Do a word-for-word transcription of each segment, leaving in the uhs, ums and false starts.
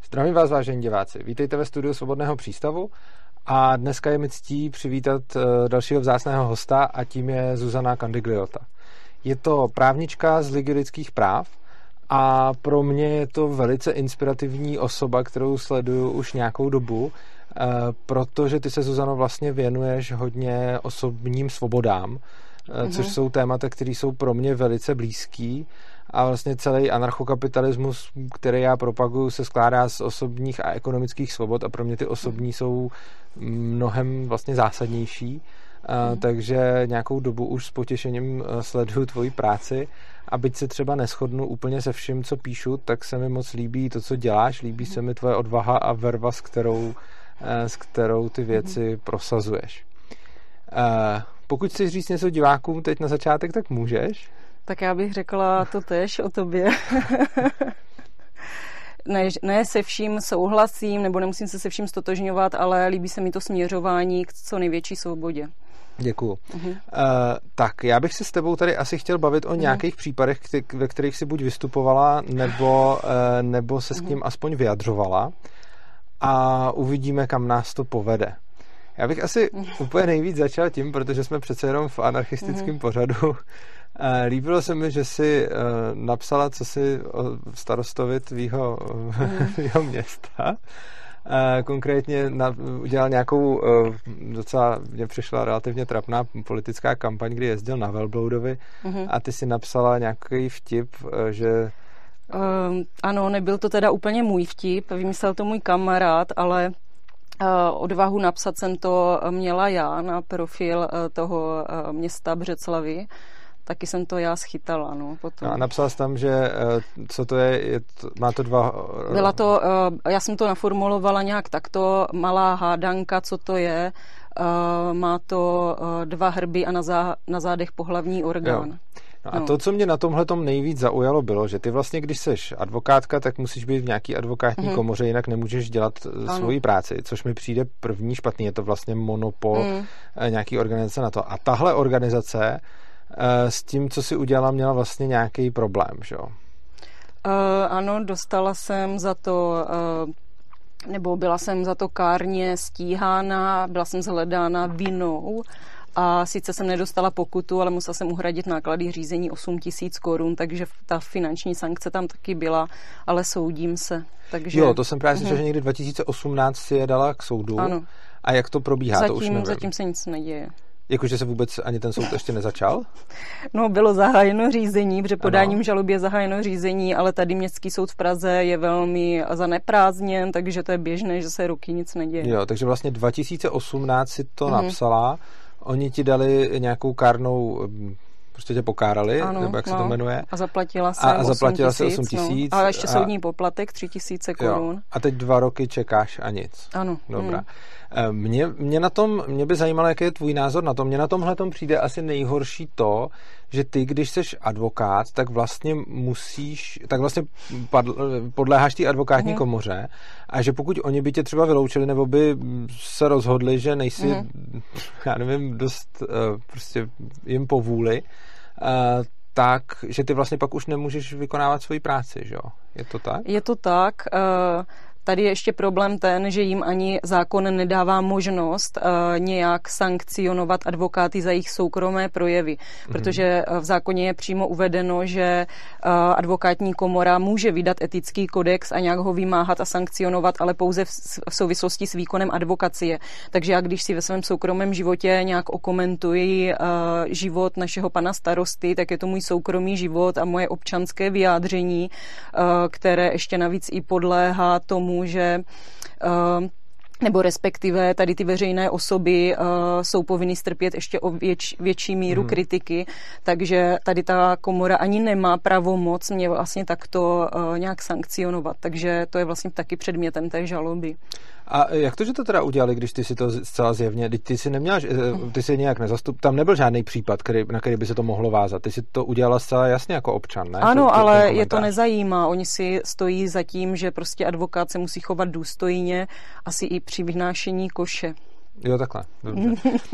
Zdravím vás, vážení diváci. Vítejte ve studiu Svobodného přístavu a dneska je mi ctí přivítat dalšího vzácného hosta a tím je Zuzana Candigliota. Je to právnička z Ligy lidských práv a pro mě je to velice inspirativní osoba, kterou sleduju už nějakou dobu, protože ty se, Zuzano, vlastně věnuješ hodně osobním svobodám, mm-hmm. což jsou témata, které jsou pro mě velice blízký. A vlastně celý anarchokapitalismus, který já propaguju, se skládá z osobních a ekonomických svobod a pro mě ty osobní jsou mnohem vlastně zásadnější. Mm. Takže nějakou dobu už s potěšením sleduju tvoji práci a byť se třeba neshodnu úplně se vším, co píšu, tak se mi moc líbí to, co děláš, líbí mm. se mi tvoje odvaha a verva, s kterou, s kterou ty věci mm. prosazuješ. Pokud chceš říct něco divákům teď na začátek, tak můžeš. Tak já bych řekla to též o tobě. ne, ne se vším souhlasím, nebo nemusím se se vším stotožňovat, ale líbí se mi to směřování k co největší svobodě. Děkuju. Uh-huh. Uh, tak, já bych se s tebou tady asi chtěl bavit o uh-huh. nějakých případech, kte- ve kterých si buď vystupovala, nebo, uh, nebo se s tím uh-huh. aspoň vyjadřovala. A uvidíme, kam nás to povede. Já bych asi uh-huh. úplně nejvíc začal tím, protože jsme přece jenom v anarchistickém uh-huh. pořadu. Líbilo se mi, že jsi uh, napsala, co si o starostovi tvýho, mm. tvýho města. Uh, konkrétně na, udělal nějakou uh, docela, mně přišla relativně trapná politická kampaň, kdy jezdil na velbloudovi mm. a ty si napsala nějaký vtip, uh, že... Uh, ano, nebyl to teda úplně můj vtip, vymyslel to můj kamarád, ale Uh, odvahu napsat jsem to měla já na profil uh, toho uh, města Břeclavi. Taky jsem to já schytala, no, potom. No a napsala jsi tam, že co to je, je to, má to dva... Byla to, já jsem to naformulovala nějak takto, malá hádanka, co to je, má to dva hrby a na, zá, na zádech pohlavní orgán. Jo. No a no. to, co mě na tomhletom nejvíc zaujalo, bylo, že ty vlastně, když seš advokátka, tak musíš být v nějaký advokátní mm. komoře, jinak nemůžeš dělat ano. svoji práci, což mi přijde první špatný, je to vlastně monopol mm. nějaký organizace na to. A tahle organizace s tím, co si udělala, měla vlastně nějaký problém, že jo? Uh, ano, dostala jsem za to, uh, nebo byla jsem za to kárně stíhána, byla jsem shledána vinou a sice jsem nedostala pokutu, ale musela jsem uhradit náklady řízení osm tisíc korun, takže ta finanční sankce tam taky byla, ale soudím se. Takže... Jo, to jsem právě slyšela, uh-huh. že někdy dva tisíce osmnáct si je dala k soudu. Ano. A jak to probíhá, zatím, to už nevím. Zatím se nic neděje. Jakože se vůbec ani ten soud ještě nezačal? No, bylo zahájeno řízení, protože podáním žaloby je zahájeno řízení, ale tady Městský soud v Praze je velmi zaneprázdněn, takže to je běžné, že se roky nic neděje. Jo, takže vlastně dva tisíce osmnáct si to mm-hmm. napsala, oni ti dali nějakou kárnou, prostě tě pokárali, ano, nebo jak se no, to jmenuje. A zaplatila jsem a, a zaplatila se osm tisíc. No, a ještě a... soudní poplatek tři tisíce korun. Jo. A teď dva roky čekáš a nic. Ano. Dobrá. Hmm. Mě, mě na tom, mě by zajímalo, jaký je tvůj názor na to. Mně na tomhletom přijde asi nejhorší to, že ty, když seš advokát, tak vlastně musíš, tak vlastně podléháš té advokátní mm. komoře a že pokud oni by tě třeba vyloučili nebo by se rozhodli, že nejsi, mm. já nevím, dost prostě jim po vůli, tak, že ty vlastně pak už nemůžeš vykonávat svoji práci, že jo? Je to tak? Je to tak. Uh... Tady je ještě problém ten, že jim ani zákon nedává možnost uh, nějak sankcionovat advokáty za jejich soukromé projevy, mm-hmm. protože v zákoně je přímo uvedeno, že uh, advokátní komora může vydat etický kodex a nějak ho vymáhat a sankcionovat, ale pouze v, v souvislosti s výkonem advokacie. Takže já, když si ve svém soukromém životě nějak okomentuji uh, život našeho pana starosty, tak je to můj soukromý život a moje občanské vyjádření, uh, které ještě navíc i podléhá tomu, že uh, nebo respektive tady ty veřejné osoby uh, jsou povinny strpět ještě o věč, větší míru hmm. kritiky, takže tady ta komora ani nemá pravomoc mě vlastně takto uh, nějak sankcionovat, takže to je vlastně taky předmětem té žaloby. A jak to, že to teda udělali, když ty si to zcela zjevně, ty si neměla, ty si nějak nezastup, tam nebyl žádný případ, který, na který by se to mohlo vázat, ty si to udělala zcela jasně jako občan, ne? Ano, ale je to nezajímá, oni si stojí za tím, že prostě advokát se musí chovat důstojně, asi i při vynášení koše. Jo, takhle. Dobře.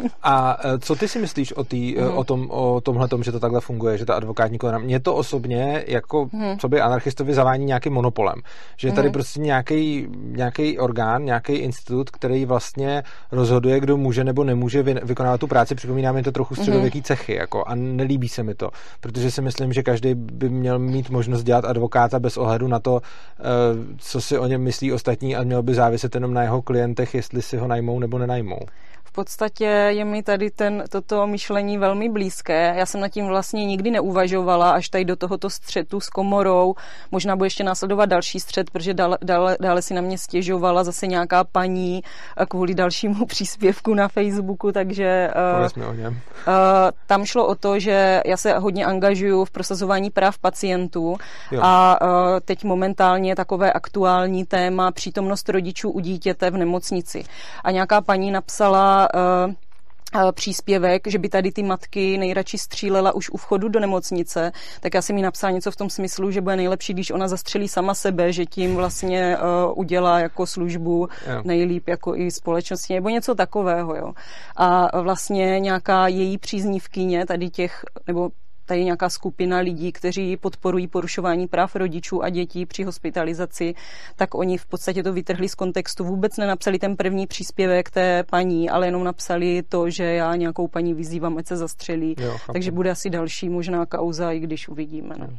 A co ty si myslíš o, tý, mm. o, tom, o tomhletom, že to takhle funguje, že ta advokátní komora? Mně to osobně, jako mm. co by anarchistovi zavání nějakým monopolem. Že je tady mm. prostě nějaký, nějaký orgán, nějaký institut, který vlastně rozhoduje, kdo může nebo nemůže vykonávat tu práci. Připomíná mi to trochu středověký cechy, jako, a nelíbí se mi to, protože si myslím, že každý by měl mít možnost dělat advokáta bez ohledu na to, co si o něm myslí ostatní, a měl by záviset jenom na jeho klientech, jestli si ho najmou nebo nenajmou. V podstatě je mi tady ten, toto myšlení velmi blízké. Já jsem nad tím vlastně nikdy neuvažovala, až tady do tohoto střetu s komorou. Možná bude ještě následovat další střet, protože dále, dále, dále si na mě stěžovala zase nějaká paní kvůli dalšímu příspěvku na Facebooku, takže Pověz mi o něm. Uh, tam šlo o to, že já se hodně angažuju v prosazování práv pacientů jo. a uh, teď momentálně takové aktuální téma přítomnost rodičů u dítěte v nemocnici. A nějaká paní napsala Uh, příspěvek, že by tady ty matky nejradši střílela už u vchodu do nemocnice, tak já jsem jí napsala něco v tom smyslu, že bude nejlepší, když ona zastřelí sama sebe, že tím vlastně uh, udělá jako službu yeah. nejlíp jako i společnosti, nebo něco takového. Jo. A vlastně nějaká její příznivkyně tady těch, nebo tady je nějaká skupina lidí, kteří podporují porušování práv rodičů a dětí při hospitalizaci, tak oni v podstatě to vytrhli z kontextu. Vůbec nenapsali ten první příspěvek té paní, ale jenom napsali to, že já nějakou paní vyzývám, ať se zastřelí. Jo, takže bude asi další možná kauza, i když uvidíme. No.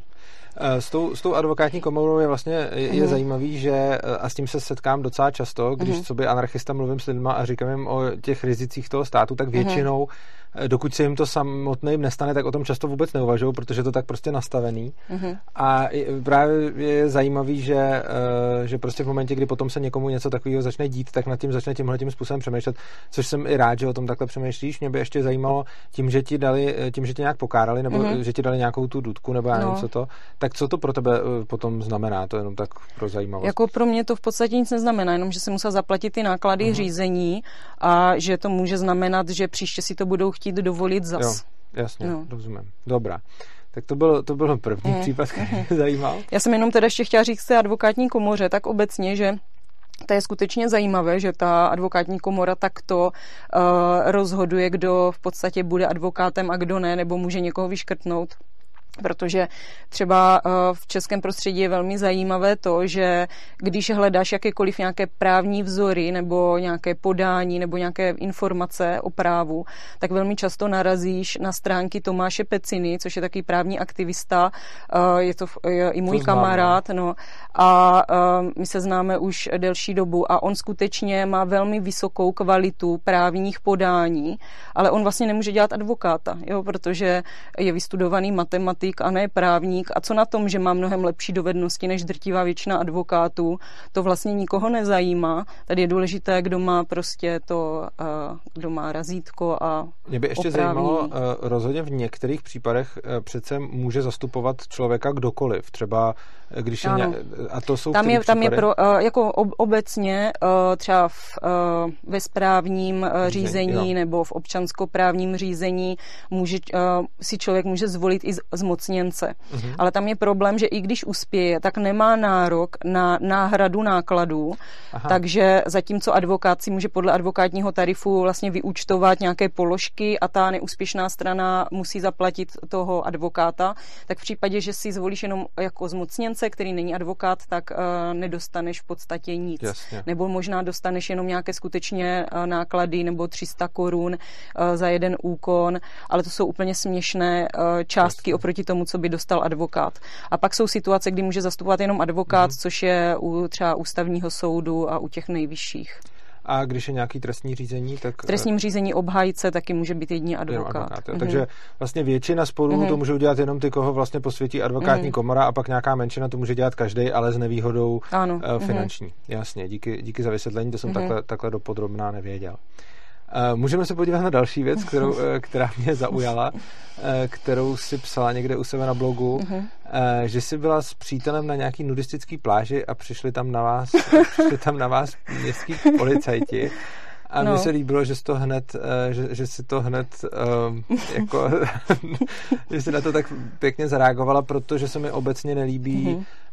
S tou, s tou advokátní komorou je vlastně je, je mm. zajímavý, že a s tím se setkám docela často, když mm. co by anarchista mluvím s lidma a říkám jim o těch rizicích toho státu, tak většinou mm. dokud se jim to samotným nestane, tak o tom často vůbec neuvažují, protože to tak prostě nastavený. Mm-hmm. A právě je zajímavý, že, že prostě v momentě, kdy potom se někomu něco takového začne dít, tak nad tím začne tímhletím způsobem přemýšlet, což jsem i rád, že o tom takhle přemýšlíš. Mě by ještě zajímalo, tím, že ti dali, tím, že tě nějak pokárali, nebo mm-hmm. že ti dali nějakou tu dudku, nebo já nevím, no. co to, tak co to pro tebe potom znamená? To je jenom tak pro zajímavost. Jako pro mě to v podstatě nic neznamená, jenom že se musel zaplatit ty náklady mm-hmm. řízení a že to může znamenat, že příště si to budou chtít dovolit zas. Jo, jasně, no. rozumím. Dobrá. Tak to byl, to byl první mm. případ, který mě zajímal. Já jsem jenom teda ještě chtěla říct té advokátní komoře tak obecně, že to je skutečně zajímavé, že ta advokátní komora takto uh, rozhoduje, kdo v podstatě bude advokátem a kdo ne, nebo může někoho vyškrtnout. Protože třeba v českém prostředí je velmi zajímavé to, že když hledáš jakékoliv nějaké právní vzory nebo nějaké podání nebo nějaké informace o právu, tak velmi často narazíš na stránky Tomáše Peciny, což je takový právní aktivista, je to je i můj to kamarád, no, a my se známe už delší dobu a on skutečně má velmi vysokou kvalitu právních podání, ale on vlastně nemůže dělat advokáta, jo, protože je vystudovaný matematik a ne právník. A co na tom, že má mnohem lepší dovednosti než drtivá většina advokátů, to vlastně nikoho nezajímá. Tady je důležité, kdo má prostě to, kdo má razítko a Mě by ještě oprávnění. zajímalo, rozhodně v některých případech přece může zastupovat člověka kdokoliv. Třeba když je ně... a to jsou tam je, tam je pro, jako obecně třeba v, ve správním řízení jo. nebo v občanskoprávním řízení může, si člověk může zvolit i zmocněnce. Uh-huh. Ale tam je problém, že i když uspěje, tak nemá nárok na náhradu nákladů, Aha. takže zatímco advokát si může podle advokátního tarifu vlastně vyúčtovat nějaké položky a ta neúspěšná strana musí zaplatit toho advokáta, tak v případě, že si zvolíš jenom jako zmocněnce, který není advokát, tak uh, nedostaneš v podstatě nic. Jasně. Nebo možná dostaneš jenom nějaké skutečně uh, náklady nebo tři sta korun uh, za jeden úkon, ale to jsou úplně směšné uh, částky Jasně. oproti tomu, co by dostal advokát. A pak jsou situace, kdy může zastupovat jenom advokát, mm. což je u třeba ústavního soudu a u těch nejvyšších. A když je nějaký trestní řízení, tak... V trestním řízení obhájce taky může být jediný advokát. advokát mm-hmm. Takže vlastně většina sporů mm-hmm. to můžou dělat jenom ty, koho vlastně posvětí advokátní mm-hmm. komora a pak nějaká menšina to může dělat každý, ale s nevýhodou ano. Uh, finanční. Mm-hmm. Jasně, díky, díky za vysvětlení, to jsem mm-hmm. takhle, takhle dopodrobná nevěděl. Uh, můžeme se podívat na další věc, kterou, uh, která mě zaujala, uh, kterou si psala někde u sebe na blogu, uh-huh. uh, že jsi byla s přítelem na nějaký nudistický pláži a přišli tam na vás, přišli tam na vás městský policajti. A mně no. se líbilo, že jsi to hned, že, že jsi to hned um, jako, že jsi na to tak pěkně zareagovala, protože se mi obecně nelíbí mm-hmm.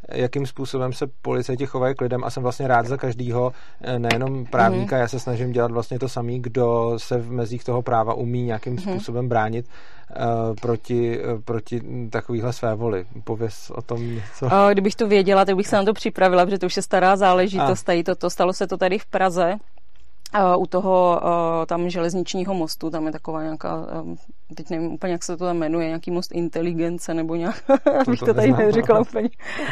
jakým způsobem se policajti chovají k lidem a jsem vlastně rád za každýho, nejenom právníka, mm-hmm. já se snažím dělat vlastně to samý, kdo se v mezích toho práva umí nějakým mm-hmm. způsobem bránit uh, proti, proti takovýhle své voli. Pověz o tom něco. Kdybych to věděla, tak bych se na to připravila, protože to už je stará záležitost. Tady toto, stalo se to tady v Praze. Uh, u toho uh, tam železničního mostu, tam je taková nějaká, um, teď nevím úplně, jak se to tam jmenuje, nějaký most inteligence, nebo nějak, abych to, to tady neřekla úplně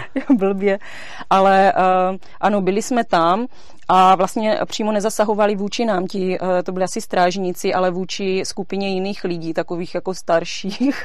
blbě. Ale uh, ano, byli jsme tam a vlastně přímo nezasahovali vůči nám, ti, uh, to byli asi strážníci, ale vůči skupině jiných lidí, takových jako starších.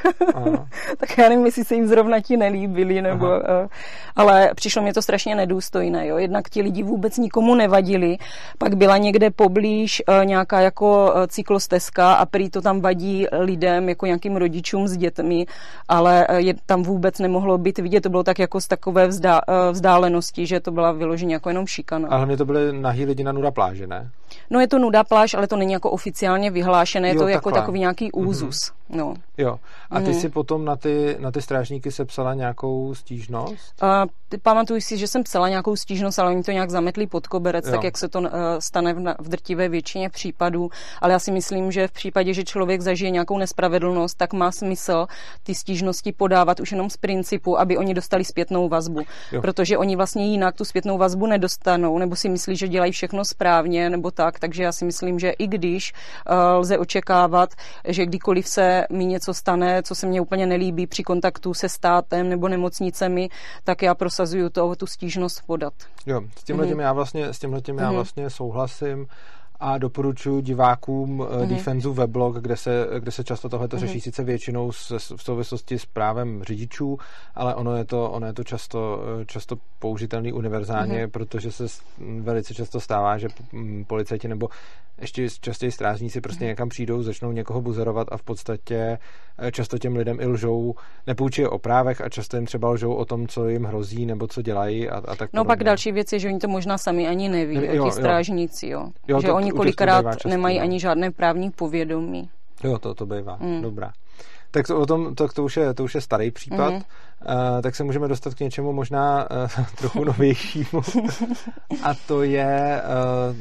Tak já nevím, jestli se jim zrovna ti nelíbili, nebo, uh, ale přišlo mě to strašně nedůstojné. Jo? Jednak ti lidi vůbec nikomu nevadili, pak byla někde poblíž uh, nějaká jako uh, cyklostezka a prý to tam vadí lidem, jako nějakým rodičům s dětmi, ale uh, je, tam vůbec nemohlo být vidět, to bylo tak jako z takové vzdá, uh, vzdálenosti, že to byla vyloženě jako jenom šikana. A hlavně to byly nahý lidi na nuda pláži, ne? No je to nuda pláž, ale to není jako oficiálně vyhlášené, je jo, to jako takový nějaký úzus. Mm-hmm. No. Jo. A ty mm. si potom na ty, na ty strážníky sepsala nějakou stížnost? Uh, ty pamatuju si, že jsem psala nějakou stížnost, ale oni to nějak zametli pod koberec, jo. Tak jak se to uh, stane v, v drtivé většině případů. Ale já si myslím, že v případě, že člověk zažije nějakou nespravedlnost, tak má smysl ty stížnosti podávat už jenom z principu, aby oni dostali zpětnou vazbu. Jo. Protože oni vlastně jinak tu zpětnou vazbu nedostanou, nebo si myslí, že dělají všechno správně, nebo tak. Takže já si myslím, že i když uh, lze očekávat, že kdykoliv se mi něco stane, co se mně úplně nelíbí při kontaktu se státem nebo nemocnicemi, tak já prosazuju to, tu stížnost podat. Jo, s tímhletím mm. já vlastně, s tímhletím mm. já vlastně souhlasím a doporučuji divákům mm. Defenzu weblog, kde se, kde se často tohleto mm. řeší, sice většinou s, v souvislosti s právem řidičů, ale ono je to, ono je to často, často použitelný univerzálně, mm. protože se velice často stává, že policajti nebo ještě častěji strážníci prostě mm. někam přijdou, začnou někoho buzerovat a v podstatě často těm lidem i lžou, nepoučí o právech a často jim třeba lžou o tom, co jim hrozí nebo co dělají a, a tak No pak další věc je, že oni to možná sami ani neví, neví jo, ti strážníci, jo. jo že to, oni kolikrát nemají no. ani žádné právní povědomí. Jo, to, to bývá. Mm. Dobrá. Tak to, o tom, to, to, už je, to už je starý případ, mm. uh, tak se můžeme dostat k něčemu možná uh, trochu novějšímu. A to je... Uh,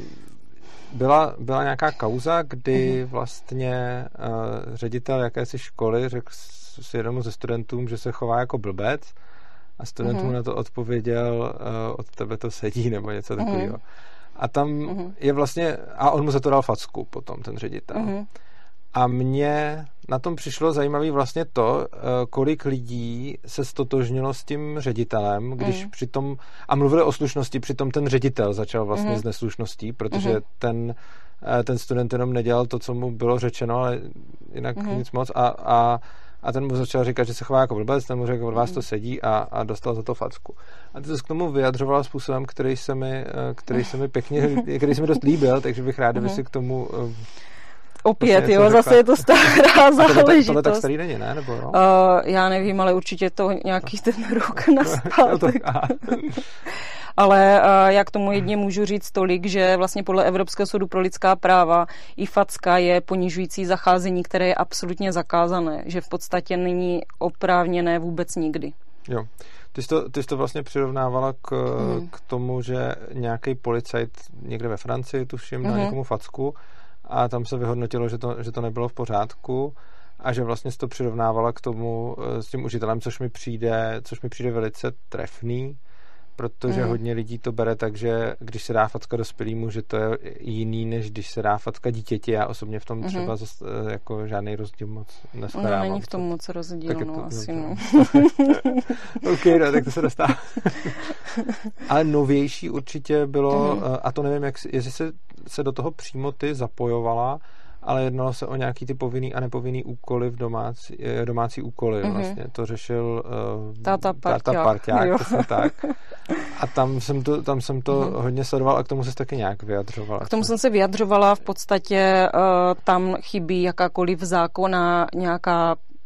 Byla, byla nějaká kauza, kdy vlastně uh, ředitel jakési školy řekl si jednomu ze studentům, že se chová jako blbec a student mu mm. na to odpověděl, uh, od tebe to sedí nebo něco takového. Mm. A tam mm. je vlastně, a on mu za to dal facku potom, ten ředitel. Mm. A mně na tom přišlo zajímavý vlastně to, kolik lidí se stotožnilo s tím ředitelem, když mm. přitom, a mluvili o slušnosti, přitom ten ředitel začal vlastně mm. s neslušností, protože mm. ten, ten student jenom nedělal to, co mu bylo řečeno, ale jinak mm. nic moc a, a, a ten mu začal říkat, že se chová jako blbec, ten mu řekl, od vás to sedí a, a dostal za to facku. A ty to k tomu vyjadřovala způsobem, který se mi, který se mi pěkně, který se mi dost líbil, takže bych rád, kdyby si k tomu Opět, vlastně jo, zase je to stará záležitost. Tohle tak starý není, ne? Nebo jo? Uh, já nevím, ale určitě to nějaký ten rok naspátek. Ale uh, já k tomu jedně můžu říct tolik, že vlastně podle Evropského soudu pro lidská práva i facka je ponižující zacházení, které je absolutně zakázané, že v podstatě není oprávněné vůbec nikdy. Jo. Ty jsi to, ty jsi to vlastně přirovnávala k, mm. k tomu, že nějaký policajt někde ve Francii, tuším, dal mm. někomu facku, a tam se vyhodnotilo, že to, že to nebylo v pořádku a že vlastně se to přirovnávala k tomu s tím učitelem, což mi přijde, což mi přijde velice trefný, protože mm. hodně lidí to bere tak, že když se dá facka dospělýmu, že to je jiný, než když se dá facka dítěti. Já osobně v tom mm. třeba zas, jako žádný rozdíl moc neshledávám. No není v tom moc rozdíl, no to, asi no. OK, no, tak to se dostává. Ale novější určitě bylo, mm. a to nevím, jak, jestli se, se do toho přímo ty zapojovala, ale jednalo se o nějaký ty povinný a nepovinný úkoly v domácí, domácí úkoly. Mm-hmm. Vlastně to řešil uh, táta parťák. parťák to tak. A tam jsem to, tam jsem to mm-hmm. hodně sledoval a k tomu se taky nějak vyjadřovala. K tomu jsem se vyjadřovala, v podstatě uh, tam chybí jakákoliv zákona, nějaká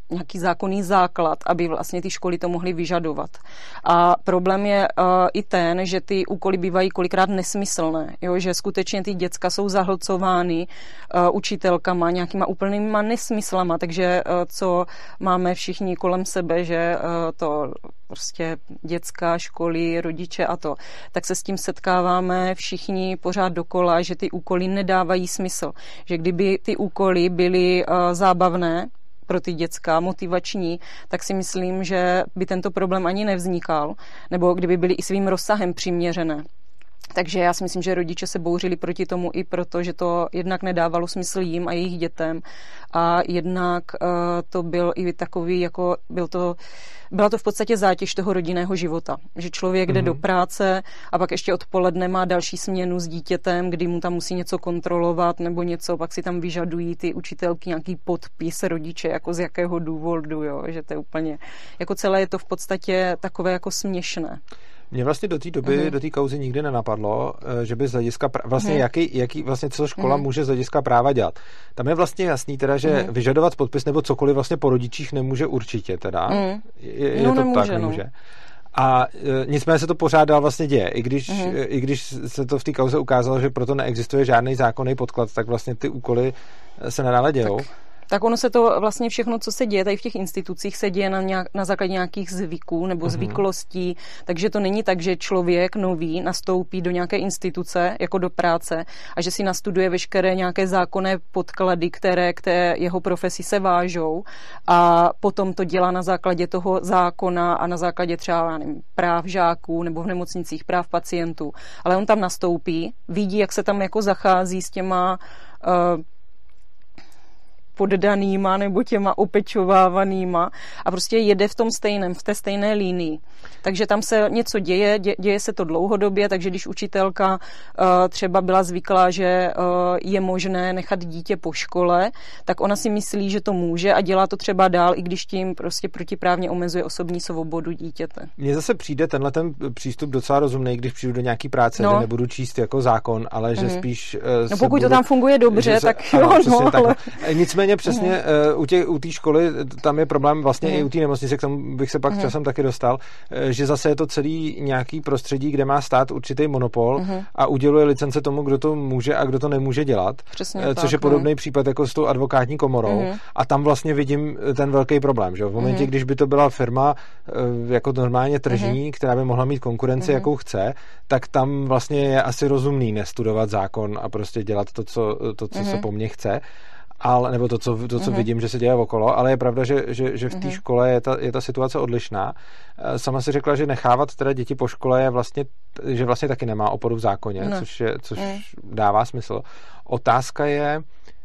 nějaký zákonný základ, aby vlastně ty školy to mohly vyžadovat. A problém je uh, i ten, že ty úkoly bývají kolikrát nesmyslné, jo? Že skutečně ty děcka jsou zahlcovány uh, učitelkama, nějakýma úplnýma nesmyslama, takže uh, co máme všichni kolem sebe, že uh, to prostě dětská, školy, rodiče a to, tak se s tím setkáváme všichni pořád dokola, že ty úkoly nedávají smysl. Že kdyby ty úkoly byly uh, zábavné pro ty děcka, motivační, tak si myslím, že by tento problém ani nevznikal, nebo kdyby byly i svým rozsahem přiměřené. Takže já si myslím, že rodiče se bouřili proti tomu i proto, že to jednak nedávalo smysl jim a jejich dětem a jednak uh, to byl i takový, jako byl to, byla to v podstatě zátěž toho rodinného života. Že člověk jde mm-hmm. do práce a pak ještě odpoledne má další směnu s dítětem, kdy mu tam musí něco kontrolovat nebo něco, pak si tam vyžadují ty učitelky nějaký podpis rodiče, jako z jakého důvodu, jo, že to je úplně, jako celé je to v podstatě takové jako směšné. Mě vlastně do té doby, uh-huh. do té kauzy nikdy nenapadlo, že by z hlediska, pra- vlastně uh-huh. jaký, jaký vlastně co škola uh-huh. může z hlediska práva dělat. Tam je vlastně jasný teda, že uh-huh. vyžadovat podpis nebo cokoliv vlastně po rodičích nemůže určitě teda. Uh-huh. Je, je no, to nemůže, tak, nemůže. No. A e, nicméně se to pořád dál vlastně děje. I když, uh-huh. e, i když se to v té kauze ukázalo, že proto neexistuje žádný zákonný podklad, tak vlastně ty úkoly se nadále dějou. Tak. Tak ono se to vlastně všechno, co se děje tady v těch institucích, se děje na, nějak, na základě nějakých zvyků nebo mm-hmm. zvyklostí, takže to není tak, že člověk nový nastoupí do nějaké instituce jako do práce a že si nastuduje veškeré nějaké zákonné podklady, které k té jeho profesi se vážou a potom to dělá na základě toho zákona a na základě třeba nevím, práv žáků nebo v nemocnicích práv pacientů. Ale on tam nastoupí, vidí, jak se tam jako zachází s těma uh, poddanýma nebo těma opečovávanýma a prostě jede v tom stejném, v té stejné línii. Takže tam se něco děje, dě, děje se to dlouhodobě, takže když učitelka uh, třeba byla zvyklá, že uh, je možné nechat dítě po škole, tak ona si myslí, že to může a dělá to třeba dál, i když tím prostě protiprávně omezuje osobní svobodu dítěte. Mně zase přijde tenhle ten přístup docela rozumný, když přijdu do nějaký práce, no. kde nebudu číst jako zákon, ale že mm. spíš... Uh, no pokud budu, to tam funguje dobře, se, tak ano, jo, no, ale... Nicméně přesně uh, u té u té školy tam je problém vlastně mm. i u té nemocnice, k tomu bych se pak mm. časem taky dostal, že zase je to celý nějaký prostředí, kde má stát určitý monopol mm. a uděluje licence tomu, kdo to může a kdo to nemůže dělat. Přesně což tak, je podobný ne? případ jako s tou advokátní komorou mm. a tam vlastně vidím ten velký problém. Že? V momentě, mm. když by to byla firma jako normálně tržní, mm. která by mohla mít konkurenci, mm. jakou chce, tak tam vlastně je asi rozumný nestudovat zákon a prostě dělat to, co, to, co mm. se po mně chce. Ale, nebo to, co, to, co uh-huh. vidím, že se děje okolo, ale je pravda, že, že, že v té uh-huh. škole je ta, je ta situace odlišná. Sama si řekla, že nechávat teda děti po škole je vlastně, že vlastně taky nemá oporu v zákoně, no. což, je, což uh-huh. dává smysl. Otázka je,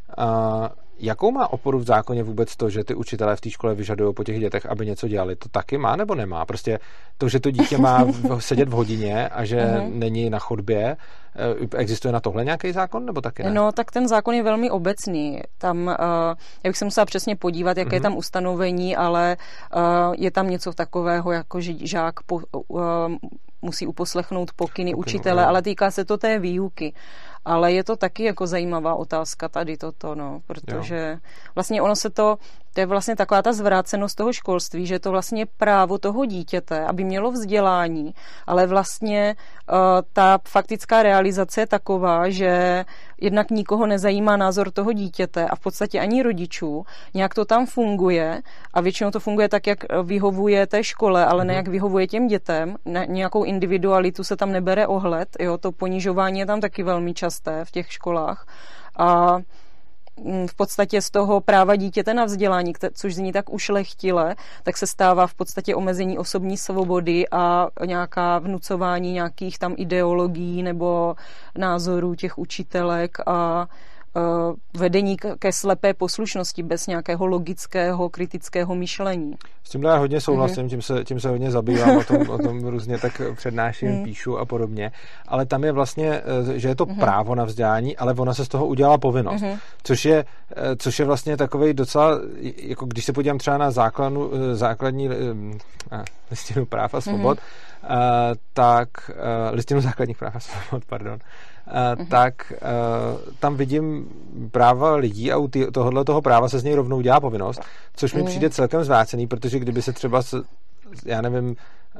uh, jakou má oporu v zákoně vůbec to, že ty učitelé v té škole vyžadují po těch dětech, aby něco dělali? To taky má nebo nemá? Prostě to, že to dítě má sedět v hodině a že uh-huh. není na chodbě, existuje na tohle nějaký zákon, nebo taky ne? No, tak ten zákon je velmi obecný. Tam, uh, já bych se musela přesně podívat, jaké mm-hmm. je tam ustanovení, ale uh, je tam něco takového, jako že žák po, uh, musí uposlechnout pokyny Pokynu, učitele, no. ale týká se to té výuky. Ale je to taky jako zajímavá otázka tady toto, no, protože jo. vlastně ono se to, to je vlastně taková ta zvrácenost toho školství, že je to vlastně právo toho dítěte, aby mělo vzdělání, ale vlastně uh, ta faktická realizace je taková, že jednak nikoho nezajímá názor toho dítěte a v podstatě ani rodičů, nějak to tam funguje a většinou to funguje tak, jak vyhovuje té škole, ale ne jak vyhovuje těm dětem, ne, nějakou individualitu se tam nebere ohled, jo, to ponižování je tam taky velmi časté v těch školách a v podstatě z toho práva dítěte na vzdělání, což zní tak ušlechtile, tak se stává v podstatě omezení osobní svobody a nějaká vnucování nějakých tam ideologií nebo názorů těch učitelek a vedení ke slepé poslušnosti bez nějakého logického, kritického myšlení. S tímhle já hodně souhlasím, mm-hmm. tím, se, tím se hodně zabývám, o tom, o tom různě tak přednáším, mm. píšu a podobně, ale tam je vlastně, že je to mm-hmm. právo na vzdělání, ale ona se z toho udělala povinnost, mm-hmm. což je, což je vlastně takovej docela, jako když se podívám třeba na základnu, základní listinu práv a svobod, mm-hmm. tak uh, listinu základních práv, pardon, uh, uh-huh. tak uh, tam vidím práva lidí a u tý, tohohle toho práva se z něj rovnou dělá povinnost, což mi uh-huh. přijde celkem zvrácený, protože kdyby se třeba, já nevím,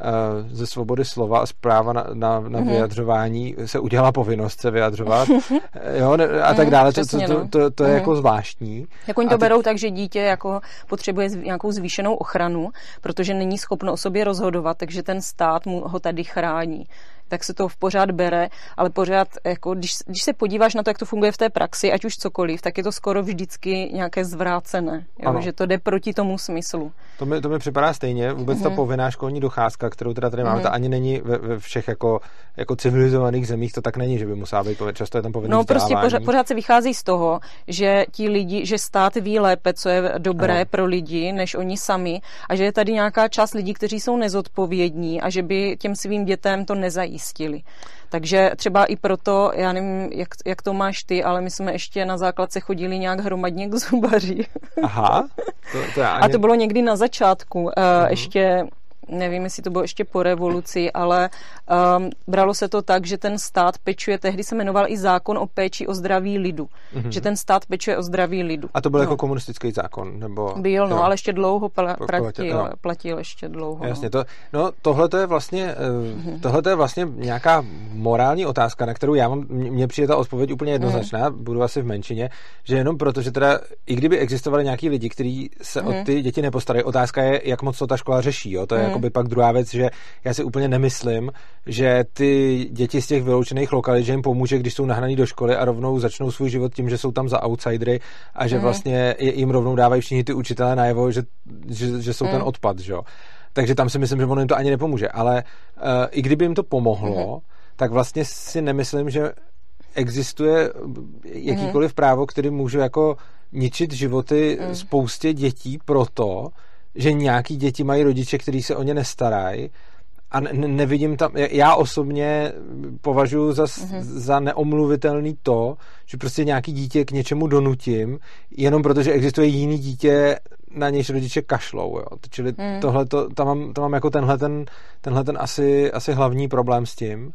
ze svobody slova a zpráva na, na, na mm. vyjadřování se udělala povinnost se vyjadřovat jo, a tak dále. To, to, to, to, to je mm. jako zvláštní. Jak oni to ty... berou tak, že dítě jako potřebuje nějakou zvýšenou ochranu, protože není schopno o sobě rozhodovat, takže ten stát mu ho tady chrání. Tak se to v pořád bere, ale pořád, jako, když, když se podíváš na to, jak to funguje v té praxi, ať už cokoliv, tak je to skoro vždycky nějaké zvrácené, jo, že to jde proti tomu smyslu. To mi, to mi připadá stejně, vůbec mm-hmm. ta povinná školní docházka, kterou teda tady máme, mm-hmm. ta ani není ve, ve všech jako, jako civilizovaných zemích, to tak není, že by musela být, často je tam povinný No vzdělávání. prostě pořád, pořád se vychází z toho, že ti lidi, že stát ví lépe, co je dobré ano. pro lidi, než oni sami, a že je tady nějaká část lidí, kteří jsou nezodpovědní a že by těm svým dětem to nezajistili. Takže třeba i proto, já nevím, jak, jak to máš ty, ale my jsme ještě na základce chodili nějak hromadně k zubaři. Aha. To, to já ani... A to bylo někdy na začátku. Uh, uh-huh. Ještě... nevím, jestli to bylo ještě po revoluci, ale um, bralo se to tak, že ten stát pečuje, tehdy se jmenoval i zákon o péči o zdraví lidu, mm-hmm. že ten stát pečuje o zdraví lidu. A to byl no. jako komunistický zákon? Nebo... Byl, no, jo. ale ještě dlouho pla- platil, no. platil ještě dlouho. Jasně, no. to, no tohle to je vlastně, mm-hmm. tohle to je vlastně nějaká morální otázka, na kterou já mám, mně přijde ta odpověď úplně jednoznačná, mm-hmm. budu asi v menšině, že jenom proto, že teda, i kdyby existovali nějaký lidi, kteří se mm-hmm. o ty děti nepostarají, otázka je, jak moc to ta škola řeší, jo, to je mm-hmm. jakoby pak druhá věc, že já si úplně nemyslím, že ty děti z těch vyloučených lokalit, že jim pomůže, když jsou nahnaný do školy a rovnou začnou svůj život tím, že jsou tam za outsidery a že mm. vlastně jim rovnou dávají všichni ty učitelé najevo, že, že, že jsou mm. ten odpad, že jo. Takže tam si myslím, že ono jim to ani nepomůže, ale uh, i kdyby jim to pomohlo, mm. tak vlastně si nemyslím, že existuje jakýkoliv mm. právo, který může jako ničit životy mm. spoustě dětí proto, že nějaký děti mají rodiče, kteří se o ně nestarají a ne- nevidím tam, já osobně považuji za, mm-hmm. za neomluvitelný to, že prostě nějaký dítě k něčemu donutím, jenom protože existuje jiný dítě, na nějž rodiče kašlou, jo. Čili mm. tohle, to, tam, mám, tam mám jako tenhle ten, tenhle ten asi, asi hlavní problém s tím.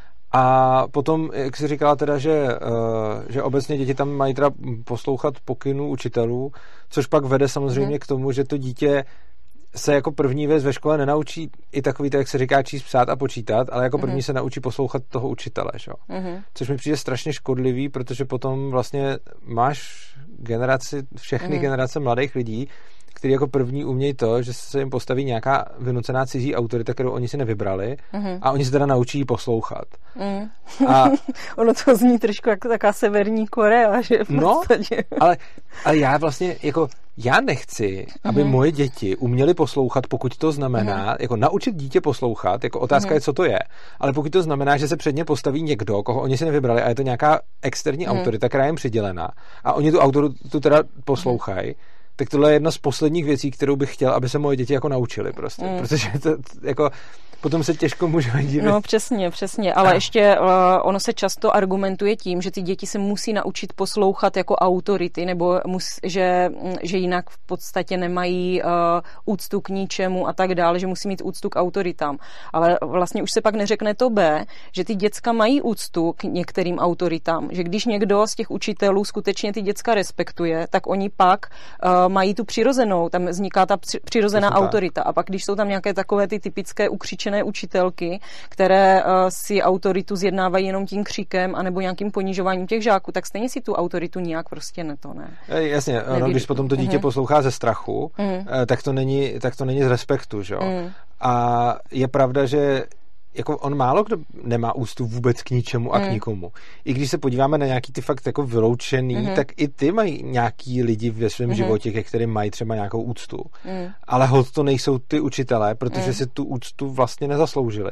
A potom, jak jsi říkala teda, že, uh, že obecně děti tam mají teda poslouchat pokynů učitelů, což pak vede samozřejmě mm. k tomu, že to dítě se jako první věc ve škole nenaučí i takový, tak jak se říká, číst, psát a počítat, ale jako první mm. se naučí poslouchat toho učitele, že? Mm. Což mi přijde strašně škodlivý, protože potom vlastně máš generaci, všechny mm. generace mladých lidí, který jako první umějí to, že se jim postaví nějaká vynucená cizí autorita, kterou oni si nevybrali mm-hmm. a oni se teda naučí poslouchat. Mm. A ono to zní trošku jako taková severní Korea, že v no, podstatě. ale, ale já vlastně jako já nechci, aby mm-hmm. moje děti uměly poslouchat, pokud to znamená, mm-hmm. jako naučit dítě poslouchat, jako otázka mm-hmm. je, co to je, ale pokud to znamená, že se před ně postaví někdo, koho oni si nevybrali a je to nějaká externí mm-hmm. autorita, která je jim přidělená a oni tu autoritu teda poslouchají, mm-hmm. tak tohle je jedna z posledních věcí, kterou bych chtěl, aby se moje děti jako naučili prostě, mm. protože to jako potom se těžko můžeme divit. No přesně, přesně, ale a. ještě uh, ono se často argumentuje tím, že ty děti se musí naučit poslouchat jako autority, nebo mus, že, že jinak v podstatě nemají uh, úctu k ničemu a tak dále, že musí mít úctu k autoritám. Ale vlastně už se pak neřekne to B, že ty děcka mají úctu k některým autoritám, že když někdo z těch učitelů skutečně ty děcka respektuje, tak oni pak uh, mají tu přirozenou, tam vzniká ta přirozená autorita. A pak, když jsou tam nějaké takové ty typické ukřičené učitelky, které uh, si autoritu zjednávají jenom tím kříkem anebo nějakým ponižováním těch žáků, tak stejně si tu autoritu nijak prostě ne to ne. E, jasně, no, když potom to dítě uh-huh. poslouchá ze strachu, uh-huh. tak to není, tak to není z respektu, že jo? Uh-huh. A je pravda, že jako on málo kdo nemá úctu vůbec k ničemu a mm. k nikomu. I když se podíváme na nějaký ty fakt jako vyloučený, mm. tak i ty mají nějaký lidi ve svém mm. životě, ke kterým mají třeba nějakou úctu. Mm. Ale holt to nejsou ty učitelé, protože mm. si tu úctu vlastně nezasloužili.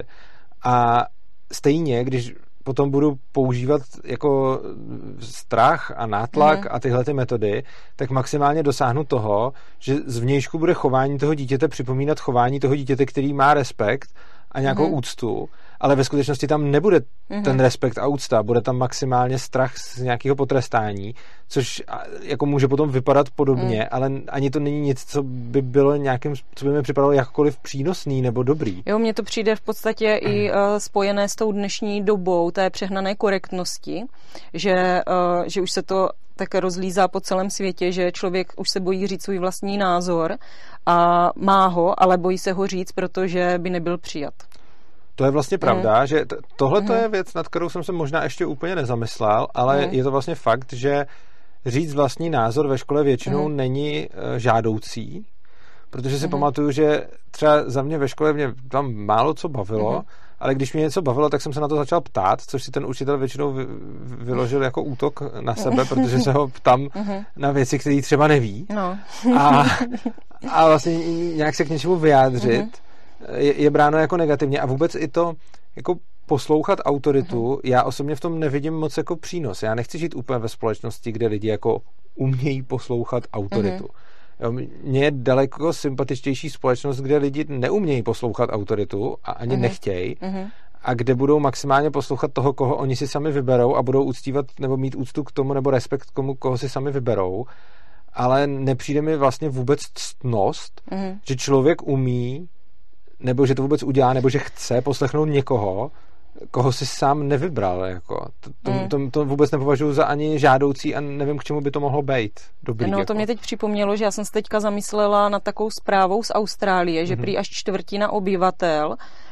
A stejně, když potom budu používat jako strach a nátlak mm. a tyhle ty metody, tak maximálně dosáhnu toho, že zvnějšku bude chování toho dítěte připomínat chování toho dítěte, který má respekt a nějakou mm. úctu, ale ve skutečnosti tam nebude mm-hmm. ten respekt a úcta, bude tam maximálně strach z nějakého potrestání, což jako může potom vypadat podobně, mm. ale ani to není nic, co by bylo nějakým, co by mi připadalo jakkoliv přínosný nebo dobrý. Jo, mně to přijde v podstatě mm. i uh, spojené s tou dnešní dobou té přehnané korektnosti, že, uh, že už se to tak rozlízá po celém světě, že člověk už se bojí říct svůj vlastní názor a má ho, ale bojí se ho říct, protože by nebyl přijat. To je vlastně pravda, mm. že t- tohle to mm. je věc, nad kterou jsem se možná ještě úplně nezamyslel, ale mm. je to vlastně fakt, že říct vlastní názor ve škole většinou mm. není uh, žádoucí, protože si mm. pamatuju, že třeba za mě ve škole mě tam málo co bavilo, mm. ale když mě něco bavilo, tak jsem se na to začal ptát, což si ten učitel většinou vy, vyložil jako útok na sebe, protože se ho ptám na věci, které třeba neví. No. A, a vlastně nějak se k něčemu vyjádřit je, je bráno jako negativně a vůbec i to jako poslouchat autoritu, já osobně v tom nevidím moc jako přínos. Já nechci žít úplně ve společnosti, kde lidi jako umějí poslouchat autoritu. Jo, mně je daleko sympatičtější společnost, kde lidi neumějí poslouchat autoritu a ani uh-huh. nechtějí uh-huh. a kde budou maximálně poslouchat toho, koho oni si sami vyberou a budou uctívat nebo mít úctu k tomu nebo respekt k tomu, koho si sami vyberou. Ale nepřijde mi vlastně vůbec ctnost, uh-huh. že člověk umí nebo že to vůbec udělá, nebo že chce poslechnout někoho, koho si sám nevybral. Jako. To, to, mm. to, to vůbec nepovažuji za ani žádoucí a nevím, k čemu by to mohlo být. Dobrý, no, jako. To mě teď připomnělo, že já jsem se teďka zamyslela nad takovou zprávou z Austrálie, že mm-hmm. prý až čtvrtina obyvatel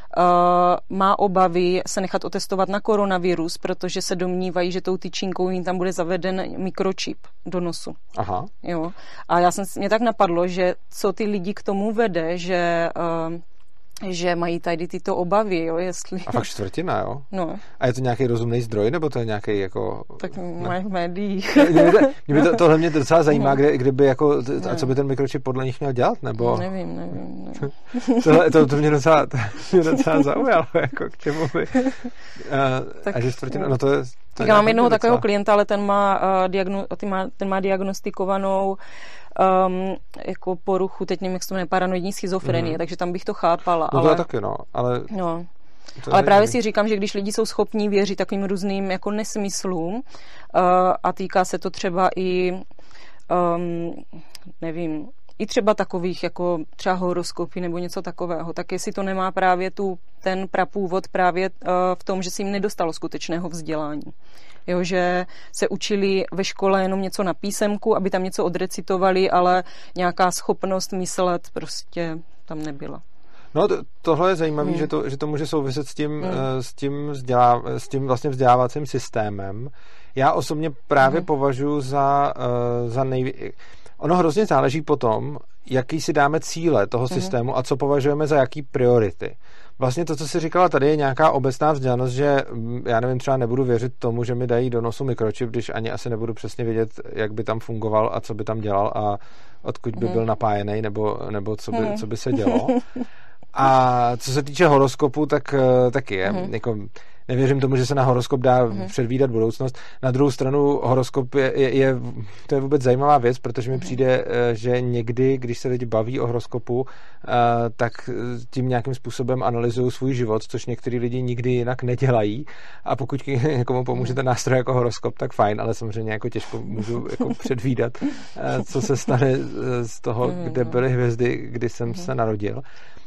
uh, má obavy se nechat otestovat na koronavirus, protože se domnívají, že tou tyčinkou jim tam bude zaveden mikročip do nosu. Aha. Jo. A já jsem, mě tak napadlo, že co ty lidi k tomu vede, že... Uh, že mají tady tyto obavy, jo, jestli... A fakt čtvrtina, jo? No. A je to nějaký rozumný zdroj, nebo to je nějaký jako... Tak mají v médiích. Mě, mě by to, tohle mě docela zajímá, kde, kdyby jako... A co by ten mikročip podle nich měl dělat, nebo... Nevím, nevím, nevím. Tohle, to, to mě docela, to mě docela zaujalo, jako k čemu by... Uh, tak, a že čtvrtina, no to je... Tak já mám jednoho docela... takového klienta, ale ten má, uh, diagno, ten má, ten má diagnostikovanou Um, jako poruchu, teď nevím, jak se to jmenuje, paranoidní schizofrenie, mm. takže tam bych to chápala. No ale... to taky, no, ale... No. Ale právě si říkám, že když lidi jsou schopní věřit takovým různým jako nesmyslům uh, a týká se to třeba i um, nevím, i třeba takových jako třeba horoskopy nebo něco takového, tak jestli to nemá právě tu, ten prapůvod právě uh, v tom, že se jim nedostalo skutečného vzdělání. Jo, že se učili ve škole jenom něco na písemku, aby tam něco odrecitovali, ale nějaká schopnost myslet prostě tam nebyla. No to, tohle je zajímavé, hmm. že, to, že to může souviset s tím, hmm. s tím, vzdělá, s tím vlastně vzdělávacím systémem. Já osobně právě hmm. považuji za, za největší... Ono hrozně záleží potom, jaký si dáme cíle toho mm-hmm. systému a co považujeme za jaký priority. Vlastně to, co jsi říkala tady, je nějaká obecná vzdělanost, že já nevím, třeba nebudu věřit tomu, že mi dají do nosu mikročip, když ani asi nebudu přesně vědět, jak by tam fungoval a co by tam dělal a odkud by mm-hmm. byl napájený, nebo, nebo co, by, mm-hmm. co by se dělo. A co se týče horoskopu, tak taky je. Mm-hmm. Jako, nevěřím tomu, že se na horoskop dá mm-hmm. předvídat budoucnost. Na druhou stranu horoskop je, je, je, to je vůbec zajímavá věc, protože mi mm-hmm. přijde, že někdy, když se lidi baví o horoskopu, tak tím nějakým způsobem analyzují svůj život, což některý lidi nikdy jinak nedělají. A pokud někomu pomůže ten nástroj jako horoskop, tak fajn, ale samozřejmě jako těžko můžu jako předvídat, co se stane z toho, kde byly hvězdy, kdy jsem se narodil.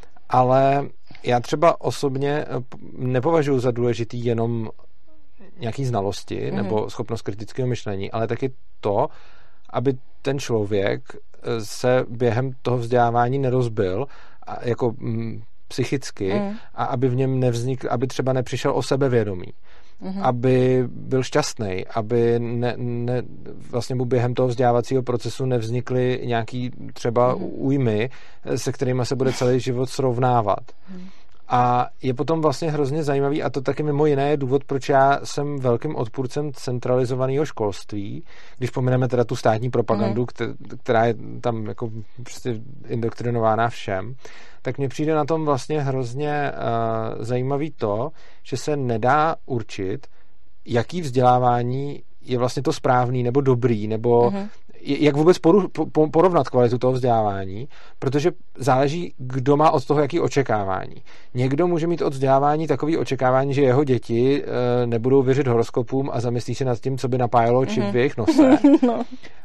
Ale já třeba osobně nepovažuji za důležitý jenom nějaký znalosti mm-hmm. nebo schopnost kritického myšlení, ale taky to, aby ten člověk se během toho vzdělávání nerozbil a jako m, psychicky mm. a aby v něm nevznikl, aby třeba nepřišel o sebevědomí. Mm-hmm. Aby byl šťastný, aby ne, ne, vlastně mu během toho vzdělávacího procesu nevznikly nějaký třeba mm-hmm. újmy, se kterými se bude celý život srovnávat. Mm. A je potom vlastně hrozně zajímavý, a to taky mimo jiné je důvod, proč já jsem velkým odpůrcem centralizovaného školství, když pomineme teda tu státní propagandu, mm. která je tam jako prostě indoktrinována všem, tak mně přijde na tom vlastně hrozně uh, zajímavý to, že se nedá určit, jaký vzdělávání je vlastně to správný nebo dobrý, nebo mm-hmm. jak vůbec poru, po, porovnat kvalitu toho vzdělávání, protože záleží, kdo má od toho jaký očekávání. Někdo může mít od vzdělávání takový očekávání, že jeho děti e, nebudou věřit horoskopům a zamyslí se nad tím, co by napájelo čip mm-hmm. v jejich nose. no.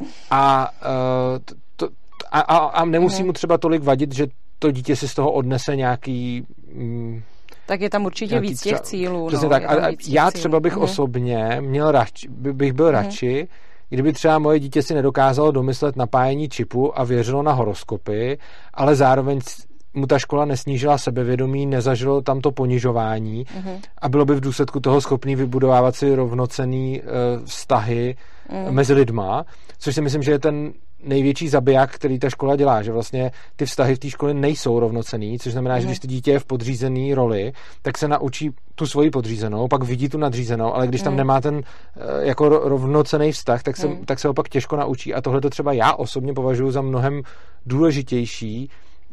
A, e, to, a, a, a nemusí mm-hmm. mu třeba tolik vadit, že to dítě si z toho odnese nějaký... Mm, tak je tam určitě víc těch cílů. Přesně no, tak. A já třeba bych mm-hmm. osobně měl radši, bych byl mm-hmm. radši, kdyby třeba moje dítě si nedokázalo domyslet napájení čipu a věřilo na horoskopy, ale zároveň mu ta škola nesnížila sebevědomí, nezažilo tam to ponižování mm-hmm. a bylo by v důsledku toho schopný vybudovávat si rovnocenný uh, vztahy mm. mezi lidma, což si myslím, že je ten největší zabiják, který ta škola dělá, že vlastně ty vztahy v té škole nejsou rovnocenný, což znamená, mm. že když to dítě je v podřízený roli, tak se naučí tu svoji podřízenou, pak vidí tu nadřízenou, ale když tam mm. nemá ten uh, jako rovnocenný vztah, tak se, mm. tak se opak těžko naučí a tohle to třeba já osobně považuji za mnohem důležitější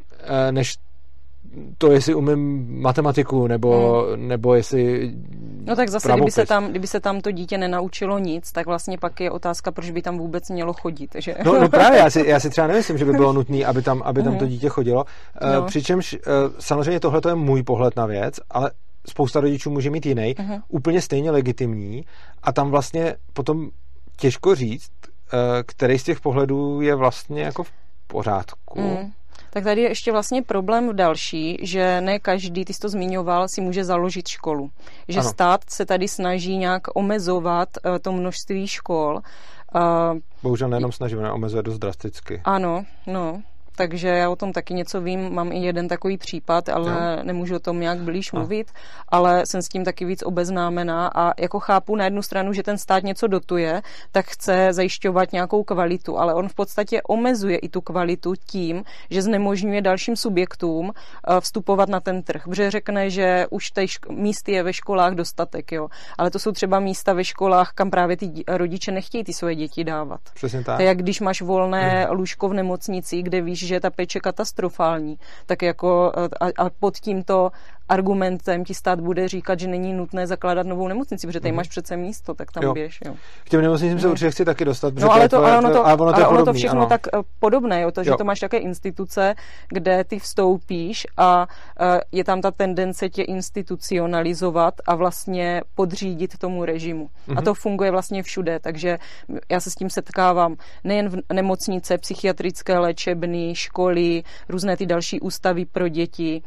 než to, jestli umím matematiku, nebo, hmm. nebo jestli No tak zase, kdyby se, tam, kdyby se tam to dítě nenaučilo nic, tak vlastně pak je otázka, proč by tam vůbec mělo chodit. Že? No, no právě, já si, já si třeba nemyslím, že by bylo nutné, aby tam, aby tam to dítě chodilo. No. Přičemž samozřejmě tohle je můj pohled na věc, ale spousta rodičů může mít jiný, uh-huh. úplně stejně legitimní a tam vlastně potom těžko říct, který z těch pohledů je vlastně jako v pořádku. Hmm. Tak tady je ještě vlastně problém v další, že ne každý, ty jsi to zmiňoval, si může založit školu. Že ano. Stát se tady snaží nějak omezovat uh, to množství škol. Uh, Bohužel nejenom snaží, ne omezuje dost drasticky. Ano, no. Takže já o tom taky něco vím, mám i jeden takový případ, ale no. nemůžu o tom nějak blíž no. mluvit, ale jsem s tím taky víc obeznámená a jako chápu na jednu stranu, že ten stát něco dotuje, tak chce zajišťovat nějakou kvalitu, ale on v podstatě omezuje i tu kvalitu tím, že znemožňuje dalším subjektům vstupovat na ten trh, protože řekne, že už těch míst je ve školách dostatek, jo, ale to jsou třeba místa ve školách, kam právě ty rodiče nechtějí ty svoje děti dávat. Přesně tak. To je jak když máš volné hmm. lůžko v nemocnici, kde víš, že je ta péče katastrofální, tak jako a, a pod tímto argumentem ti stát bude říkat, že není nutné zakládat novou nemocnici, protože tady mm. máš přece místo, tak tam jo. běž. Jo. K těm nemocnicím se určitě chci taky dostat. No ale, to, ale ono to, ale ono to, ale ono podobný, to všechno ano. tak podobné, jo, to, že jo. to máš také instituce, kde ty vstoupíš a je tam ta tendence tě institucionalizovat a vlastně podřídit tomu režimu. Mm-hmm. A to funguje vlastně všude, takže já se s tím setkávám nejen v nemocnice, psychiatrické léčebny, školy, různé ty další ústavy pro děti,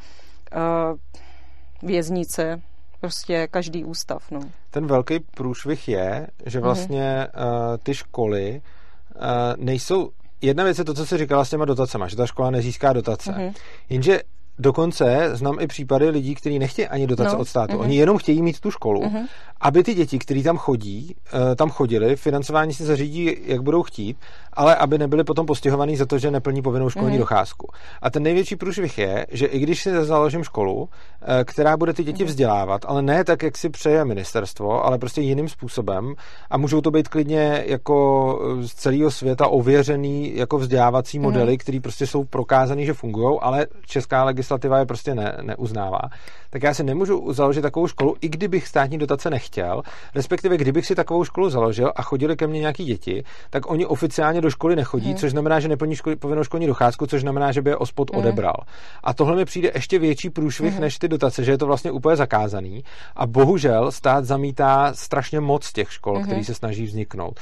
věznice, prostě každý ústav. No. Ten velký průšvih je, že vlastně mm-hmm. uh, ty školy uh, nejsou... Jedna věc je to, co jsi říkala s těma dotacema, že ta škola nezíská dotace. Mm-hmm. Jenže dokonce znám i případy lidí, kteří nechtějí ani dotace no, od státu. Uh-huh. Oni jenom chtějí mít tu školu, uh-huh. aby ty děti, kteří tam chodí, tam chodili, financování si zařídí, jak budou chtít, ale aby nebyli potom postihovaný za to, že neplní povinnou školní uh-huh. docházku. A ten největší průšvih je, že i když si založím školu, která bude ty děti uh-huh. vzdělávat, ale ne tak, jak si přeje ministerstvo, ale prostě jiným způsobem, a můžou to být klidně jako z celého světa ověřený jako vzdělávací modely, uh-huh. které prostě jsou prokázaný, že fungují, ale česká legislativa je prostě ne, neuznává. Tak já si nemůžu založit takovou školu, i kdybych státní dotace nechtěl, respektive kdybych si takovou školu založil a chodili ke mně nějaký děti, tak oni oficiálně do školy nechodí, hmm. což znamená, že neplní školy, povinnou školní docházku, což znamená, že by je ospod hmm. odebral. A tohle mi přijde ještě větší průšvih hmm. než ty dotace, že je to vlastně úplně zakázaný. A bohužel stát zamítá strašně moc těch škol, hmm. který se snaží vzniknout.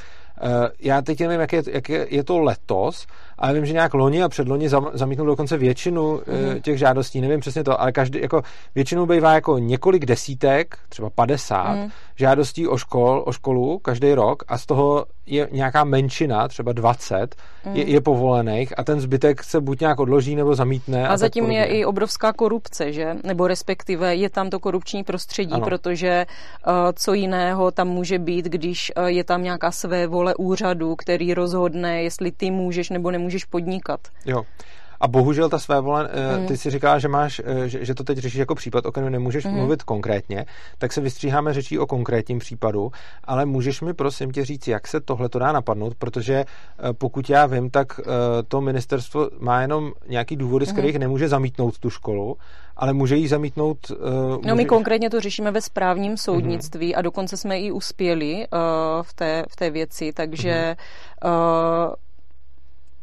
Já teď nevím, jak je, jak je, je to letos, ale vím, že nějak loni a předloni zamítnul dokonce většinu mm-hmm. těch žádostí, nevím přesně to, ale každý, jako většinou bývá jako několik desítek, třeba padesát mm. žádostí o, škol, o školu každý rok a z toho je nějaká menšina, třeba dvacet, mm. je, je povolených a ten zbytek se buď nějak odloží nebo zamítne. A, a zatím je i obrovská korupce, že? Nebo respektive je tam to korupční prostředí, ano. protože uh, co jiného tam může být, když uh, je tam nějaká své vole úřadu, který rozhodne, jestli ty můžeš nebo nemůžeš podnikat. Jo. A bohužel ta svévole, mm. ty si říkala, že máš, že, že to teď řešíš jako případ, o kterém nemůžeš mm. mluvit konkrétně, tak se vystříháme řečí o konkrétním případu, ale můžeš mi prosím tě říct, jak se tohle to dá napadnout, protože pokud já vím, tak to ministerstvo má jenom nějaký důvody, z kterých mm. nemůže zamítnout tu školu, ale může jí zamítnout... Může... No my konkrétně to řešíme ve správním soudnictví mm. a dokonce jsme i uspěli uh, v, té, v té věci, takže mm. uh,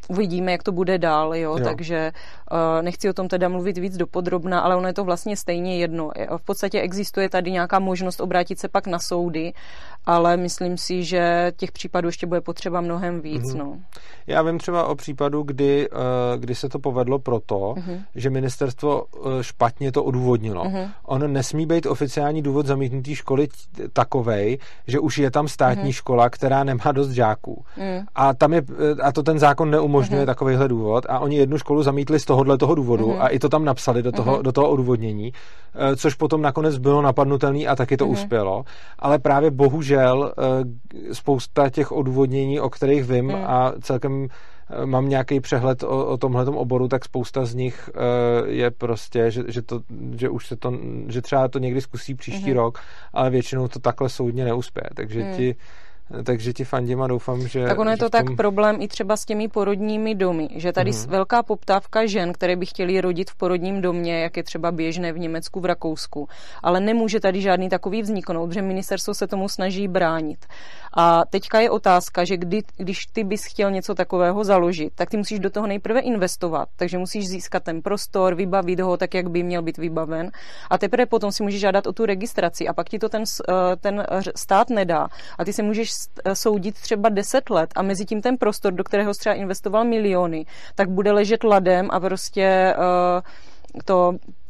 uvidíme, jak to bude dál, jo, jo. takže uh, nechci o tom teda mluvit víc dopodrobna, ale ono je to vlastně stejně jedno. V podstatě existuje tady nějaká možnost obrátit se pak na soudy, ale myslím si, že těch případů ještě bude potřeba mnohem víc, mm-hmm. no. Já vím třeba o případu, kdy, uh, kdy se to povedlo proto, mm-hmm. že ministerstvo uh, špatně to odůvodnilo. Mm-hmm. On nesmí být oficiální důvod zamítnutí školy takovej, že už je tam státní mm-hmm. škola, která nemá dost žáků. Mm. A tam je, a to ten zákon neumožňuje mm-hmm. takovýhle důvod a oni jednu školu zamítli z tohohle toho důvodu mm-hmm. a i to tam napsali do toho, mm-hmm. do toho odůvodnění, což potom nakonec bylo napadnutelný a taky to mm-hmm. uspělo. Ale právě bohužel spousta těch odůvodnění, o kterých vím mm. a celkem mám nějaký přehled o, o tomhletom oboru, tak spousta z nich uh, je prostě, že, že, to, že už se to, že třeba to někdy zkusí příští mm-hmm. rok, ale většinou to takhle soudně neuspěje. Takže mm. ti Takže ti fandím a doufám, že... Tak ono je to tom... tak problém i třeba s těmi porodními domy, že tady mm. velká poptávka žen, které by chtěly rodit v porodním domě, jak je třeba běžné v Německu, v Rakousku, ale nemůže tady žádný takový vzniknout, protože ministerstvo se tomu snaží bránit. A teďka je otázka, že kdy, když ty bys chtěl něco takového založit, tak ty musíš do toho nejprve investovat, takže musíš získat ten prostor, vybavit ho tak, jak by měl být vybaven a teprve potom si můžeš žádat o tu registraci a pak ti to ten, ten stát nedá a ty se můžeš soudit třeba deset let a mezi tím ten prostor, do kterého třeba investoval miliony, tak bude ležet ladem a prostě uh, to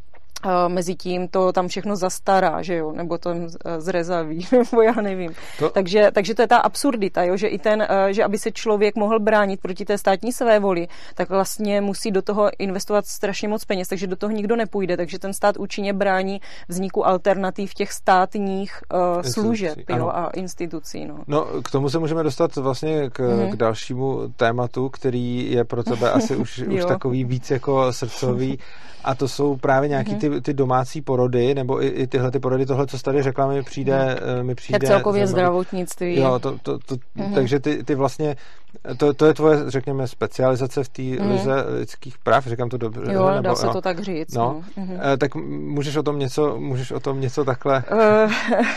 mezi tím to tam všechno zastará, že jo, nebo to zrezaví, nebo já nevím. To... Takže, takže to je ta absurdita, jo, že i ten, že aby se člověk mohl bránit proti té státní svévoli, tak vlastně musí do toho investovat strašně moc peněz, takže do toho nikdo nepůjde, takže ten stát účinně brání vzniku alternativ těch státních uh, služeb jo, a institucí. No. no, k tomu se můžeme dostat vlastně k, mm. k dalšímu tématu, který je pro tebe asi už, už takový víc jako srdcový, a to jsou právě nějaký ty, ty domácí porody, nebo i, i tyhle ty porody, tohle, co jsi tady řekla, mi přijde... Mi přijde je celkově zdravotnictví. Jo, to, to, to, mm-hmm. takže ty, ty vlastně, to, to je tvoje, řekněme, specializace v té mm-hmm. lize lidských práv, říkám to dobře. Jo, nebo, dá se jo. to tak říct. No. No. Mm-hmm. Tak můžeš o tom něco, můžeš o tom něco takhle... Uh,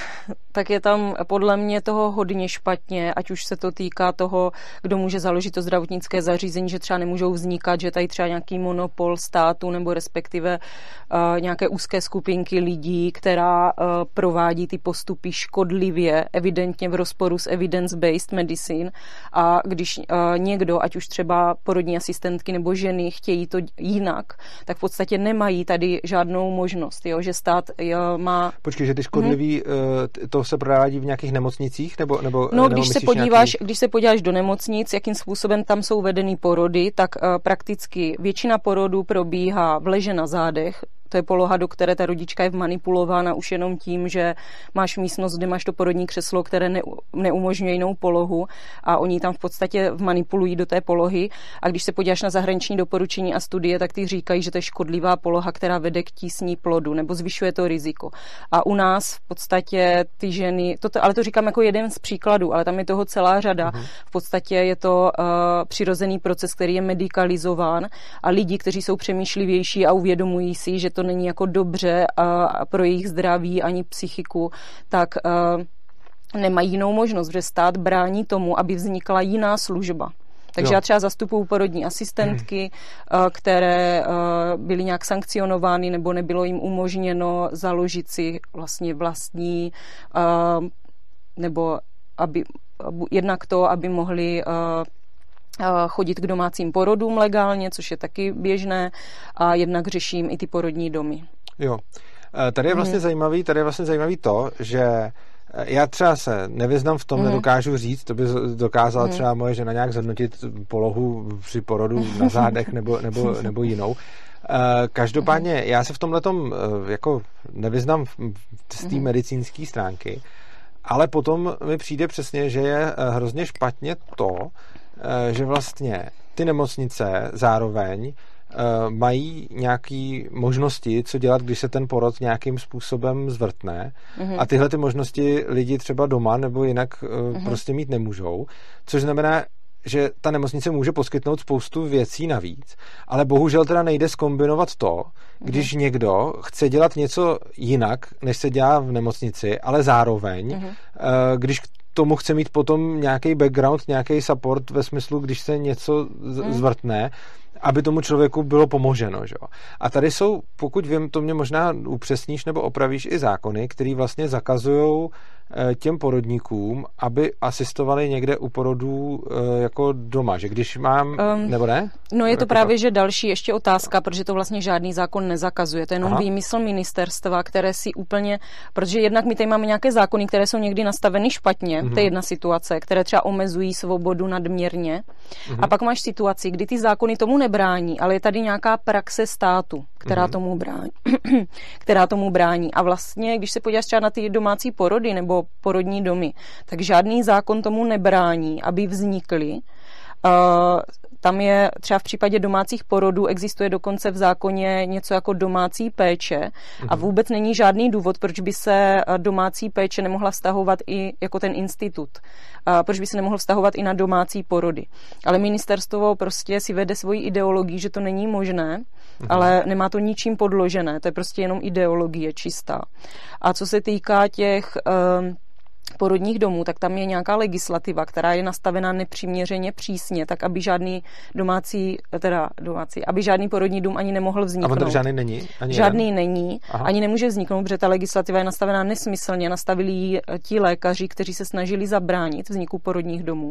tak je tam podle mě toho hodně špatně, ať už se to týká toho, kdo může založit to zdravotnické zařízení, že třeba nemůžou vznikat, že tady třeba nějaký monopol státu nebo respektive uh, nějaké úzké skupinky lidí, která uh, provádí ty postupy škodlivě, evidentně v rozporu s evidence-based medicine a když uh, někdo, ať už třeba porodní asistentky nebo ženy chtějí to jinak, tak v podstatě nemají tady žádnou možnost, jo, že stát uh, má... Počkej, že ty škodlivý, hmm. uh, to se provádí v nějakých nemocnicích? Nebo, nebo, no, nebo když se podíváš, nějaký... když se podíváš do nemocnic, jakým způsobem tam jsou vedeny porody, tak uh, prakticky většina porodů probíhá v leže na zádech. To je poloha, do které ta rodička je vmanipulována už jenom tím, že máš místnost, kde máš to porodní křeslo, které ne, neumožňuje jinou polohu a oni tam v podstatě vmanipulují do té polohy. A když se podíváš na zahraniční doporučení a studie, tak ty říkají, že to je škodlivá poloha, která vede k tísní plodu nebo zvyšuje to riziko. A u nás v podstatě ty ženy, to, ale to říkám jako jeden z příkladů, ale tam je toho celá řada. Uh-huh. V podstatě je to uh, přirozený proces, který je medicalizován a lidi, kteří jsou přemýšlivější a uvědomují si, že to není jako dobře a pro jejich zdraví ani psychiku, tak uh, nemají jinou možnost, že stát brání tomu, aby vznikla jiná služba. Takže jo. Já třeba zastupuju porodní asistentky, hmm. které byly nějak sankcionovány nebo nebylo jim umožněno založit si vlastně vlastní nebo aby, jednak to, aby mohli chodit k domácím porodům legálně, což je taky běžné, a jednak řeším i ty porodní domy. Jo. Tady je vlastně hmm. zajímavý, tady je vlastně zajímavý to, že já třeba se nevyznám v tom, hmm. nedokážu říct, to by dokázala hmm. třeba moje žena nějak zhodnotit polohu při porodu na zádech nebo, nebo, nebo jinou. Každopádně já se v tomhletom jako nevyznám z té medicínské stránky, ale potom mi přijde přesně, že je hrozně špatně to, že vlastně ty nemocnice zároveň mají nějaké možnosti, co dělat, když se ten porod nějakým způsobem zvrtne mm-hmm. a tyhle ty možnosti lidi třeba doma nebo jinak mm-hmm. prostě mít nemůžou, což znamená, že ta nemocnice může poskytnout spoustu věcí navíc, ale bohužel teda nejde zkombinovat to, když mm-hmm. někdo chce dělat něco jinak, než se dělá v nemocnici, ale zároveň, mm-hmm. když tomu chce mít potom nějaký background, nějaký support ve smyslu, když se něco z- mm. zvrtne, aby tomu člověku bylo pomoženo. Že? A tady jsou, pokud vím, to mě možná upřesníš nebo opravíš, i zákony, které vlastně zakazují těm porodníkům, aby asistovali někde u porodů jako doma, že když mám, um, nebo ne? No je to právě, že další ještě otázka, protože to vlastně žádný zákon nezakazuje, to je jenom Aha. výmysl ministerstva, které si úplně, protože jednak my tady máme nějaké zákony, které jsou někdy nastaveny špatně, mm-hmm. to je jedna situace, které třeba omezují svobodu nadměrně, mm-hmm. a pak máš situaci, kdy ty zákony tomu nebrání, ale je tady nějaká praxe státu, která mm-hmm. tomu brání, která tomu brání. A vlastně, když se podíváš třeba na ty domácí porody nebo porodní domy, tak žádný zákon tomu nebrání, aby vznikly. Uh, tam je třeba v případě domácích porodů existuje dokonce v zákoně něco jako domácí péče mm-hmm. a vůbec není žádný důvod, proč by se domácí péče nemohla vztahovat i jako ten institut. Uh, proč by se nemohl vztahovat i na domácí porody. Ale ministerstvo prostě si vede svoji ideologii, že to není možné, mm-hmm. ale nemá to ničím podložené. To je prostě jenom ideologie čistá. A co se týká těch uh, porodních domů, tak tam je nějaká legislativa, která je nastavená nepřiměřeně přísně, tak aby žádný domácí, teda domácí, aby žádný porodní dům ani nemohl vzniknout. A on žádný není? Ani žádný jeden? není, Aha. ani nemůže vzniknout, protože ta legislativa je nastavená nesmyslně, nastavili ji ti lékaři, kteří se snažili zabránit vzniku porodních domů.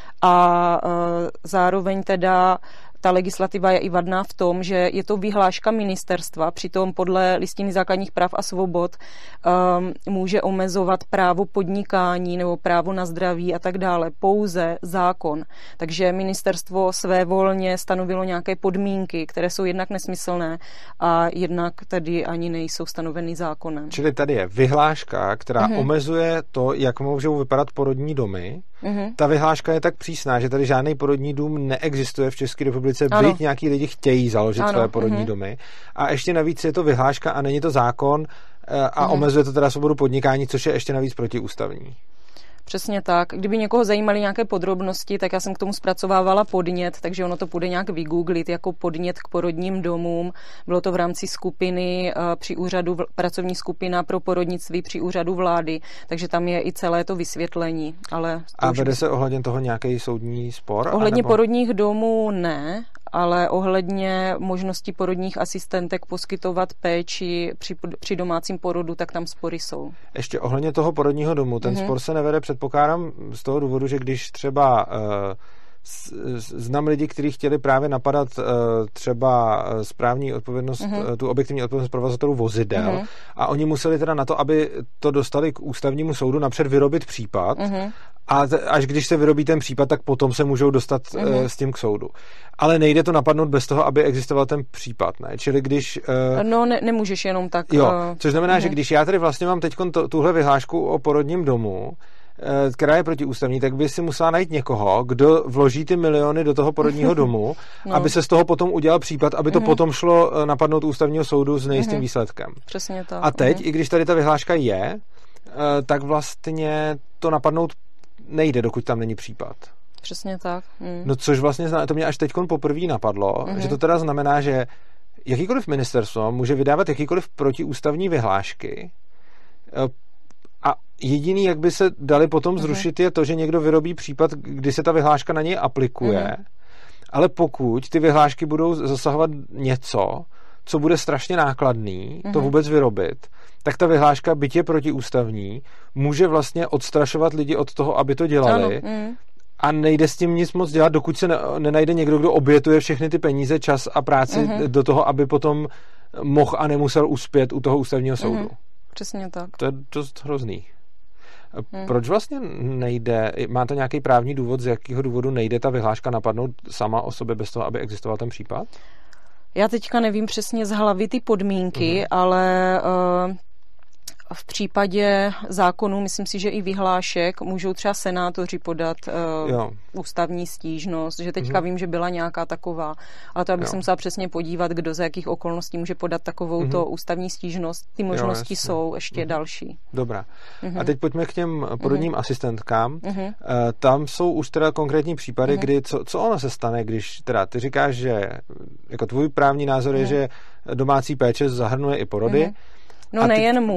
A e, zároveň teda ta legislativa je i vadná v tom, že je to vyhláška ministerstva, přitom podle Listiny základních práv a svobod um, může omezovat právo podnikání nebo právo na zdraví a tak dále, pouze zákon. Takže ministerstvo svévolně stanovilo nějaké podmínky, které jsou jednak nesmyslné a jednak tady ani nejsou stanoveny zákonem. Čili tady je vyhláška, která uh-huh. omezuje to, jak můžou vypadat porodní domy. Uh-huh. Ta vyhláška je tak přísná, že tady žádný porodní dům neexistuje v České republice. Byť nějaký lidi chtějí založit ano, své porodní uh-huh. domy. A ještě navíc je to vyhláška a není to zákon a uh-huh. omezuje to teda svobodu podnikání, což je ještě navíc protiústavní. Přesně tak. Kdyby někoho zajímaly nějaké podrobnosti, tak já jsem k tomu zpracovávala podnět, takže ono to půjde nějak vygooglit jako podnět k porodním domům. Bylo to v rámci skupiny při úřadu, pracovní skupina pro porodnictví při úřadu vlády, takže tam je i celé to vysvětlení. Ale a vede se ohledně toho nějaký soudní spor? Ohledně anebo... porodních domů ne, ale ohledně možnosti porodních asistentek poskytovat péči při, při domácím porodu, tak tam spory jsou. Ještě ohledně toho porodního domu, ten mm-hmm. spor se nevede, předpokládám, z toho důvodu, že když třeba uh, znám lidi, kteří chtěli právě napadat uh, třeba správní odpovědnost, mm-hmm. uh, tu objektivní odpovědnost provozatelů vozidel mm-hmm. a oni museli teda na to, aby to dostali k ústavnímu soudu, napřed vyrobit případ mm-hmm. a až když se vyrobí ten případ, tak potom se můžou dostat mm-hmm. uh, s tím k soudu. Ale nejde to napadnout bez toho, aby existoval ten případ, ne? Čili když... Uh, no, ne, nemůžeš jenom tak... Jo, což znamená, uh, že když já tady vlastně mám teď to, tuhle vyhlášku o porodním domu, která je protiústavní, tak by si musela najít někoho, kdo vloží ty miliony do toho porodního domu, no. aby se z toho potom udělal případ, aby to uh-huh. potom šlo napadnout ústavního soudu s nejistým uh-huh. výsledkem. Přesně tak. A teď, uh-huh. i když tady ta vyhláška je, tak vlastně to napadnout nejde, dokud tam není případ. Přesně tak. Mm. No což vlastně, to mě až teďkon poprvé napadlo, uh-huh. že to teda znamená, že jakýkoliv ministerstvo může vydávat jakýkoliv protiústavní vyhlášky, a jediný, jak by se dali potom zrušit, uh-huh. je to, že někdo vyrobí případ, kdy se ta vyhláška na něj aplikuje, uh-huh. ale pokud ty vyhlášky budou zasahovat něco, co bude strašně nákladný, uh-huh. to vůbec vyrobit, tak ta vyhláška, byť je protiústavní, může vlastně odstrašovat lidi od toho, aby to dělali. Ano. Uh-huh. A nejde s tím nic moc dělat, dokud se ne, nenajde někdo, kdo obětuje všechny ty peníze, čas a práci uh-huh. do toho, aby potom mohl a nemusel uspět u toho ústavního soudu. Uh-huh. Přesně tak. To je dost hrozný. Hmm. Proč vlastně nejde, má to nějaký právní důvod, z jakého důvodu nejde ta vyhláška napadnout sama o sobě bez toho, aby existoval ten případ? Já teďka nevím přesně z hlavy ty podmínky, hmm. ale uh, v případě zákonů, myslím si, že i vyhlášek můžou třeba senátoři podat uh, ústavní stížnost, že teďka mm-hmm. vím, že byla nějaká taková, ale to abych se musela přesně podívat, kdo za jakých okolností může podat takovouto mm-hmm. ústavní stížnost. Ty možnosti jo, jsou ještě mm-hmm. další. Dobrá. Mm-hmm. A teď pojďme k těm porodním mm-hmm. asistentkám. Mm-hmm. Uh, tam jsou už teda konkrétní případy, mm-hmm. kdy, co, co ono se stane, když teda ty říkáš, že jako tvůj právní názor mm-hmm. je, že domácí péče zahrnuje i porody. Mm-hmm. No a nejen ty... můj.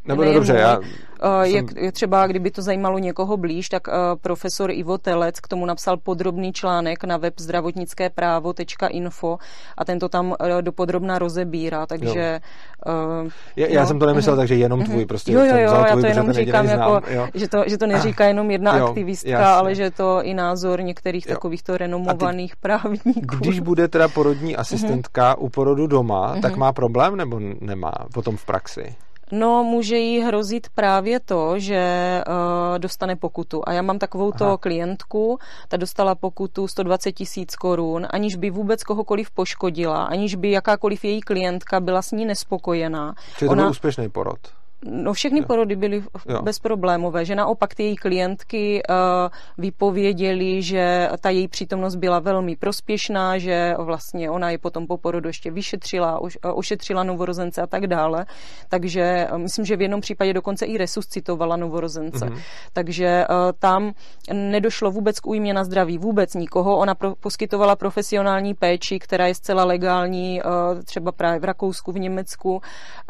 Nebo dobře, já... Je, je třeba, kdyby to zajímalo někoho blíž, tak uh, profesor Ivo Telec k tomu napsal podrobný článek na web zdravotnické právo tečka info a ten to tam uh, dopodrobna rozebírá, takže... Uh, já, já no, jsem to nemyslel, uh-huh. takže jenom tvůj, prostě jo, jo, jo, já tvůj, to jenom říkám, jako, znám, že, to, že to neříká jenom jedna jo, aktivistka, jasně. ale že to i názor některých jo. takovýchto renomovaných ty, právníků. Když bude teda porodní asistentka uh-huh. u porodu doma, uh-huh. tak má problém nebo nemá potom v praxi? No, může jí hrozit právě to, že uh, dostane pokutu. A já mám takovouto Aha. klientku, ta dostala pokutu sto dvacet tisíc korun, aniž by vůbec kohokoliv poškodila, aniž by jakákoliv její klientka byla s ní nespokojená. Čili to byl úspěšný porod? No, všechny jo. porody byly jo. bezproblémové, že naopak ty její klientky uh, vypověděly, že ta její přítomnost byla velmi prospěšná, že vlastně ona je potom po porodu ještě vyšetřila, už, uh, ošetřila novorozence a tak dále. Takže uh, myslím, že v jednom případě dokonce i resuscitovala novorozence. Mm-hmm. Takže uh, tam nedošlo vůbec k újmě na zdraví, vůbec nikoho. Ona pro, poskytovala profesionální péči, která je zcela legální, uh, třeba právě v Rakousku, v Německu uh,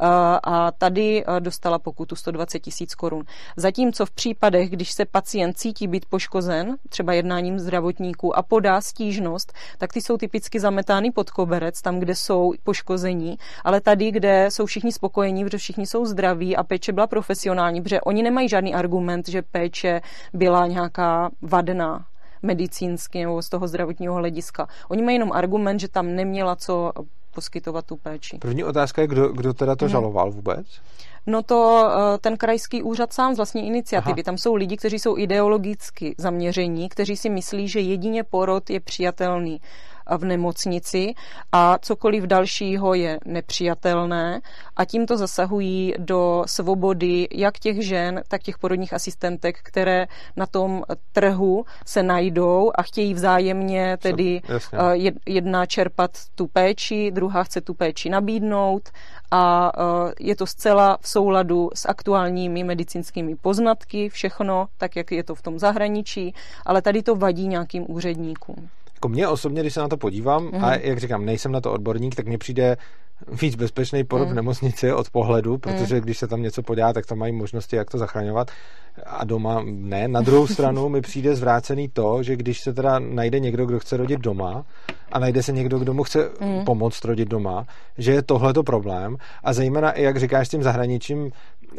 a tady uh, dostala pokutu sto dvacet tisíc korun. Zatímco v případech, když se pacient cítí být poškozen, třeba jednáním zdravotníků a podá stížnost, tak ty jsou typicky zametány pod koberec, tam, kde jsou poškození, ale tady, kde jsou všichni spokojení, protože všichni jsou zdraví a péče byla profesionální, protože oni nemají žádný argument, že péče byla nějaká vadná medicínsky nebo z toho zdravotního hlediska. Oni mají jenom argument, že tam neměla co poskytovat tu péči. První otázka je, kdo, kdo teda to hmm. žaloval vůbec? No to ten krajský úřad sám z vlastní iniciativy. Aha. Tam jsou lidi, kteří jsou ideologicky zaměření, kteří si myslí, že jedině porod je přijatelný v nemocnici a cokoliv dalšího je nepřijatelné a tímto zasahují do svobody jak těch žen, tak těch porodních asistentek, které na tom trhu se najdou a chtějí vzájemně tedy Jasně. jedna čerpat tu péči, druhá chce tu péči nabídnout a je to zcela v souladu s aktuálními medicínskými poznatky, všechno, tak jak je to v tom zahraničí, ale tady to vadí nějakým úředníkům. Jako mně osobně, když se na to podívám, mm. a jak říkám, nejsem na to odborník, tak mně přijde víc bezpečný porod mm. v nemocnici od pohledu, protože mm. když se tam něco podělá, tak tam mají možnosti, jak to zachraňovat a doma ne. Na druhou stranu mi přijde zvrácený to, že když se teda najde někdo, kdo chce rodit doma a najde se někdo, kdo mu chce mm. pomoct rodit doma, že je tohleto problém a zejména, jak říkáš s tím zahraničím, eh,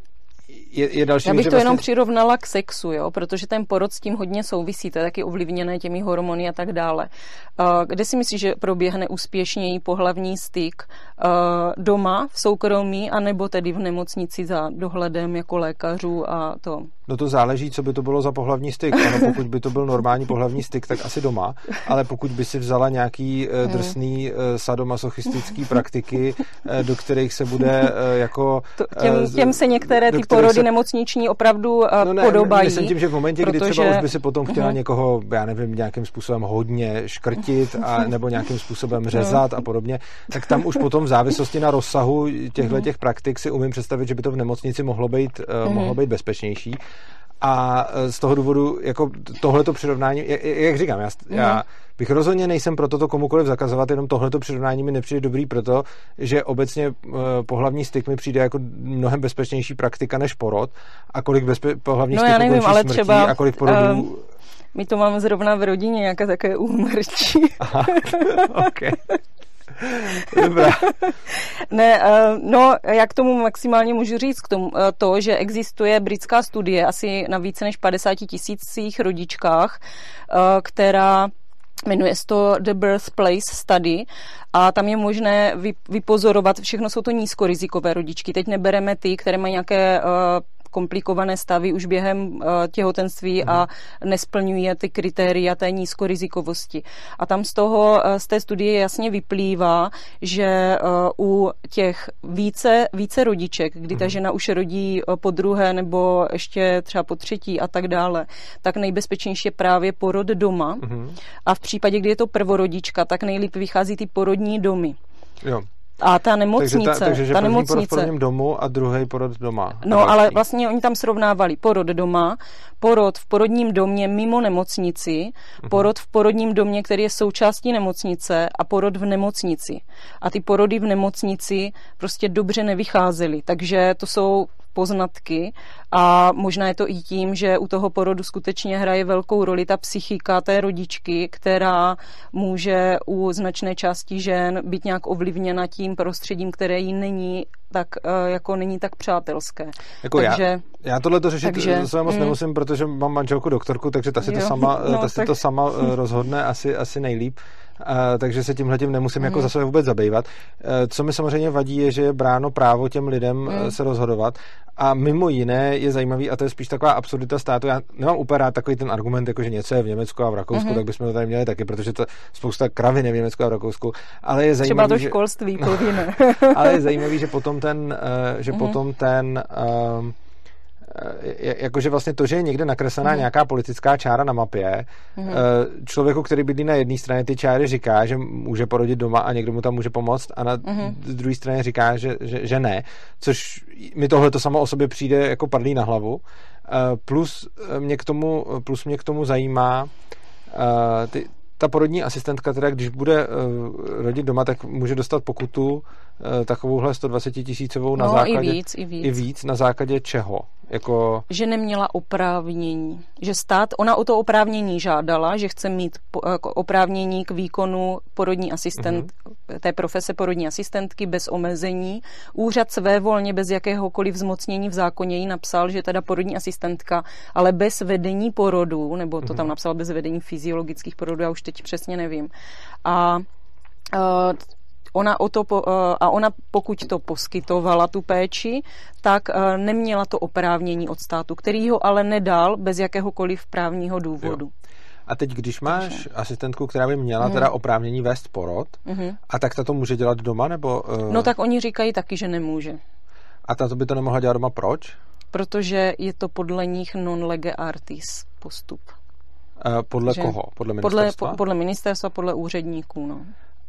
Je, je další Já bych to vlastně... jenom přirovnala k sexu, jo, protože ten porod s tím hodně souvisí, to je taky ovlivněné těmi hormony a tak dále. Kde si myslíš, že proběhne úspěšněji pohlavní styk? Doma, v soukromí, anebo tedy v nemocnici za dohledem jako lékařů a to? No to záleží, co by to bylo za pohlavní styk. Ano, pokud by to byl normální pohlavní styk, tak asi doma, ale pokud by si vzala nějaký drsný sadomasochistický praktiky, do kterých se bude jako... To, těm, těm se některé ty porody se... nemocniční opravdu no ne, podobají. Myslím tím, že v momentě, protože... kdy třeba už by si potom chtěla uh-huh. někoho, já nevím, nějakým způsobem hodně škrtit a nebo nějakým způsobem řezat no. a podobně, tak tam už potom v závislosti na rozsahu těchto uh-huh. těch praktik si umím představit, že by to v nemocnici mohlo být, uh-huh. mohlo být bezpečnější. A z toho důvodu, jako tohleto přirovnání, jak, jak říkám, já, uh-huh. já bych rozhodně nejsem pro toto komukoliv zakazovat, jenom tohleto přirovnání mi nepřijde dobrý proto, že obecně uh, pohlavní styk mi přijde jako mnohem bezpečnější praktika než porod a kolik bezpe- pohlavní no, styků nevím, končí ale smrtí třeba, a kolik porodů... Uh, my to máme zrovna v rodině, nějaké také úmrtí. Aha, okay. Dobrá. Ne, no, já k tomu maximálně můžu říct k tomu to, že existuje britská studie asi na více než padesát tisících rodičkách, která jmenuje se to The Birthplace Study a tam je možné vypozorovat, všechno jsou to nízkorizikové rodičky. Teď nebereme ty, které mají nějaké komplikované stavy už během uh, těhotenství a nesplňují ty kritéria té nízkorizikovosti. A tam z toho, z té studie jasně vyplývá, že uh, u těch více, více rodiček, kdy ta žena už rodí po druhé nebo ještě třeba po třetí a tak dále, tak nejbezpečnější je právě porod doma. Mm-hmm. A v případě, kdy je to prvorodička, tak nejlíp vychází ty porodní domy. Jo. A ta nemocnice, takže ta, takže, že ta první nemocnice. porod v porodním domu a druhý porod doma. No, ale vlastně oni tam srovnávali porod doma, porod v porodním domě mimo nemocnici, uh-huh. porod v porodním domě, který je součástí nemocnice a porod v nemocnici. A ty porody v nemocnici prostě dobře nevycházely, takže to jsou poznatky a možná je to i tím, že u toho porodu skutečně hraje velkou roli ta psychika té rodičky, která může u značné části žen být nějak ovlivněna tím prostředím, které jí není tak jako není tak přátelské. Jako takže, já, já tohle to řešit takže, své moc mm, nemusím, protože mám manželku doktorku, takže ta si, jo, to, sama, no, ta si tak... to sama rozhodne asi, asi nejlíp. Uh, takže se tímhletím nemusím mm. jako za sebe vůbec zabývat. Uh, co mi samozřejmě vadí, je, že je bráno právo těm lidem mm. se rozhodovat. A mimo jiné je zajímavý, a to je spíš taková absurdita státu. Já nemám úplně rád takový ten argument, jako že něco je v Německu a v Rakousku, mm. tak bychom to tady měli taky, protože to spousta kravin je v Německu a v Rakousku. Ale je zajímavý, třeba to školství že... povinné. Ale je zajímavý, že potom ten, uh, že mm. potom ten uh, jakože vlastně to, že je někde nakreslená mm. nějaká politická čára na mapě, mm. člověku, který bydlí na jedné straně ty čáry, říká, že může porodit doma a někdo mu tam může pomoct a na mm. druhé straně říká, že, že, že ne, což mi tohle to samo o sobě přijde jako padlý na hlavu. Plus mě k tomu, plus mě k tomu zajímá ty, ta porodní asistentka, teda když bude uh, rodit doma, tak může dostat pokutu uh, takovouhle sto dvacet tisícovou na no, základě... i víc, i víc. I víc, na základě čeho? Jako... Že neměla oprávnění. Že stát, ona o to oprávnění žádala, že chce mít po, jako oprávnění k výkonu porodní asistent, mm-hmm. té profese porodní asistentky bez omezení. Úřad svévolně bez jakéhokoliv zmocnění v zákoně jí napsal, že teda porodní asistentka, ale bez vedení porodu, nebo to mm-hmm. tam napsal bez vedení fyziologických porodů, já už teď přesně nevím. A uh, Ona o to, a ona pokud to poskytovala, tu péči, tak neměla to oprávnění od státu, který ho ale nedal bez jakéhokoliv právního důvodu. Jo. A teď, když máš Takže. asistentku, která by měla mm. teda oprávnění vést porod, mm-hmm. a tak ta to může dělat doma, nebo... Uh... No tak oni říkají taky, že nemůže. A ta to by to nemohla dělat doma, proč? Protože je to podle nich non lege artis postup. Uh, podle že koho? Podle ministerstva? Podle, podle ministerstva, podle úředníků, no.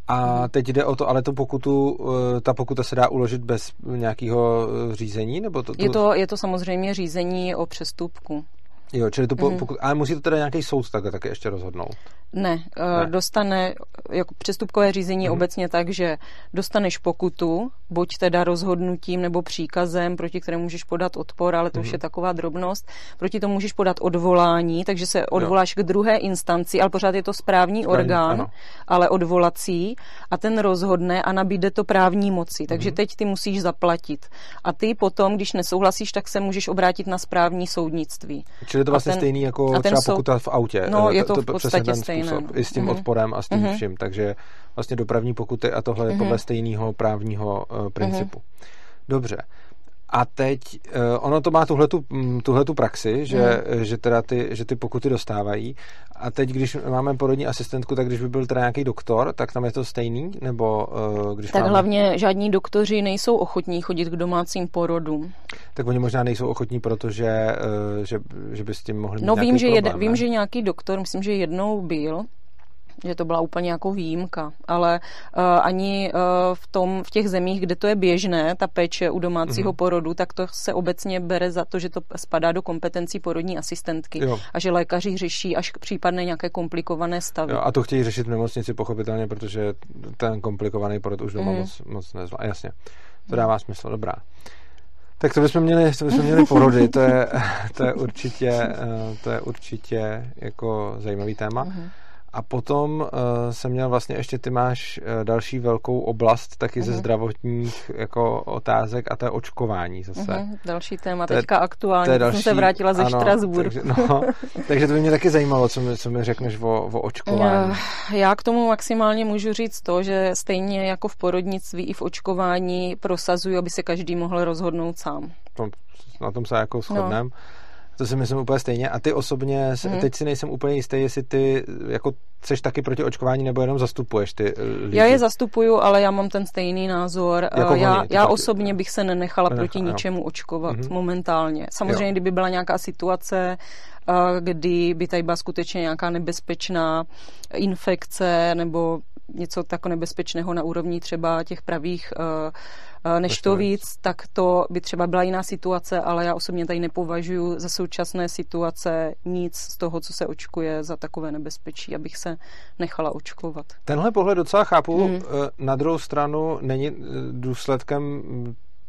A teď jde o to, ale tu pokutu, ta pokuta se dá uložit bez nějakého řízení? Nebo to, to... Je, to, je to samozřejmě řízení o přestupku. Jo, čili to mm. pokud, ale musí to teda nějaký soud takhle taky ještě rozhodnout? Ne, ne. Dostane, jako přestupkové řízení mm. obecně tak, že dostaneš pokutu, buď teda rozhodnutím nebo příkazem, proti kterému můžeš podat odpor, ale to mm. už je taková drobnost. Proti tomu můžeš podat odvolání, takže se odvoláš jo. k druhé instanci, ale pořád je to správní, správní orgán, ano. ale odvolací a ten rozhodne a nabíde to právní moci. Takže mm. teď ty musíš zaplatit. A ty potom, když nesouhlasíš, tak se můžeš obrátit na správní soudnictví. Čili je to vlastně ten, stejný jako třeba soud, pokuta v autě. No, je to v podstatě stejné. Způsob, no. I s tím mm-hmm. odporem a s tím mm-hmm. vším. Takže vlastně dopravní pokuty a tohle mm-hmm. je podle stejného právního uh, principu. Mm-hmm. Dobře. A teď uh, ono to má tuhletu, tuhletu praxi, že, mm. že teda ty, že ty pokuty dostávají. A teď, když máme porodní asistentku, tak když by byl teda nějaký doktor, tak tam je to stejný? Nebo uh, když Tak máme... hlavně žádní doktoři nejsou ochotní chodit k domácím porodům. Tak oni možná nejsou ochotní, protože uh, že, že by s tím mohli mít no, nějaký vím, že problém. jed, vím, že nějaký doktor, myslím, že jednou byl, že to byla úplně jako výjimka, ale uh, ani uh, v tom, v těch zemích, kde to je běžné, ta péče u domácího mm-hmm. porodu, tak to se obecně bere za to, že to spadá do kompetencí porodní asistentky jo. a že lékaři řeší až případné nějaké komplikované stavy. Jo, a to chtějí řešit v nemocnici pochopitelně, protože ten komplikovaný porod už doma mm. moc, moc nezvlá. Jasně, to dává smysl, dobrá. Tak to bychom měli, to bychom měli porody, to je, to je určitě, to je určitě jako zajímavý téma. Mm-hmm. A potom uh, jsem měl vlastně ještě, ty máš uh, další velkou oblast taky uh-huh. ze zdravotních jako otázek a to je očkování zase. Uh-huh. Další téma, to je, teďka aktuální, to je další, jsem se vrátila ze ano, Štrasburku. Takže, no, takže to by mě taky zajímalo, co mi, co mi řekneš o, o očkování. Já k tomu maximálně můžu říct to, že stejně jako v porodnictví i v očkování prosazuju, aby se každý mohl rozhodnout sám. To, na tom se jako shodneme. No. To si myslím úplně stejně. A ty osobně, mm. teď si nejsem úplně jistý, jestli ty jako seš taky proti očkování nebo jenom zastupuješ ty lidi. Já je zastupuju, ale já mám ten stejný názor. Jako já oni, já osobně bych se nenechala nenechal, proti jo. ničemu očkovat mm-hmm. momentálně. Samozřejmě, jo. kdyby byla nějaká situace, kdy by tady byla skutečně nějaká nebezpečná infekce nebo něco tak nebezpečného na úrovni třeba těch pravých uh, neštovic, tak to by třeba byla jiná situace, ale já osobně tady nepovažuji za současné situace nic z toho, co se očkuje, za takové nebezpečí, abych se nechala očkovat. Tenhle pohled docela chápu. Hmm. Na druhou stranu není důsledkem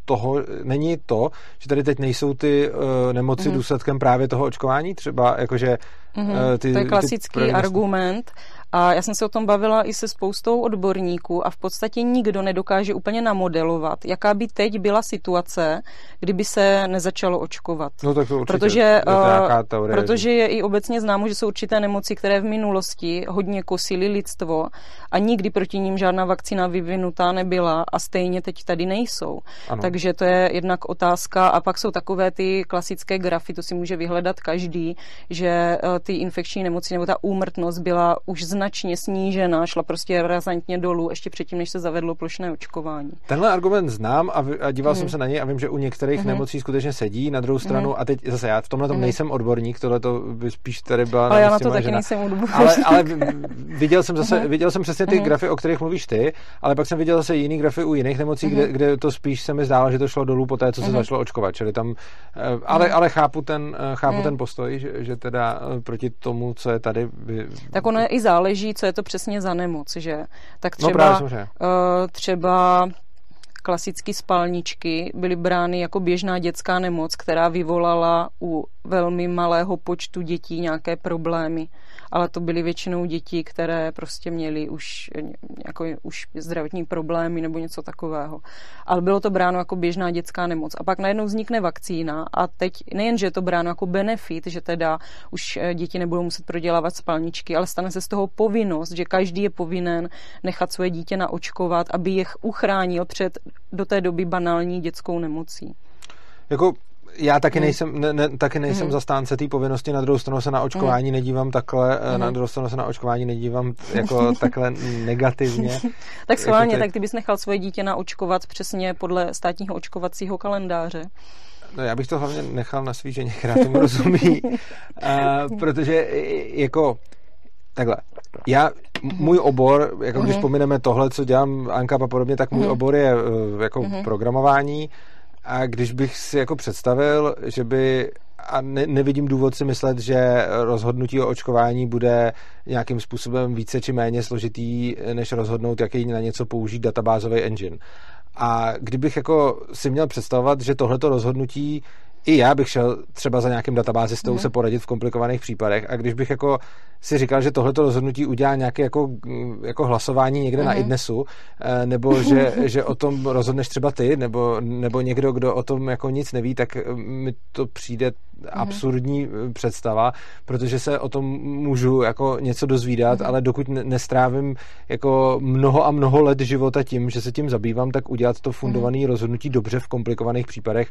toho, není to, že tady teď nejsou ty uh, nemoci mm-hmm. důsledkem právě toho očkování? Třeba jakože mm-hmm. uh, ty, to je klasický ty argument. A já jsem se o tom bavila i se spoustou odborníků a v podstatě nikdo nedokáže úplně namodelovat, jaká by teď byla situace, kdyby se nezačalo očkovat. No tak to určitě. Protože, je to teorie, protože je i obecně známo, že jsou určité nemoci, které v minulosti hodně kosily lidstvo a nikdy proti ním žádná vakcína vyvinutá nebyla a stejně teď tady nejsou. Ano. Takže to je jednak otázka a pak jsou takové ty klasické grafy, to si může vyhledat každý, že ty infekční nemoci nebo ta úmrtnost byla už značně snížena, šla prostě razantně dolů, ještě předtím, než se zavedlo plošné očkování. Tenhle argument znám a, v, a díval mm. jsem se na něj a vím, že u některých mm. nemocí skutečně sedí. Na druhou stranu, mm. a teď zase já v tomhle tom mm. nejsem odborník, tohle to by spíš tady byla ale já na to taky žena. Nejsem odborník. Ale, ale viděl jsem zase, mm. viděl jsem přesně ty mm. grafy, o kterých mluvíš ty, ale pak jsem viděl zase jiný grafy u jiných nemocí, mm. kde, kde to spíš se mi zdálo, že to šlo dolů po té, co se mm. začalo očkovat. Čili tam, ale, ale chápu ten, chápu mm. ten postoj, že, že teda proti tomu, co je tady. By... Tak ono je i záleží, co je to přesně za nemoc, že? Tak třeba, no právě, uh, třeba klasické spalničky byly brány jako běžná dětská nemoc, která vyvolala u velmi malého počtu dětí nějaké problémy. Ale to byly většinou děti, které prostě měly už, jako, už zdravotní problémy nebo něco takového. Ale bylo to bráno jako běžná dětská nemoc. A pak najednou vznikne vakcína a teď nejen, že je to bráno jako benefit, že teda už děti nebudou muset prodělávat spalničky, ale stane se z toho povinnost, že každý je povinen nechat svoje dítě naočkovat, aby je uchránil před do té doby banální dětskou nemocí. Jako já taky hmm. nejsem, ne, ne, taky nejsem hmm. zastánce té povinnosti, na druhou stranu se na očkování hmm. nedívám takhle, hmm. na druhou stranu se na očkování nedívám jako takhle negativně. Tak schválně, jako tak ty bys nechal svoje dítě naočkovat přesně podle státního očkovacího kalendáře. No já bych to hlavně nechal na svý ženě, která tomu rozumí, uh, protože jako takhle, já, můj obor, jako když pomineme tohle, co dělám ANCAP a podobně, tak můj obor je uh, jako programování. A když bych si jako představil, že by, a ne, nevidím důvod si myslet, že rozhodnutí o očkování bude nějakým způsobem více či méně složitý, než rozhodnout, jaký na něco použít databázový engine. A kdybych jako si měl představovat, že tohleto rozhodnutí i já bych šel třeba za nějakým databázistou mm. se poradit v komplikovaných případech a když bych jako si říkal, že tohleto rozhodnutí udělá nějaké jako, jako hlasování někde mm. na idnesu, nebo že, že o tom rozhodneš třeba ty, nebo, nebo někdo, kdo o tom jako nic neví, tak mi to přijde mm. absurdní představa, protože se o tom můžu jako něco dozvídat, mm. ale dokud nestrávím jako mnoho a mnoho let života tím, že se tím zabývám, tak udělat to fundované mm. rozhodnutí dobře v komplikovaných případech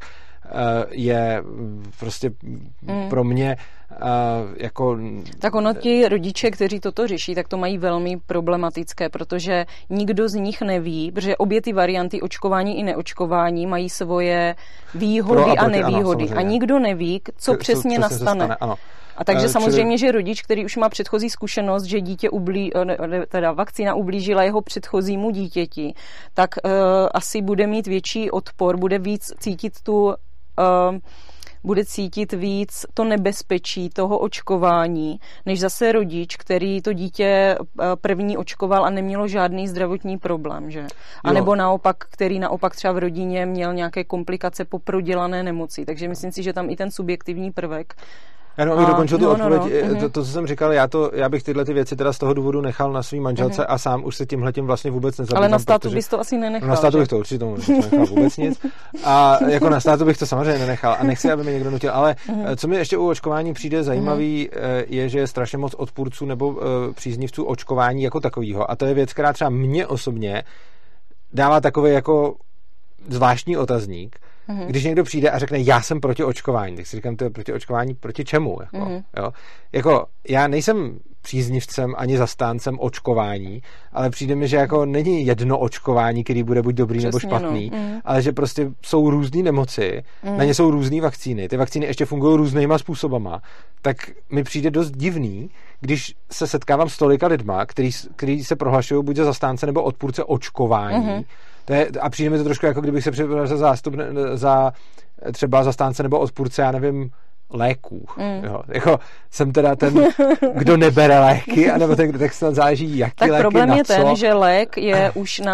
je prostě mm. pro mě uh, jako... Tak ono ti rodiče, kteří toto řeší, tak to mají velmi problematické, protože nikdo z nich neví, protože obě ty varianty očkování i neočkování mají svoje výhody a, a nevýhody. Ano, a nikdo neví, co, co přesně, přesně nastane. Stane, ano. A takže uh, samozřejmě, čili... že rodič, který už má předchozí zkušenost, že dítě ublí, teda vakcína ublížila jeho předchozímu dítěti, tak uh, asi bude mít větší odpor, bude víc cítit tu Uh, bude cítit víc to nebezpečí toho očkování, než zase rodič, který to dítě první očkoval a nemělo žádný zdravotní problém, že? A nebo naopak, který naopak třeba v rodině měl nějaké komplikace po prodělané nemoci. Takže myslím si, že tam i ten subjektivní prvek. Jenom abych dokončil tu no, odpověď, no, no. To, to, co jsem říkal, já, to, já bych tyhle ty věci teda z toho důvodu nechal na svý manželce uh-huh. a sám už se tímhletím vlastně vůbec nezabývám. Ale na státu protože... bys to asi nenechal. Na státu že? Bych to určitě tomu nechal vůbec nic. A jako na státu bych to samozřejmě nenechal a nechci, aby mě někdo nutil. Ale uh-huh. co mi ještě u očkování přijde zajímavý, uh-huh. je, že je strašně moc odpůrců nebo uh, příznivců očkování jako takového. A to je věc, která třeba mě osobně dává takový jako zvláštní otazník. Mm-hmm. Když někdo přijde a řekne, já jsem proti očkování, tak si říkám, to je proti očkování, proti čemu? Jako, mm-hmm. jo? Jako, já nejsem příznivcem ani zastáncem očkování, ale přijde mi, že jako není jedno očkování, který bude buď dobrý Přesně, nebo špatný, no. mm. ale že prostě jsou různé nemoci, mm. na ně jsou různé vakcíny, ty vakcíny ještě fungují různýma způsobama, tak mi přijde dost divný, když se setkávám s tolika lidma, který, který se prohlašují buď za zastánce nebo odpůrce očkování, mm-hmm. To je, a přijde mi to trošku jako kdybych se připravil za zástup, za třeba zastánce nebo odpůrce, já nevím, léků. Mm. Jo. Jako jsem teda ten, kdo nebere léky, anebo ten, kdo tak snad záleží, jaký tak léky, problém na je co. ten, že lék je už na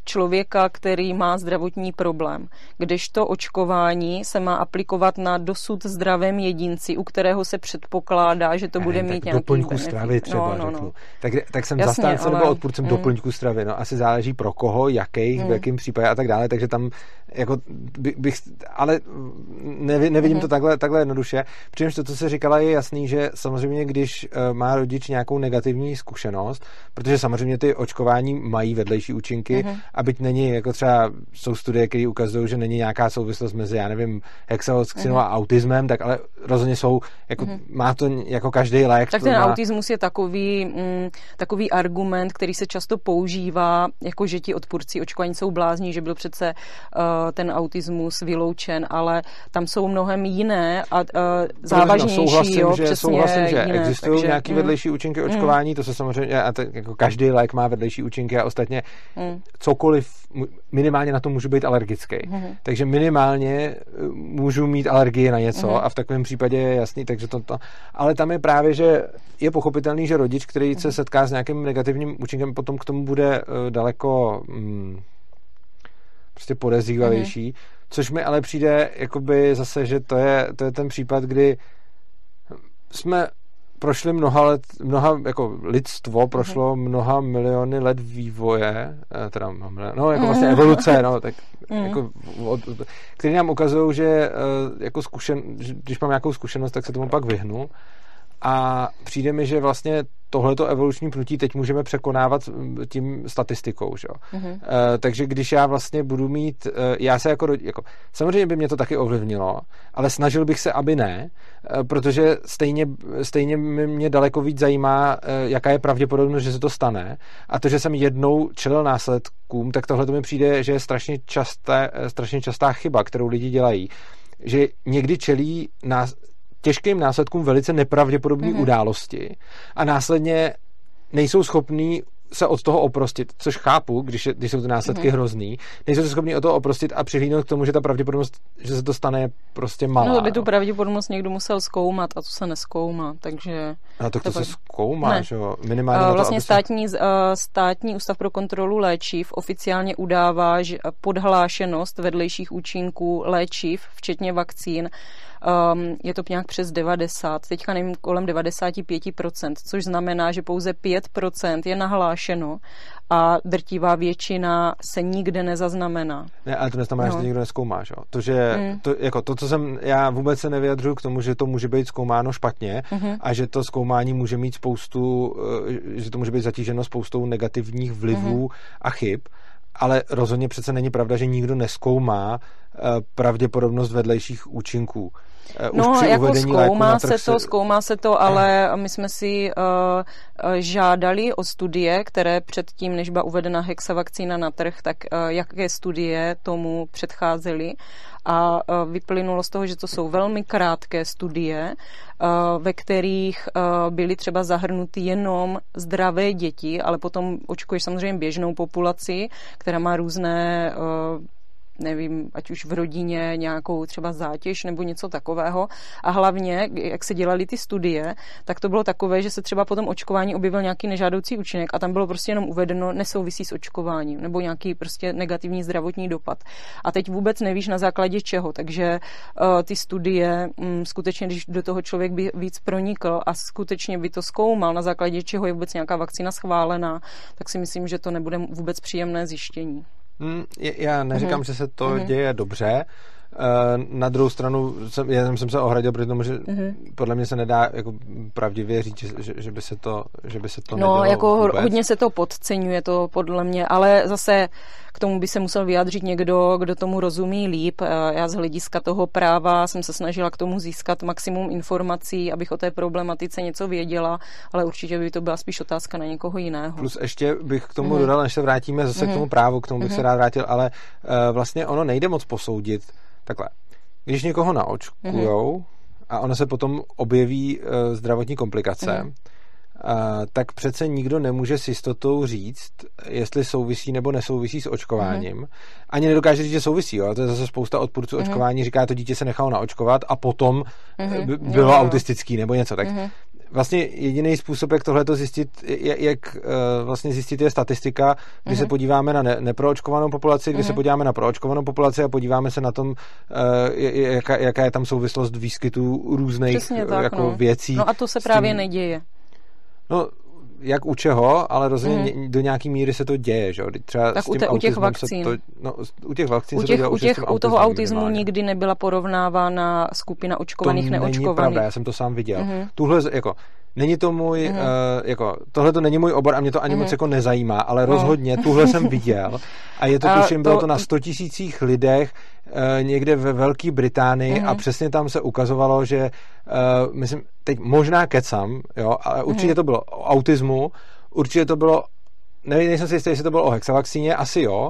člověka, který má zdravotní problém. Kdežto očkování se má aplikovat na dosud zdravém jedinci, u kterého se předpokládá, že to bude ne, mít nějaký doplňku stravy třeba, no, no, řeknu. no. Tak, tak jsem Jasně, zastánce ale... nebo odpůrcem mm. doplňku stravy. No, asi záleží pro koho, jakých, mm. v jakém případě a tak dále, takže tam jako by, bych, ale nevi, nevidím mm. to takhle, takhle jednoduše. Přičemž to, co se říkala, je jasný, že samozřejmě, když uh, má rodič nějakou negativní zkušenost, protože samozřejmě ty očkování mají vedlejší účinky, mm. a byť není, jako třeba jsou studie, které ukazují, že není nějaká souvislost mezi, já nevím, hexaloxinou mm. a autismem, tak ale rozhodně jsou, jako mm. má to jako každý lék. Tak ten má... autismus je takový, mm, takový argument, který se často používá, jako že ti odpůrci očkování jsou blázní, že byl přece uh, ten autismus vyloučen, ale tam jsou mnohem jiné a uh, závažnější. No, souhlasím, jo, že, souhlasím, že jiné, existují takže, nějaké mm, vedlejší účinky očkování, mm. to se samozřejmě, a to, jako každý lék má vedlejší účinky a ostatně mm. cokoliv, minimálně na to můžu být alergický. Mm. Takže minimálně můžu mít alergii na něco mm. a v takovém případě je jasný, takže to, to. Ale tam je právě, že je pochopitelný, že rodič, který mm. se setká s nějakým negativním účinkem, potom k tomu bude uh, daleko mm, prostě podezřívavější, mm. což mi ale přijde jakoby zase, že to je, to je ten případ, kdy jsme prošli mnoha let, mnoha, jako lidstvo prošlo mm. mnoha miliony let vývoje, teda, no, jako vlastně evoluce, no, tak mm. jako, od, který nám ukazují, že jako zkušen, že když mám nějakou zkušenost, tak se tomu pak vyhnu. A přijde mi, že vlastně tohleto evoluční pnutí teď můžeme překonávat tím statistikou, že jo. Mm-hmm. E, takže když já vlastně budu mít, e, já se jako, jako, samozřejmě by mě to taky ovlivnilo, ale snažil bych se, aby ne, e, protože stejně, stejně mě daleko víc zajímá, e, jaká je pravděpodobnost, že se to stane. A to, že jsem jednou čelil následkům, tak tohle to mi přijde, že je strašně časté, strašně častá chyba, kterou lidi dělají. Že někdy čelí nás těžkým následkům velice nepravděpodobné mm-hmm. události a následně nejsou schopní se od toho oprostit, což chápu, když, je, když jsou ty následky mm-hmm. hrozný, nejsou se schopní od toho oprostit a přihlídnout k tomu, že ta pravděpodobnost, že se to stane, je prostě malá. No, by tu pravděpodobnost někdo musel zkoumat a to se neskoumá, takže... A tak to se zkoumá, že jo? Minimálně uh, vlastně to, státní, se... uh, státní ústav pro kontrolu léčiv oficiálně udává, že podhlášenost vedlejších účinků léčiv, včetně vakcín, Um, je to nějak přes devadesát, teďka nevím, kolem devadesát pět procent, což znamená, že pouze pět procent je nahlášeno a drtivá většina se nikde nezaznamená. Ne, ale to neznamená, no. že to nikdo nezkoumá, že? To, že mm. to, jako to, co jsem, já vůbec se nevyjadřuju k tomu, že to může být zkoumáno špatně mm-hmm. a že to zkoumání může mít spoustu, že to může být zatíženo spoustou negativních vlivů mm-hmm. a chyb, ale rozhodně přece není pravda, že nikdo nezkoumá pravděpodobnost vedlejších účinků. Už no, jako zkoumá se to, zkoumá se to, ale my jsme si uh, žádali o studie, které předtím, než byla uvedena hexavakcína na trh, tak uh, jaké studie tomu předcházely. A uh, vyplynulo z toho, že to jsou velmi krátké studie, uh, ve kterých uh, byly třeba zahrnuty jenom zdravé děti, ale potom očkuješ samozřejmě běžnou populaci, která má různé uh, nevím, ať už v rodině nějakou třeba zátěž nebo něco takového. A hlavně, jak se dělaly ty studie, tak to bylo takové, že se třeba po tom očkování objevil nějaký nežádoucí účinek a tam bylo prostě jenom uvedeno, nesouvisí s očkováním nebo nějaký prostě negativní zdravotní dopad. A teď vůbec nevíš na základě čeho, takže uh, ty studie, um, skutečně, když do toho člověk by víc pronikl a skutečně by to zkoumal, na základě čeho je vůbec nějaká vakcína schválená, tak si myslím, že to nebude vůbec příjemné zjištění. Hmm, já neříkám, mm. že se to mm. děje dobře. Na druhou stranu jsem, já jsem se ohradil, protože mm. podle mě se nedá jako pravdivě říct, že, že by se to, že by se to nedělo No, jako vůbec. Hodně se to podceňuje, to podle mě, ale zase k tomu by se musel vyjádřit někdo, kdo tomu rozumí líp. Já z hlediska toho práva jsem se snažila k tomu získat maximum informací, abych o té problematice něco věděla, ale určitě by to byla spíš otázka na někoho jiného. Plus ještě bych k tomu mm. dodal, než se vrátíme zase mm. k tomu právu, k tomu bych mm. se rád vrátil, ale uh, vlastně ono nejde moc posoudit. Takhle, když někoho naočkujou mm. a ono se potom objeví uh, zdravotní komplikace, mm. Uh, tak přece nikdo nemůže s jistotou říct, jestli souvisí nebo nesouvisí s očkováním. Mm. Ani nedokáže říct, že souvisí. Jo? To je zase spousta odpůrců mm. očkování, říká, to dítě se nechalo naočkovat a potom mm. by, bylo jo, autistický nebo něco. Tak mm. vlastně jediný způsob, jak tohleto zjistit, jak, jak vlastně zjistit je statistika, když mm-hmm. se podíváme na ne, neproočkovanou populaci, když mm-hmm. se podíváme na proočkovanou populaci a podíváme se na tom, jaká, jaká je tam souvislost výskytu různých tak, jako no. věcí. No a to se právě tím, neděje. No, jak u čeho, ale rozhodně mm. do nějaký míry se to děje, že? Třeba tak s tím u, te, u těch vakcín. To, no, u těch vakcín u se těch, to dělá u, těch, už u toho autismu minimálně. Nikdy nebyla porovnávána skupina očkovaných, to neočkovaných. To není pravda, já jsem to sám viděl. Mm-hmm. Tuhle, jako, není to můj, mm-hmm. uh, jako, tohle to není můj obor a mě to ani mm-hmm. moc jako nezajímá, ale rozhodně no. tuhle jsem viděl a je to, a tuším, to... bylo to na sto tisících lidech uh, někde ve Velké Británii mm-hmm. a přesně tam se ukazovalo, že uh, myslím, teď možná kecam, jo, ale určitě mm-hmm. to bylo o autismu, určitě to bylo, nevím, nejsem si jistý, jestli to bylo o hexavakcíně, asi jo,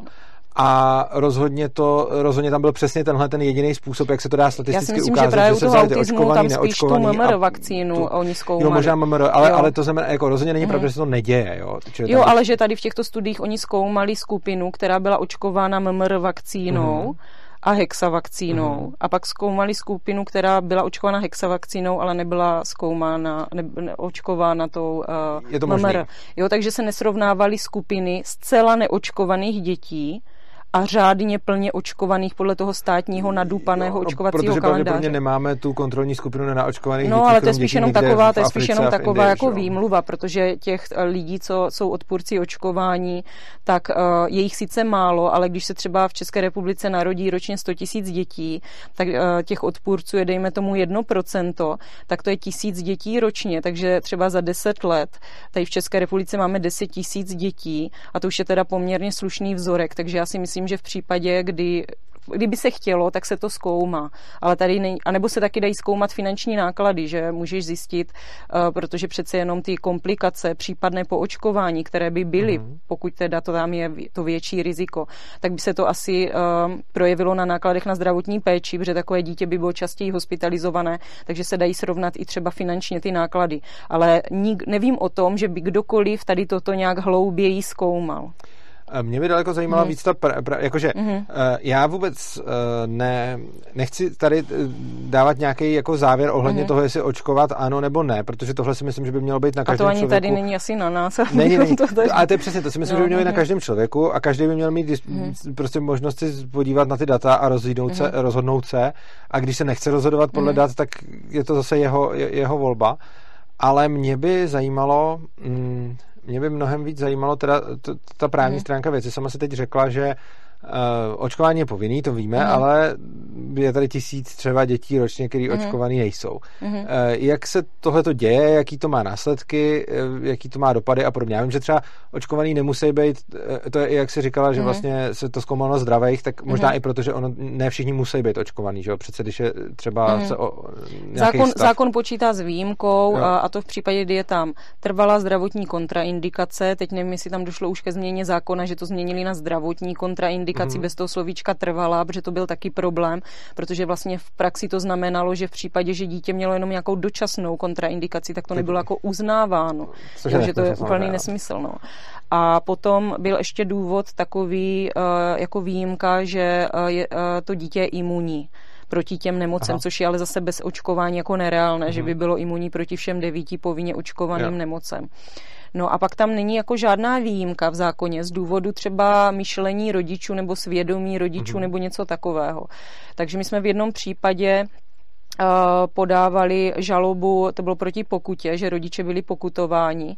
a rozhodně to, rozhodně tam byl přesně tenhle ten jediný způsob, jak se to dá statisticky ukázat. Já si myslím, ukázat, že právě u toho autismu tam spíš tu M M R a vakcínu tu, oni zkoumali. Jo, možná M M R, ale, ale to znamená, jako rozhodně není mm. pravda, že se to neděje. Jo, Čili jo ale že tady v těchto studiích oni zkoumali skupinu, která byla očkována M M R vakcínou, mm. a hexavakcínou. Mm. A pak zkoumali skupinu, která byla očkována hexavakcínou, ale nebyla zkoumána, ne, ne, očkována tou uh, Je to M M R. možný. Jo, takže se nesrovnávaly skupiny zcela neočkovaných dětí a řádně plně očkovaných podle toho státního nadupaného očkovacího protože kalendáře. Protože pravděpodobně nemáme tu kontrolní skupinu nenaočkovaných no, dětí. No, ale to je spíš jenom taková, to je spíš jenom taková Indii, jako že? výmluva, protože těch lidí, co jsou odpůrci očkování, tak uh, je jich sice málo, ale když se třeba v České republice narodí ročně sto tisíc dětí, tak uh, těch odpůrců je dejme tomu jedno procento, tak to je tisíc dětí ročně, takže třeba za deset let tady v České republice máme deset tisíc dětí a to už je teda poměrně slušný vzorek, takže já si myslím, že v případě, kdy kdyby se chtělo, tak se to zkoumá. Ale tady nej... A nebo se taky dají zkoumat finanční náklady, že můžeš zjistit, uh, protože přece jenom ty komplikace případné po očkování, které by byly, mm. pokud teda to tam je to větší riziko, tak by se to asi uh, projevilo na nákladech na zdravotní péči, protože takové dítě by bylo častěji hospitalizované, takže se dají srovnat i třeba finančně ty náklady. Ale nik... nevím o tom, že by kdokoliv tady toto nějak hlouběji zkoumal. Mě by daleko zajímala mm. víc ta, pra, pra, jakože mm. uh, já vůbec uh, ne, nechci tady dávat nějaký jako závěr ohledně mm. toho, jestli očkovat ano nebo ne, protože tohle si myslím, že by mělo být na každém člověku. A to ani člověku. Tady není asi na nás. Není, není. To tady... Ale to je přesně to, si myslím, no, že by mělo být mm. na každém člověku a každý by měl mít mm. prostě možnost si podívat na ty data a rozhodnout, mm. se, rozhodnout se a když se nechce rozhodovat podle mm. dat, tak je to zase jeho, jeho volba. Ale mě by zajímalo... Mm, Mě by mnohem víc zajímalo teda t- ta právní mm. stránka věci. Sama si teď řekla, že uh, očkování je povinný, to víme, mm. ale je tady tisíc třeba dětí ročně, který mm. očkovaný nejsou. Mm. Uh, jak se tohleto děje, jaký to má následky, uh, jaký to má dopady a podobně. Já vím, že třeba očkovaný nemusí být, uh, to je, jak jsi říkala, že mm. vlastně se to zkoumalo na zdravých, tak možná mm. i protože ono, ne všichni musí být očkovaný, že jo? Přece když je třeba mm. se o zákon, zákon počítá s výjimkou a, a to v případě, kdy je tam trvalá zdravotní kontraindikace, teď nevím, jestli tam došlo už ke změně zákona, že to změnili na zdravotní kontraindikaci mm. bez toho slovíčka trvalá, protože to byl taky problém, protože vlastně v praxi to znamenalo, že v případě, že dítě mělo jenom nějakou dočasnou kontraindikaci, tak to nebylo jako uznáváno. Jo, že to je úplný nesmysl. No. A potom byl ještě důvod takový uh, jako výjimka, že uh, je, uh, to dítě je imunní proti těm nemocem, Aha. což je ale zase bez očkování jako nereálné, mm. že by bylo imunní proti všem devíti povinně očkovaným jo. nemocem. No a pak tam není jako žádná výjimka v zákoně z důvodu třeba myšlení rodičů nebo svědomí rodičů mm. nebo něco takového. Takže my jsme v jednom případě uh, podávali žalobu, to bylo proti pokutě, že rodiče byli pokutováni.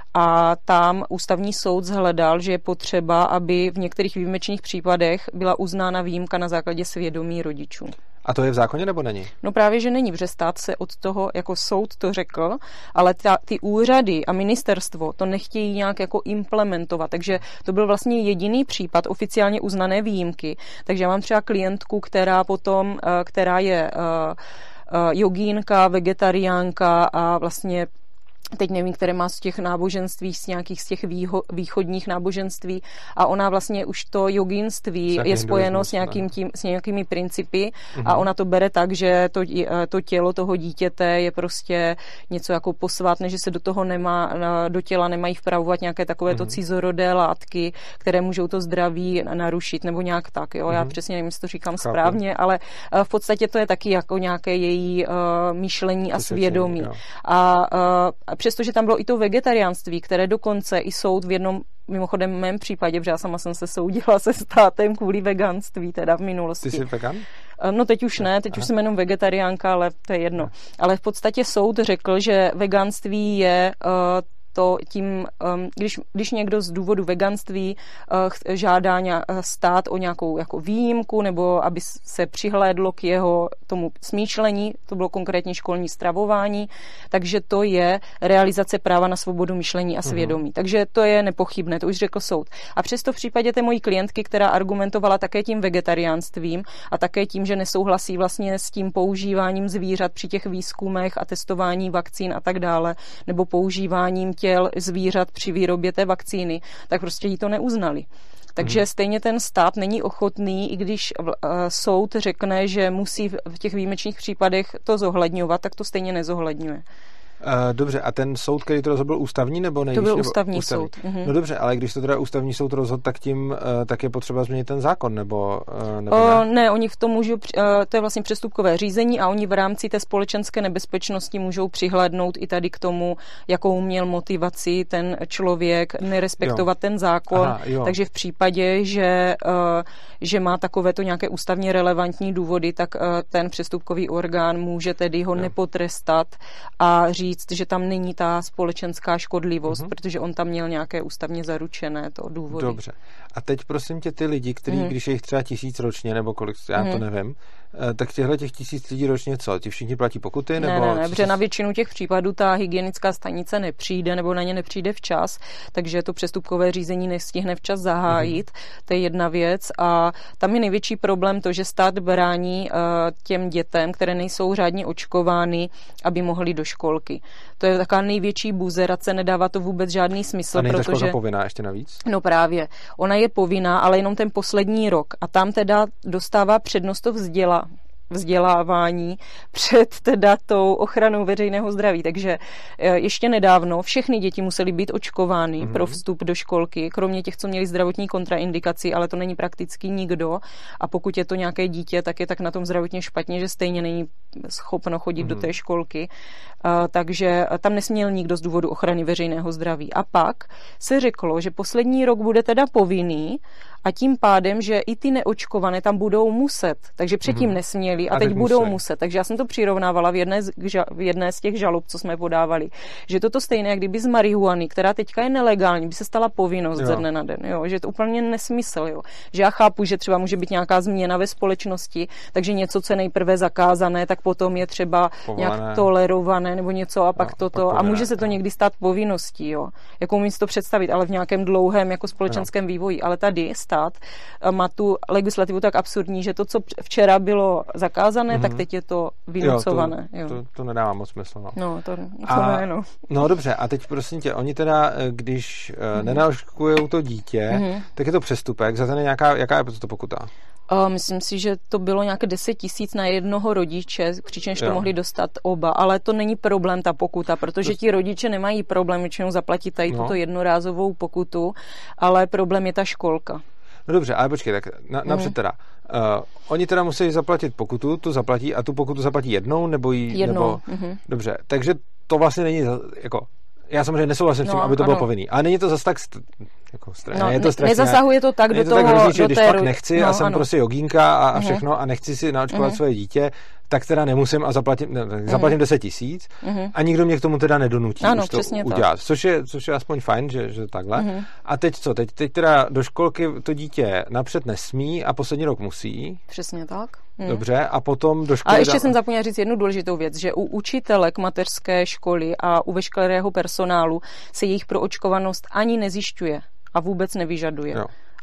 A tam ústavní soud shledal, že je potřeba, aby v některých výjimečných případech byla uznána výjimka na základě svědomí rodičů. A to je v zákoně nebo není? No právě, že není, protože stát se od toho, jako soud to řekl, ale ta, ty úřady a ministerstvo to nechtějí nějak jako implementovat, takže to byl vlastně jediný případ oficiálně uznané výjimky. Takže já mám třeba klientku, která potom, která je uh, uh, jogínka, vegetariánka a vlastně teď nevím, které má z těch náboženství, z nějakých z těch výho, východních náboženství a ona vlastně už to joginství je spojeno s, nějakým tím, s nějakými principy uh-huh. a ona to bere tak, že to, to tělo toho dítěte je prostě něco jako posvátné, že se do toho nemá, do těla nemají vpravovat nějaké takovéto uh-huh. cizorodé látky, které můžou to zdraví narušit nebo nějak tak. Jo? Uh-huh. Já přesně nevím, jestli to říkám Chápu. správně, ale v podstatě to je taky jako nějaké její uh, myšlení a svědomí. Jo. A uh, přestože tam bylo i to vegetariánství, které dokonce i soud v jednom, mimochodem v mém případě, protože já sama jsem se soudila se státem kvůli veganství, teda v minulosti. Ty jsi vegan? No teď už ne, teď Aha. už jsem jenom vegetariánka, ale to je jedno. Ale v podstatě soud řekl, že veganství je uh, to tím, když, když někdo z důvodu veganství žádá stát o nějakou jako výjimku nebo aby se přihlédlo k jeho tomu smýšlení, to bylo konkrétně školní stravování, takže to je realizace práva na svobodu myšlení a svědomí. Mm. Takže to je nepochybné, to už řekl soud. A přesto v případě té mojí klientky, která argumentovala také tím vegetariánstvím a také tím, že nesouhlasí vlastně s tím používáním zvířat při těch výzkumech a testování vakcín a tak dále, nebo používáním těl zvířat při výrobě té vakcíny, tak prostě jí to neuznali. Takže hmm. stejně ten stát není ochotný, i když uh, soud řekne, že musí v těch výjimečných případech to zohledňovat, tak to stejně nezohledňuje. Uh, dobře, a ten soud, který to rozhodl, byl ústavní nebo nejvyšší? To byl ústavní, ústavní soud. No dobře, ale když to teda ústavní soud rozhodl, tak tím uh, tak je potřeba změnit ten zákon, nebo, uh, nebo uh, ne? Ne, oni v tom můžou, uh, to je vlastně přestupkové řízení a oni v rámci té společenské nebezpečnosti můžou přihlédnout i tady k tomu, jakou měl motivaci ten člověk nerespektovat jo. ten zákon. Aha, takže v případě, že, uh, že má takovéto nějaké ústavně relevantní důvody, tak uh, ten přestupkový orgán může tedy ho jo. nepotrestat a říct, že tam není ta společenská škodlivost, uh-huh. protože on tam měl nějaké ústavně zaručené to důvody. Dobře. A teď prosím tě ty lidi, kteří, uh-huh. když je jich třeba tisíc ročně, nebo kolik, já uh-huh. to nevím, tak těchto těch tisíc lidí ročně co? Ti všichni platí pokuty? Nebo ne, ne, ne, protože na většinu těch případů ta hygienická stanice nepřijde nebo na ně nepřijde včas, takže to přestupkové řízení nestihne včas zahájit. Mm-hmm. To je jedna věc a tam je největší problém to, že stát brání uh, těm dětem, které nejsou řádně očkovány, aby mohly do školky. To je taková největší buzerace, nedává to vůbec žádný smysl. A není ta protože... školka povinná ještě navíc? No právě. Ona je povinná, ale jenom ten poslední rok a tam teda dostává přednost to vzdělá. vzdělávání před teda tou ochranou veřejného zdraví. Takže ještě nedávno všechny děti musely být očkovány mm-hmm. pro vstup do školky, kromě těch, co měli zdravotní kontraindikaci, ale to není prakticky nikdo. A pokud je to nějaké dítě, tak je tak na tom zdravotně špatně, že stejně není schopno chodit mm-hmm. do té školky. Uh, takže tam nesměl nikdo z důvodu ochrany veřejného zdraví. A pak se řeklo, že poslední rok bude teda povinný a tím pádem, že i ty neočkované tam budou muset. Takže předtím mm-hmm. nesměli a, a teď budou musí. muset. Takže já jsem to přirovnávala v jedné, z, v jedné z těch žalob, co jsme podávali. Že toto stejné, jak kdyby z marihuany, která teďka je nelegální, by se stala povinnost jo. ze dne na den. Jo? Že je to úplně nesmysl. Jo? Že já chápu, že třeba může být nějaká změna ve společnosti, takže něco, co je nejprve zakázané, tak potom je třeba Povolané. nějak tolerované nebo něco a pak jo, toto. Pak a může se to jo. někdy stát povinností. Jo? Jako umím si to představit, ale v nějakém dlouhém jako společenském jo. vývoji. Ale tady stát má tu legislativu tak absurdní, že to, co včera bylo zakázané, mm-hmm. tak teď je to vynucované. Jo, to, to, to nedává moc smysl. No, no to, to a, ne, no. No dobře, a teď prosím tě, oni teda, když mm-hmm. nenaočkujou to dítě, mm-hmm. tak je to přestupek, za ten je nějaká, jaká je to pokuta? Uh, myslím si, že to bylo nějaké deset tisíc na jednoho rodiče, přičemž to mohli dostat oba, ale to není problém ta pokuta, protože to... ti rodiče nemají problém většinou zaplatit tady no. tuto jednorázovou pokutu, ale problém je ta školka. No dobře, ale počkej, tak na, napřed teda. Uh, oni teda musí zaplatit pokutu, tu zaplatí a tu pokutu zaplatí jednou, nebo jí... Jednou. Nebo, mm-hmm. Dobře, takže to vlastně není jako... Já samozřejmě nesouhlasím s tím, no, aby to ano. bylo povinný. Ale není to zase tak st- jako strašně. No, je to strašně, nezasahuje to tak do to toho... Tak hrozný, že do když té... fakt nechci no, a jsem ano. prostě jogínka a, a všechno uh-huh. a nechci si naočkovat uh-huh. svoje dítě, tak teda nemusím a zaplatím, ne, zaplatím uh-huh. deset tisíc uh-huh. a nikdo mě k tomu teda nedonutí ano, už to udělat. Což je, což je aspoň fajn, že, že takhle. Uh-huh. A teď co? Teď, teď teda do školky to dítě napřed nesmí a poslední rok musí. Přesně tak. Hmm. Dobře, a potom do školy... A ještě dá... jsem zapomněla říct jednu důležitou věc, že u učitelek mateřské školy a u veškerého personálu se jejich proočkovanost ani nezjišťuje a vůbec nevyžaduje. Jo.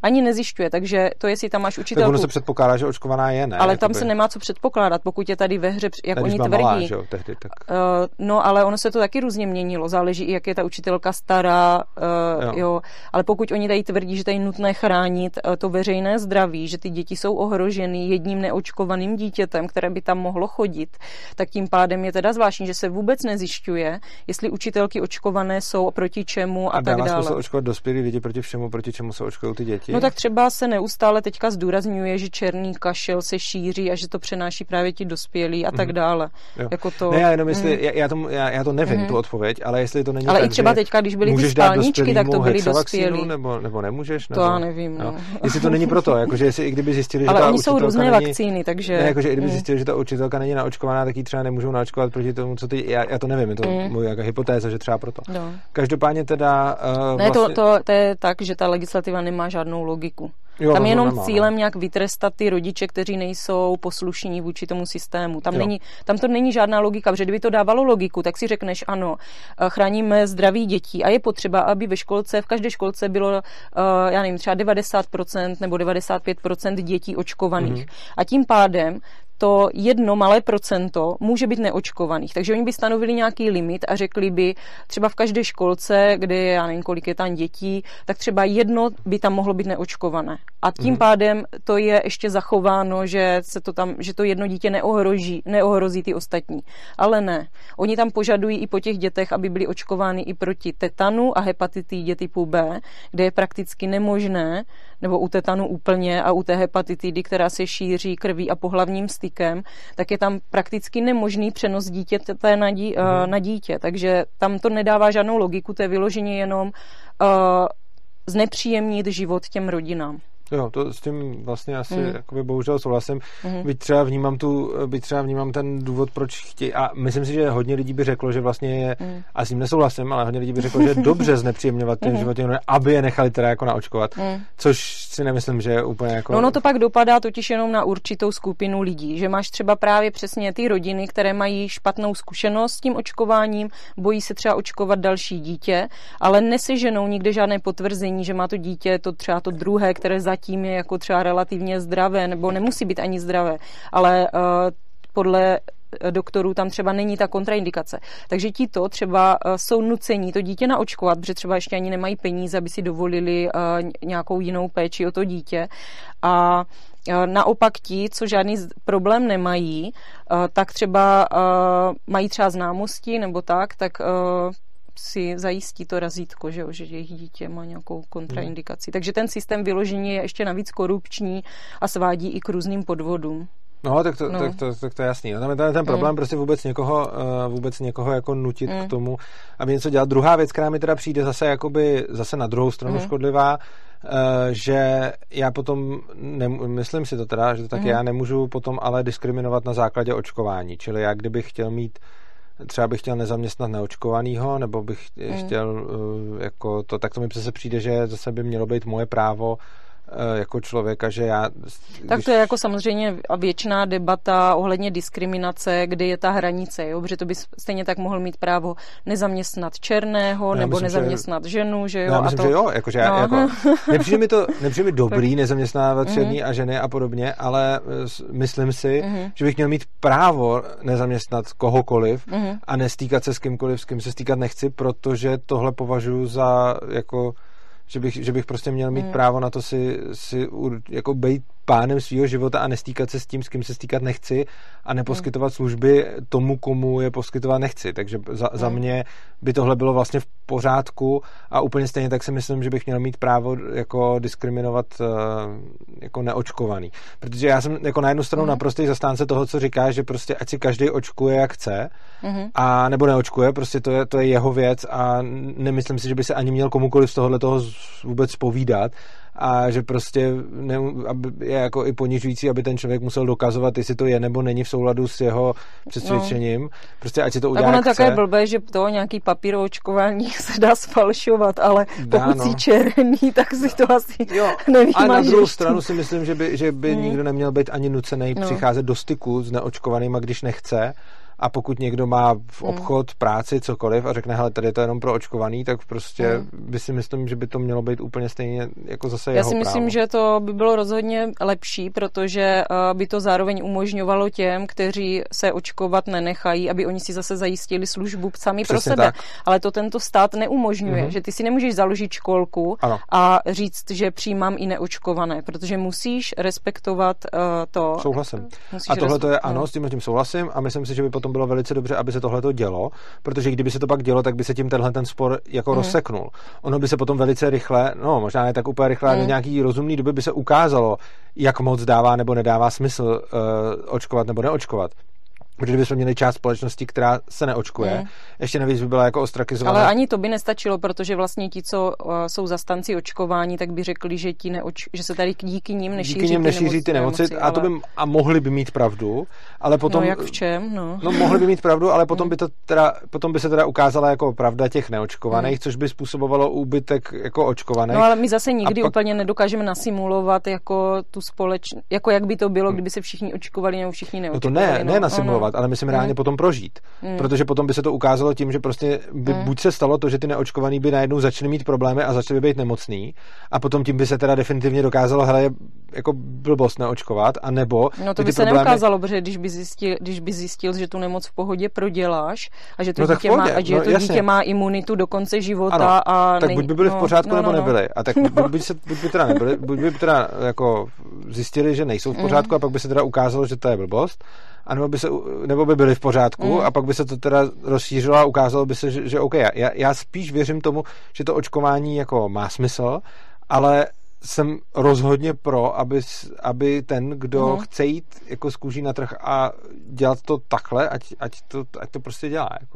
ani nezjišťuje, takže to, jestli tam máš učitelku. Tak ono se předpokládá, že očkovaná je, ne? Ale jakoby... tam se nemá co předpokládat, pokud je tady ve hře, jak ne, oni byla tvrdí. Malá, že jo, tehdy, tak... uh, no, ale ono se to taky různě měnilo, záleží i jak je ta učitelka stará, uh, jo. jo. Ale pokud oni tady tvrdí, že tady je nutné chránit uh, to veřejné zdraví, že ty děti jsou ohroženy jedním neočkovaným dítětem, které by tam mohlo chodit, tak tím pádem je teda zvláštní, že se vůbec nezjišťuje, jestli učitelky očkované jsou proti čemu a, a tak dále. A dává se očkovat dospělí lidi proti všemu, proti čemu se očkují ty děti? No tak třeba se neustále teďka zdůrazňuje, že černý kašel se šíří a že to přenáší právě ti dospělí a tak mm. dále. Jako to, ne, já jenom jestli, mm. já, já, tomu, já, já to nevím, mm. tu odpověď, ale jestli to není ale tak, i třeba teďka, když byly ty spálničky, tak to byly dospělí. Nebo, nebo nemůžeš? Nebo, to já nevím. No. Jestli to není proto, jakože jestli i kdyby zjistili, ale že ta oni jsou různé není, vakcíny, takže... Ne, jakože i kdyby mm. zjistili, že ta učitelka není naočkovaná, tak ji třeba nemůžou naočkovat proti tomu, co ty... Já, já to nevím, je to mm. moje jako hypotéza, že třeba proto. No. Každopádně teda... Uh, ne, vlastně... to, to, to je tak, že ta legislativa nemá žádnou logiku. Jo, tam je jenom nemá, cílem nějak vytrestat ty rodiče, kteří nejsou poslušní vůči tomu systému. Tam, není, tam to není žádná logika, protože kdyby to dávalo logiku, tak si řekneš, ano, chráníme zdraví dětí a je potřeba, aby ve školce, v každé školce bylo, já nevím, třeba devadesát procent nebo devadesát pět procent dětí očkovaných. Mm-hmm. A tím pádem to jedno malé procento může být neočkovaných. Takže oni by stanovili nějaký limit a řekli by třeba v každé školce, kde je, já nevím, kolik je tam dětí, tak třeba jedno by tam mohlo být neočkované. A tím mm. pádem to je ještě zachováno, že se to tam, že to jedno dítě neohroží, neohrozí ty ostatní. Ale ne. Oni tam požadují i po těch dětech, aby byly očkovány i proti tetanu a hepatitidě typu B, kde je prakticky nemožné, nebo u tetanu úplně a u té hepatitidy, která se šíří krví a pohlavním stykem, tak je tam prakticky nemožný přenos dítěte na, dí, mm. na dítě. Takže tam to nedává žádnou logiku, to je vyloženě jenom uh, znepříjemnit život těm rodinám. Jo, to s tím vlastně asi mm. jakoby bohužel souhlasím. Mm. Byť třeba vnímám tu, byť třeba vnímám ten důvod, proč chtějí, a myslím si, že hodně lidí by řeklo, že vlastně je, mm. a s tím nesouhlasím, ale hodně lidí by řeklo, že je dobře znepříjemňovat ten mm. život, aby je nechali teda jako naočkovat, mm. což si nemyslím, že je úplně jako... No, no to pak dopadá totiž jenom na určitou skupinu lidí, že máš třeba právě přesně ty rodiny, které mají špatnou zkušenost s tím očkováním, bojí se třeba očkovat další dítě, ale neseženou nikde žádné potvrzení, že má to dítě, to třeba to druhé, které zatím tím je jako třeba relativně zdravé, nebo nemusí být ani zdravé, ale uh, podle doktorů tam třeba není ta kontraindikace. Takže ti to třeba uh, jsou nucení to dítě naočkovat, protože třeba ještě ani nemají peníze, aby si dovolili uh, nějakou jinou péči o to dítě. A uh, naopak ti, co žádný problém nemají, uh, tak třeba uh, mají třeba známosti nebo tak, tak uh, si zajistí to razítko, že, že jejich dítě má nějakou kontraindikaci. Hmm. Takže ten systém vyložení je ještě navíc korupční a svádí i k různým podvodům. No, tak to, no. Tak to, tak to je jasný. No, tam je ten, ten problém mm. prostě vůbec někoho, uh, vůbec někoho jako nutit mm. k tomu, aby něco dělal. Druhá věc, která mi teda přijde zase jakoby, zase na druhou stranu mm. škodlivá, uh, že já potom, ne, myslím si to teda, že to taky mm. já nemůžu potom ale diskriminovat na základě očkování. Čili já kdybych chtěl mít třeba bych chtěl nezaměstnat neočkovanýho, nebo bych mm. chtěl uh, jako to, tak to mi přece přijde, že zase by mělo být moje právo jako člověka, že já... Když... Tak to je jako samozřejmě věčná debata ohledně diskriminace, kde je ta hranice, jo? Protože to by stejně tak mohl mít právo nezaměstnat černého, já nebo myslím, nezaměstnat že... ženu, že jo? Já myslím, a to... že jo, jakože no. já, jako, nepřijde mi to, nepřijde mi dobrý nezaměstnávat černý mm-hmm. a ženy a podobně, ale myslím si, mm-hmm. že bych měl mít právo nezaměstnat kohokoliv mm-hmm. a nestýkat se s kýmkoliv, s kým se stýkat nechci, protože tohle považuji za jako Že bych, že bych prostě měl mít mm. právo na to si, si jako být pánem svýho života a nestýkat se s tím, s kým se stýkat nechci a neposkytovat mm. služby tomu, komu je poskytovat nechci. Takže za, mm. za mě by tohle bylo vlastně v pořádku a úplně stejně tak si myslím, že bych měl mít právo jako diskriminovat uh, jako neočkovaný. Protože já jsem jako na jednu stranu mm. naprostý zastánce toho, co říká, že prostě ať si každý očkuje, jak chce mm. a nebo neočkuje, prostě to je, to je jeho věc a nemyslím si, že by se ani měl komukoliv z tohohle toho vůbec povídat a že prostě ne, aby je jako i ponižující, aby ten člověk musel dokazovat, jestli to je nebo není v souladu s jeho přesvědčením. No. Prostě ať si to udělá, tak jak chce. Tak ono také blbé, že to nějaký papír o očkování se dá sfalšovat, ale dá, pokud no. si černý, tak si to asi jo, nevymáš. Ale na druhou stranu si myslím, že by, že by hmm. nikdo neměl být ani nucený no. přicházet do styku s neočkovanýma, když nechce. a pokud někdo má v obchod, mm. práci, cokoliv a řekne, hele, tady je to jenom pro očkovaný, tak prostě mm. by si myslím, že by to mělo být úplně stejně jako zase Já jeho si myslím, právo. že to by bylo rozhodně lepší, protože by to zároveň umožňovalo těm, kteří se očkovat nenechají, aby oni si zase zajistili službu sami Přesně pro sebe. tak. Ale to tento stát neumožňuje, mm-hmm. že ty si nemůžeš založit školku ano. a říct, že přijímám i neočkované, protože musíš respektovat uh, to. Souhlasím. A tohle to je ano, s tím tím souhlasím a myslím si, že by potom bylo velice dobře, aby se tohle to dělo, protože kdyby se to pak dělo, tak by se tím tenhle ten spor jako mm. rozseknul. Ono by se potom velice rychle, no možná ne tak úplně rychle, mm. ale do nějaký rozumný doby by se ukázalo, jak moc dává nebo nedává smysl uh, očkovat nebo neočkovat. Protože bychom měli část společnosti, která se neočkuje. Mm. Ještě navíc by byla jako ostrakizovaná. Ale ani to by nestačilo, protože vlastně ti, co uh, jsou zastanci očkování, tak by řekli, že, ti neoč- že se tady díky nim nešíří, díky nim nešíří ty, ty nemoci. nemoci A, to by, a mohli by mít pravdu, ale potom... No jak v čem, no. No mohli by mít pravdu, ale potom, mm. by, to teda, potom by se teda ukázala jako pravda těch neočkovaných, mm. což by způsobovalo úbytek jako očkovaných. No ale my zase nikdy pak... úplně nedokážeme nasimulovat jako tu společnost, jako jak by to bylo, kdyby se všichni očkovali nebo všichni neočkovali. No to ne, no, ne nasimulovat, no. ale myslím reálně mm. potom prožít. Mm. Protože potom by se to ukázalo tím, že prostě by mm. buď se stalo to, že ty neočkovaný by najednou začaly mít problémy a začaly by být nemocný a potom tím by se teda definitivně dokázalo, hele, jako blbost neočkovat, a nebo no to by se problémy... neukázalo, protože když by zjistil, když by zjistil, že tu nemoc v pohodě proděláš a že to, no dítě, má, a že no, to dítě má imunitu do konce života. Ano, a tak nej... buď by byli no, v pořádku, no, nebo no, no. nebyli. A tak buď by, se, buď by teda nebyli, buď by teda jako zjistili, že nejsou v pořádku mm. a pak by se teda ukázalo, že to je blbost. A nebo by, se, nebo by byli v pořádku mm. a pak by se to teda rozšířilo a ukázalo by se, že, že OK. Já, já spíš věřím tomu, že to očkování jako má smysl, ale jsem rozhodně pro, aby, aby ten, kdo mm. chce jít jako z kůží na trh a dělat to takhle, ať, ať, to, ať to prostě dělá. Jako.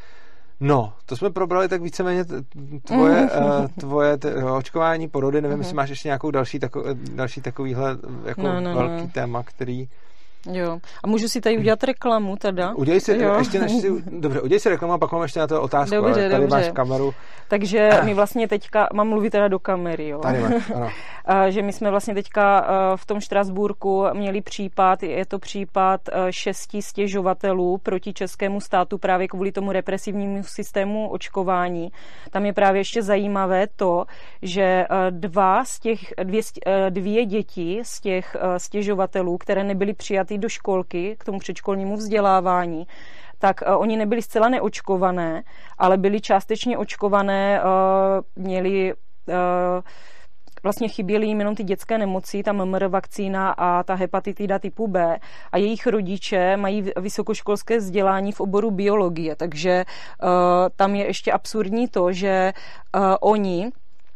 No, to jsme probrali tak víceméně tvoje, mm. uh, tvoje t- očkování, porody. Nevím, mm. jestli máš ještě nějakou další, tako, další takovýhle jako no, no, velký no. téma, který... Jo. A můžu si tady udělat reklamu teda? Udělej si, jo. ještě než si, dobře, udělej si reklamu a pak mám ještě na to otázku. Dobře, ale tady dobře. máš kameru. Takže my vlastně teďka, mám mluvit teda do kamery, jo. Tady máš, ano. Že my jsme vlastně teďka v tom Štrasburku měli případ, je to případ šesti stěžovatelů proti českému státu právě kvůli tomu represivnímu systému očkování. Tam je právě ještě zajímavé to, že dva z těch, dvě, dvě děti z těch stěžovatelů, které nebyly přijaty do školky k tomu předškolnímu vzdělávání, tak uh, oni nebyli zcela neočkované, ale byli částečně očkované, uh, měli uh, vlastně chyběly jim jenom ty dětské nemoci, ta M M R vakcína a ta hepatitida typu B a jejich rodiče mají vysokoškolské vzdělání v oboru biologie, takže uh, tam je ještě absurdní to, že uh, oni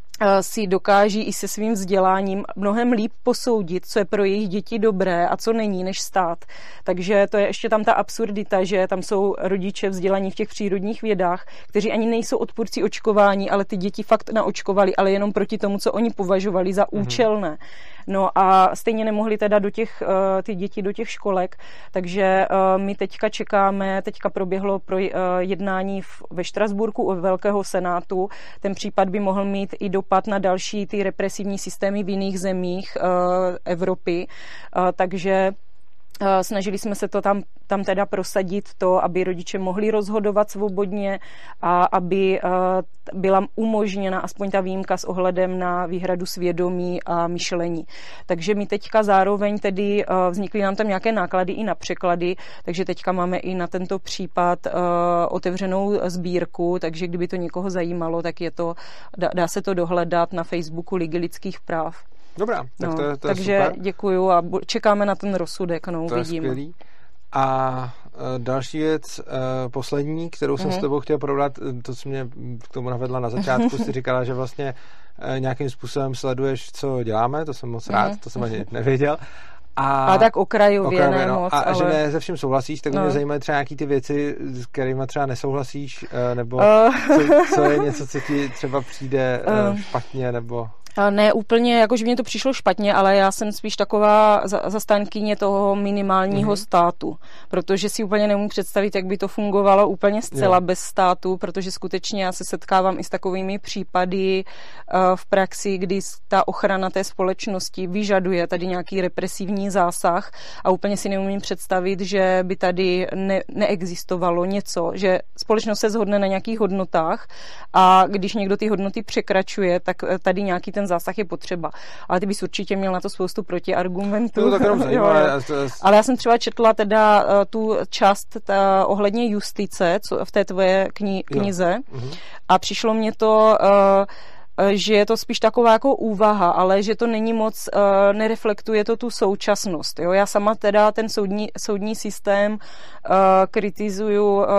si dokáží i se svým vzděláním mnohem líp posoudit, co je pro jejich děti dobré a co není, než stát. Takže to je ještě tam ta absurdita, že tam jsou rodiče vzdělaní v těch přírodních vědách, kteří ani nejsou odpůrci očkování, ale ty děti fakt naočkovali, ale jenom proti tomu, co oni považovali za mm-hmm. účelné. No a stejně nemohli teda do těch, ty děti do těch školek, takže my teďka čekáme, teďka proběhlo pro jednání ve Štrasburku u Velkého senátu. Ten případ by mohl mít i dopad na další ty represivní systémy v jiných zemích Evropy, takže snažili jsme se to tam, tam teda prosadit to, aby rodiče mohli rozhodovat svobodně a aby byla umožněna aspoň ta výjimka s ohledem na výhradu svědomí a myšlení. Takže my teďka zároveň tedy vznikly nám tam nějaké náklady i na překlady, takže teďka máme i na tento případ otevřenou sbírku, takže kdyby to někoho zajímalo, tak je to, dá, dá se to dohledat na Facebooku Ligy lidských práv. Dobrá, tak no, to je, to je takže super. děkuju a čekáme na ten rozsudek, no, to uvidíme. Je skvělý. A uh, další věc, uh, poslední, kterou jsem mm-hmm. s tebou chtěl probrat, to, co mě k tomu navedla na začátku, jsi říkala, že vlastně uh, nějakým způsobem sleduješ, co děláme, to jsem moc rád, mm-hmm. to jsem ani nevěděl. A, a tak okrajově, okrajově ne no. moc, A ale... že ne ze vším souhlasíš, tak no. mě zajímají třeba nějaký ty věci, s kterými třeba nesouhlasíš, nebo uh. co, co je něco, co ti třeba přijde uh. špatně, nebo... Ne úplně, jakože mě to přišlo špatně, ale já jsem spíš taková zastánkyně toho minimálního mm-hmm. státu, protože si úplně neumím představit, jak by to fungovalo úplně zcela jo. bez státu, protože skutečně já se setkávám i s takovými případy uh, v praxi, kdy ta ochrana té společnosti vyžaduje tady nějaký represivní zásah a úplně si neumím představit, že by tady ne, neexistovalo něco, že společnost se shodne na nějakých hodnotách a když někdo ty hodnoty překračuje, tak tady nějaký ten zásah je potřeba. Ale ty bys určitě měl na to spoustu protiargumentů. No, tak jenom zajímavé. Ale já jsem třeba četla teda uh, tu část ta, ohledně justice co, v té tvoje kni- knize jo. a přišlo mě to uh, že je to spíš taková jako úvaha, ale že to není moc, uh, nereflektuje to tu současnost. Jo? Já sama teda ten soudní, soudní systém uh, kritizuju uh,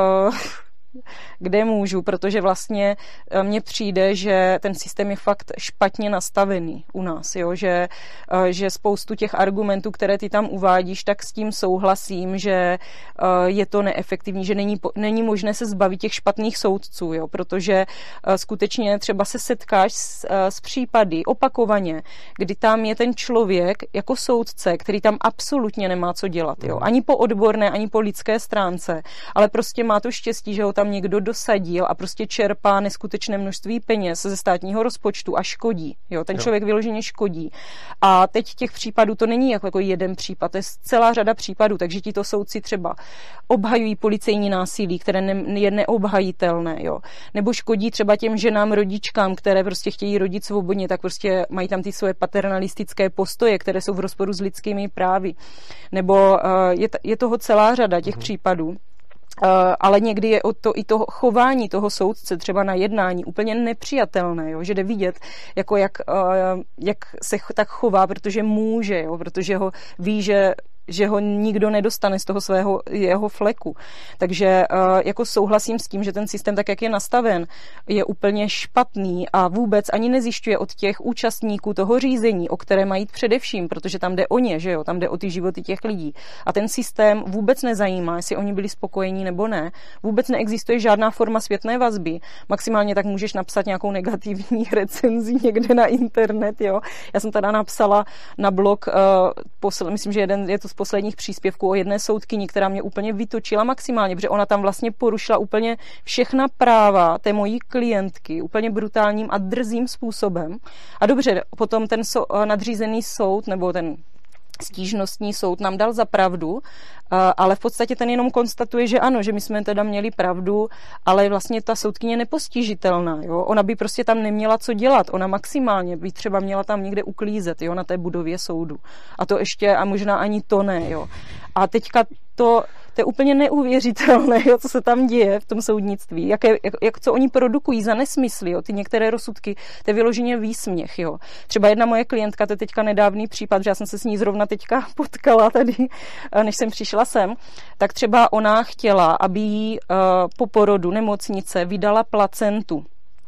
kde můžu, protože vlastně mně přijde, že ten systém je fakt špatně nastavený u nás, jo? Že, že spoustu těch argumentů, které ty tam uvádíš, tak s tím souhlasím, že je to neefektivní, že není, není možné se zbavit těch špatných soudců, jo? Protože skutečně třeba se setkáš s, s případy opakovaně, kdy tam je ten člověk jako soudce, který tam absolutně nemá co dělat, jo? Ani po odborné, ani po lidské stránce, ale prostě má to štěstí, že ho tam někdo dosadil a prostě čerpá neskutečné množství peněz ze státního rozpočtu a škodí. Jo, ten jo. člověk vyloženě škodí. A teď těch případů to není jako, jako jeden případ, to je celá řada případů, takže ti to soudci třeba obhajují policejní násilí, které ne, je neobhajitelné, jo. Nebo škodí třeba těm ženám, rodičkám, které prostě chtějí rodit svobodně, tak prostě mají tam ty svoje paternalistické postoje, které jsou v rozporu s lidskými právy. Nebo uh, je, je toho celá řada těch mhm. případů. Uh, ale někdy je o to, i to chování toho soudce třeba na jednání úplně nepřijatelné, jo? Že jde vidět, jako jak, uh, jak se tak chová, protože může, jo? Protože ho ví, že že ho nikdo nedostane z toho svého jeho fleku. Takže uh, jako souhlasím s tím, že ten systém, tak jak je nastaven, je úplně špatný a vůbec ani nezjišťuje od těch účastníků toho řízení, o které mají jít především, protože tam jde o ně, že jo, tam jde o ty životy těch lidí. A ten systém vůbec nezajímá, jestli oni byli spokojení nebo ne. Vůbec neexistuje žádná forma zpětné vazby. Maximálně tak můžeš napsat nějakou negativní recenzi někde na internet, jo. Já jsem teda napsala na blog, uh, posl- myslím, že jeden je to z posledních příspěvků o jedné soudkyni, která mě úplně vytočila maximálně, protože ona tam vlastně porušila úplně všechna práva té mojí klientky úplně brutálním a drzým způsobem. A dobře, potom ten so, nadřízený soud nebo ten stížnostní soud nám dal za pravdu, ale v podstatě ten jenom konstatuje, že ano, že my jsme teda měli pravdu, ale vlastně ta soudkyně nepostižitelná, jo? Ona by prostě tam neměla co dělat, ona maximálně by třeba měla tam někde uklízet, jo, na té budově soudu. A to ještě, a možná ani to ne, jo. A teďka to, to je úplně neuvěřitelné, jo, co se tam děje v tom soudnictví, jaké, jak, jak co oni produkují za nesmysly, jo, ty některé rozsudky, to je vyloženě výsměch, jo. Třeba jedna moje klientka, to je teďka nedávný případ, že já jsem se s ní zrovna teďka potkala tady, než jsem přišla sem, tak třeba ona chtěla, aby jí uh, po porodu nemocnice vydala placentu.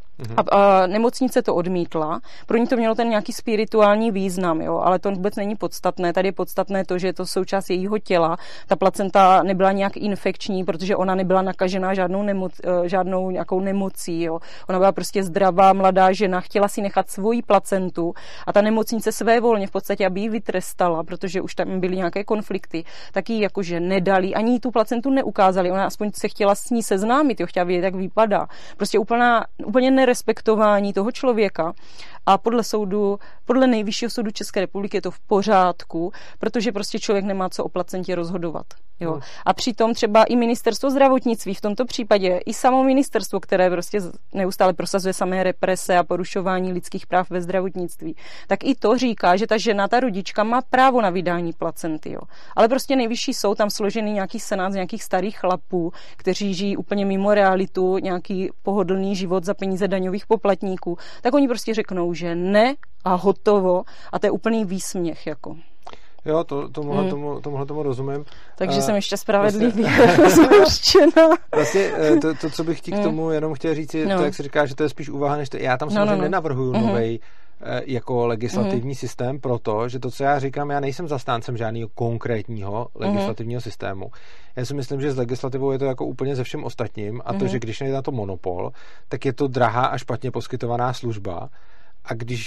A, a nemocnice to odmítla. Pro ní to mělo ten nějaký spirituální význam, jo, ale to vůbec není podstatné. Tady je podstatné to, že je to součást jejího těla. Ta placenta nebyla nějak infekční, protože ona nebyla nakažená žádnou, nemoc, žádnou nějakou nemocí, jo. Ona byla prostě zdravá, mladá žena, chtěla si nechat svoji placentu a ta nemocnice svévolně v podstatě, aby ji vytrestala, protože už tam byly nějaké konflikty, tak ji jakože nedali, ani tu placentu neukázali. Ona aspoň se chtěla s ní seznámit, jo, chtěla vědět, jak vypadá. Prostě úplná, úplně nerespektování toho člověka a podle soudu, podle Nejvyššího soudu České republiky je to v pořádku, protože prostě člověk nemá co o placentě rozhodovat. Jo. A přitom třeba i ministerstvo zdravotnictví v tomto případě, i samo ministerstvo, které prostě neustále prosazuje samé represe a porušování lidských práv ve zdravotnictví, tak i to říká, že ta žena, ta rodička má právo na vydání placenty. Jo. Ale prostě Nejvyšší soud, tam složený nějaký senát z nějakých starých chlapů, kteří žijí úplně mimo realitu, nějaký pohodlný život za peníze daňových poplatníků, tak oni prostě řeknou, že ne a hotovo a to je úplný výsměch. Jako. Jo, to, tomuhle, hmm. tomu, tomuhle tomu rozumím. Takže uh, jsem ještě spravedlivý vlastně, vlastně to, to, co bych ti k tomu jenom chtěl říct, je no. to, jak se říká, že to je spíš úvaha, než to, já tam samozřejmě no, no, no. nenavrhuju uh-huh. novej jako legislativní uh-huh. systém, protože to, co já říkám, já nejsem zastáncem žádného konkrétního legislativního uh-huh. systému. Já si myslím, že s legislativou je to jako úplně ze všem ostatním a to, uh-huh. že když nejde na to monopol, tak je to drahá a špatně poskytovaná služba a když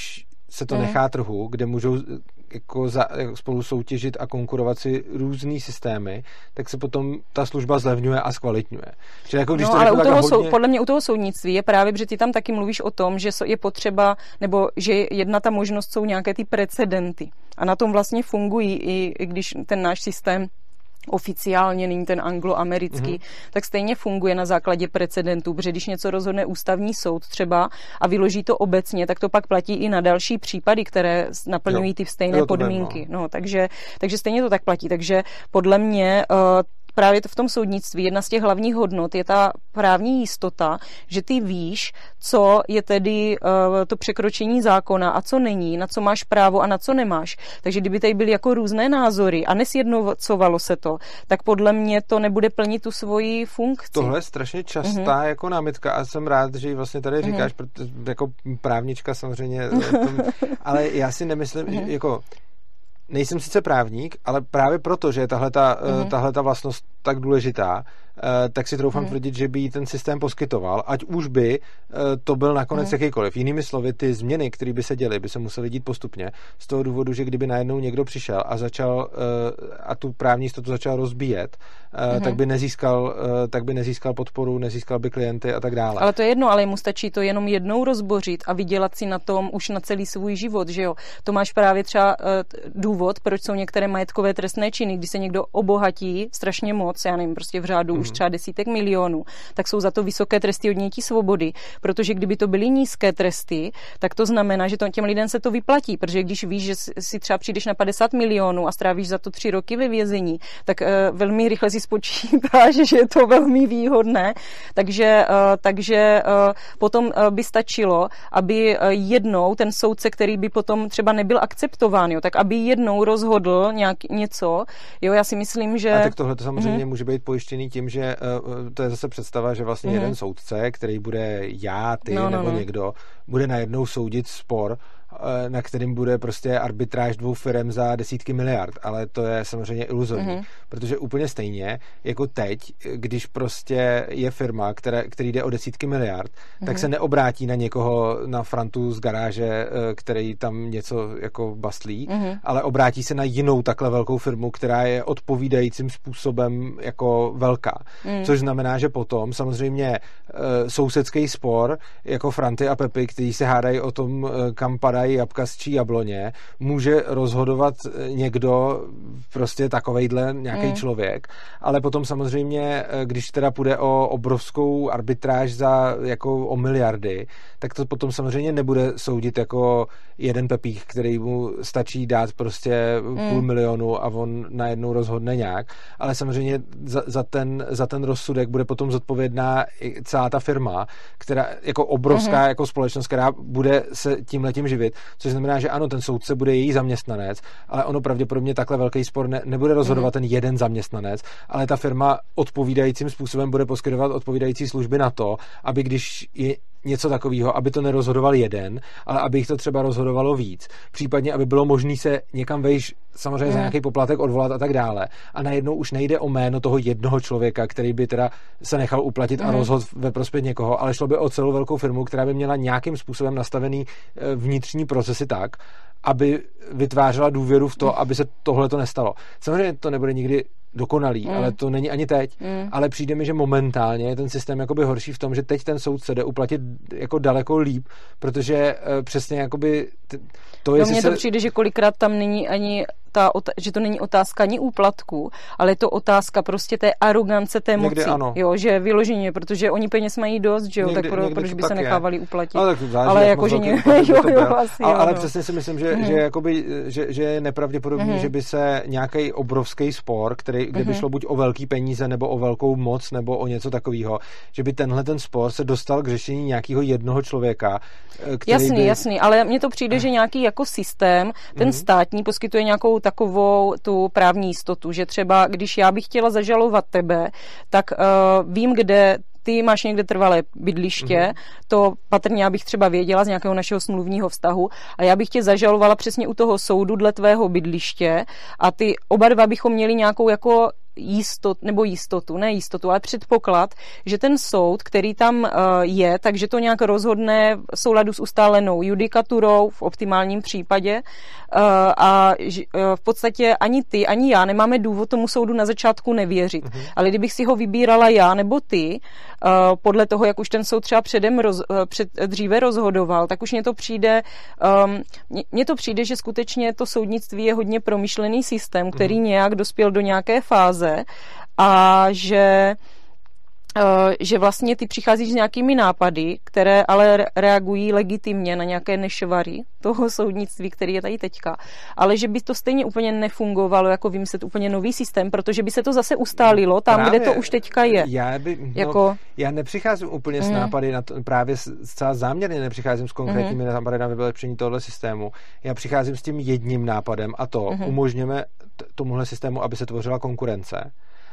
se to nechá trhu, kde můžou jako za, jako spolu soutěžit a konkurovat si různý systémy, tak se potom ta služba zlevňuje a zkvalitňuje. Čili jako, když no, to ale u toho hodně... sou, podle mě u toho soudnictví je právě, protože ty tam taky mluvíš o tom, že je potřeba, nebo že jedna ta možnost jsou nějaké ty precedenty. A na tom vlastně fungují, i, i když ten náš systém oficiálně není ten angloamerický, mm-hmm. tak stejně funguje na základě precedentů, protože když něco rozhodne ústavní soud třeba a vyloží to obecně, tak to pak platí i na další případy, které naplňují ty stejné jo, podmínky. Vím, no. No, takže, takže stejně to tak platí. Takže podle mě uh, právě to v tom soudnictví jedna z těch hlavních hodnot je ta právní jistota, že ty víš, co je tedy uh, to překročení zákona a co není, na co máš právo a na co nemáš. Takže kdyby tady byly jako různé názory a nesjednocovalo se to, tak podle mě to nebude plnit tu svoji funkci. Tohle je strašně častá mm-hmm. jako námitka a jsem rád, že ji vlastně tady říkáš, mm-hmm. protože jako právnička samozřejmě, ale já si nemyslím, mm-hmm. jako nejsem sice právník, ale právě proto, že je tahleta, mm-hmm. tahleta vlastnost tak důležitá, tak si troufám mm. tvrdit, že by jí ten systém poskytoval, ať už by to byl nakonec mm. jakýkoliv. Jinými slovy, ty změny, které by se děly, by se musely dít postupně, z toho důvodu, že kdyby najednou někdo přišel a začal a tu právní jistotu začal rozbíjet, mm. tak by nezískal, tak by nezískal podporu, nezískal by klienty a tak dále. Ale to je jedno, ale mu stačí to jenom jednou rozbořit a vydělat si na tom už na celý svůj život, že jo. To máš právě třeba důvod, proč jsou některé majetkové trestné činy, když se někdo obohatí strašně moc, já nevím, prostě v řádu už třeba desítek milionů, tak jsou za to vysoké tresty odnětí svobody, protože kdyby to byly nízké tresty, tak to znamená, že to, těm lidem se to vyplatí, protože když víš, že si třeba přijdeš na padesát milionů a strávíš za to tři roky ve vězení, tak uh, velmi rychle si spočítáš, že je to velmi výhodné, takže, uh, takže uh, potom uh, by stačilo, aby uh, jednou ten soudce, který by potom třeba nebyl akceptován, jo, tak aby jednou rozhodl nějak něco, jo, já si myslím, že... A tak tohle to samozřejmě mm-hmm. může být pojištěný tím, že uh, to je zase představa, že vlastně mm-hmm. jeden soudce, který bude já, ty no, nebo no, no. někdo, bude najednou soudit spor, na kterým bude prostě arbitráž dvou firem za desítky miliard, ale to je samozřejmě iluzorní, mm-hmm. protože úplně stejně jako teď, když prostě je firma, která, který jde o desítky miliard, mm-hmm. tak se neobrátí na někoho na Frantu z garáže, který tam něco jako bastlí, mm-hmm. ale obrátí se na jinou takhle velkou firmu, která je odpovídajícím způsobem jako velká. Mm. Což znamená, že potom samozřejmě sousedský spor jako Franty a Pepy, kteří se hádají o tom, kam padají jabka z čí jabloně, může rozhodovat někdo, prostě takovejhle nějaký mm. člověk, ale potom samozřejmě, když teda půjde o obrovskou arbitráž za jako o miliardy, tak to potom samozřejmě nebude soudit jako jeden Pepík, který mu stačí dát prostě mm. půl milionu a on najednou rozhodne nějak, ale samozřejmě za, za, ten, za ten rozsudek bude potom zodpovědná celá ta firma, která jako obrovská mm. jako společnost, která bude se tímhletím živit, což znamená, že ano, ten soudce bude její zaměstnanec, ale ono pravděpodobně takhle velký spor ne, nebude rozhodovat mm. ten jeden zaměstnanec, ale ta firma odpovídajícím způsobem bude poskytovat odpovídající služby na to, aby když je něco takového, aby to nerozhodoval jeden, ale aby jich to třeba rozhodovalo víc. Případně, aby bylo možné se někam vejš samozřejmě mm. za nějaký poplatek odvolat a tak dále. A najednou už nejde o jméno toho jednoho člověka, který by teda se nechal uplatit mm. a rozhodl ve prospěch někoho, ale šlo by o celou velkou firmu, která by měla nějakým způsobem nastavený vnitřní procesy tak, aby vytvářela důvěru v to, mm. aby se tohle to nestalo. Samozřejmě to nebude nikdy dokonalý, mm. ale to není ani teď. Mm. Ale přijde mi, že momentálně je ten systém jakoby horší v tom, že teď ten soudce jde uplatit jako daleko líp, protože uh, přesně jakoby t- to je... No mně to se... přijde, že kolikrát tam není ani ta, že to není otázka ani úplatku, ale je to otázka prostě té arogance té někdy moci. Ano. Jo, že vyloženě, protože oni peněz mají dost, že jo, někdy, tak pro, proč by se nechávali uplatit. Ale, tak záleží, ale jako, že ně... jo, jo, asi, ale, jo, ale no. přesně si myslím, že, mm. že, jakoby, že, že je nepravděpodobný, mm. že by se nějaký obrovský spor, který, kde by mm. šlo buď o velký peníze, nebo o velkou moc, nebo o něco takového, že by tenhle ten spor se dostal k řešení nějakého jednoho člověka. Který jasný, by... jasný, ale mně to přijde, že nějaký jako systém, ten mm. státní poskytuje nějakou takovou tu právní jistotu, že třeba když já bych chtěla zažalovat tebe, tak uh, vím, kde ty máš někde trvalé bydliště, mm-hmm. to patrně já bych třeba věděla z nějakého našeho smluvního vztahu a já bych tě zažalovala přesně u toho soudu dle tvého bydliště a ty oba dva bychom měli nějakou jako jistot, nebo jistotu, ne jistotu, ale předpoklad, že ten soud, který tam uh, je, takže to nějak rozhodne v souladu s ustálenou judikaturou v optimálním případě uh, a uh, v podstatě ani ty, ani já nemáme důvod tomu soudu na začátku nevěřit. Mm-hmm. Ale kdybych si ho vybírala já nebo ty, uh, podle toho, jak už ten soud třeba předem roz, uh, před, dříve rozhodoval, tak už mně to přijde, um, mně to přijde, že skutečně to soudnictví je hodně promyšlený systém, který mm-hmm. nějak dospěl do nějaké fáze a že že vlastně ty přicházíš s nějakými nápady, které ale reagují legitimně na nějaké nešvary toho soudnictví, který je tady teďka. Ale že by to stejně úplně nefungovalo, jako vymyslet úplně nový systém, protože by se to zase ustálilo tam, právě, kde to už teďka je. Já, by, no, jako, já nepřicházím úplně mm. s nápady, na to, právě zcela záměrně nepřicházím s konkrétními mm. nápady na vylepšení tohoto systému. Já přicházím s tím jedním nápadem a to mm. umožněme t- tomuhle systému, aby se tvořila konkurence.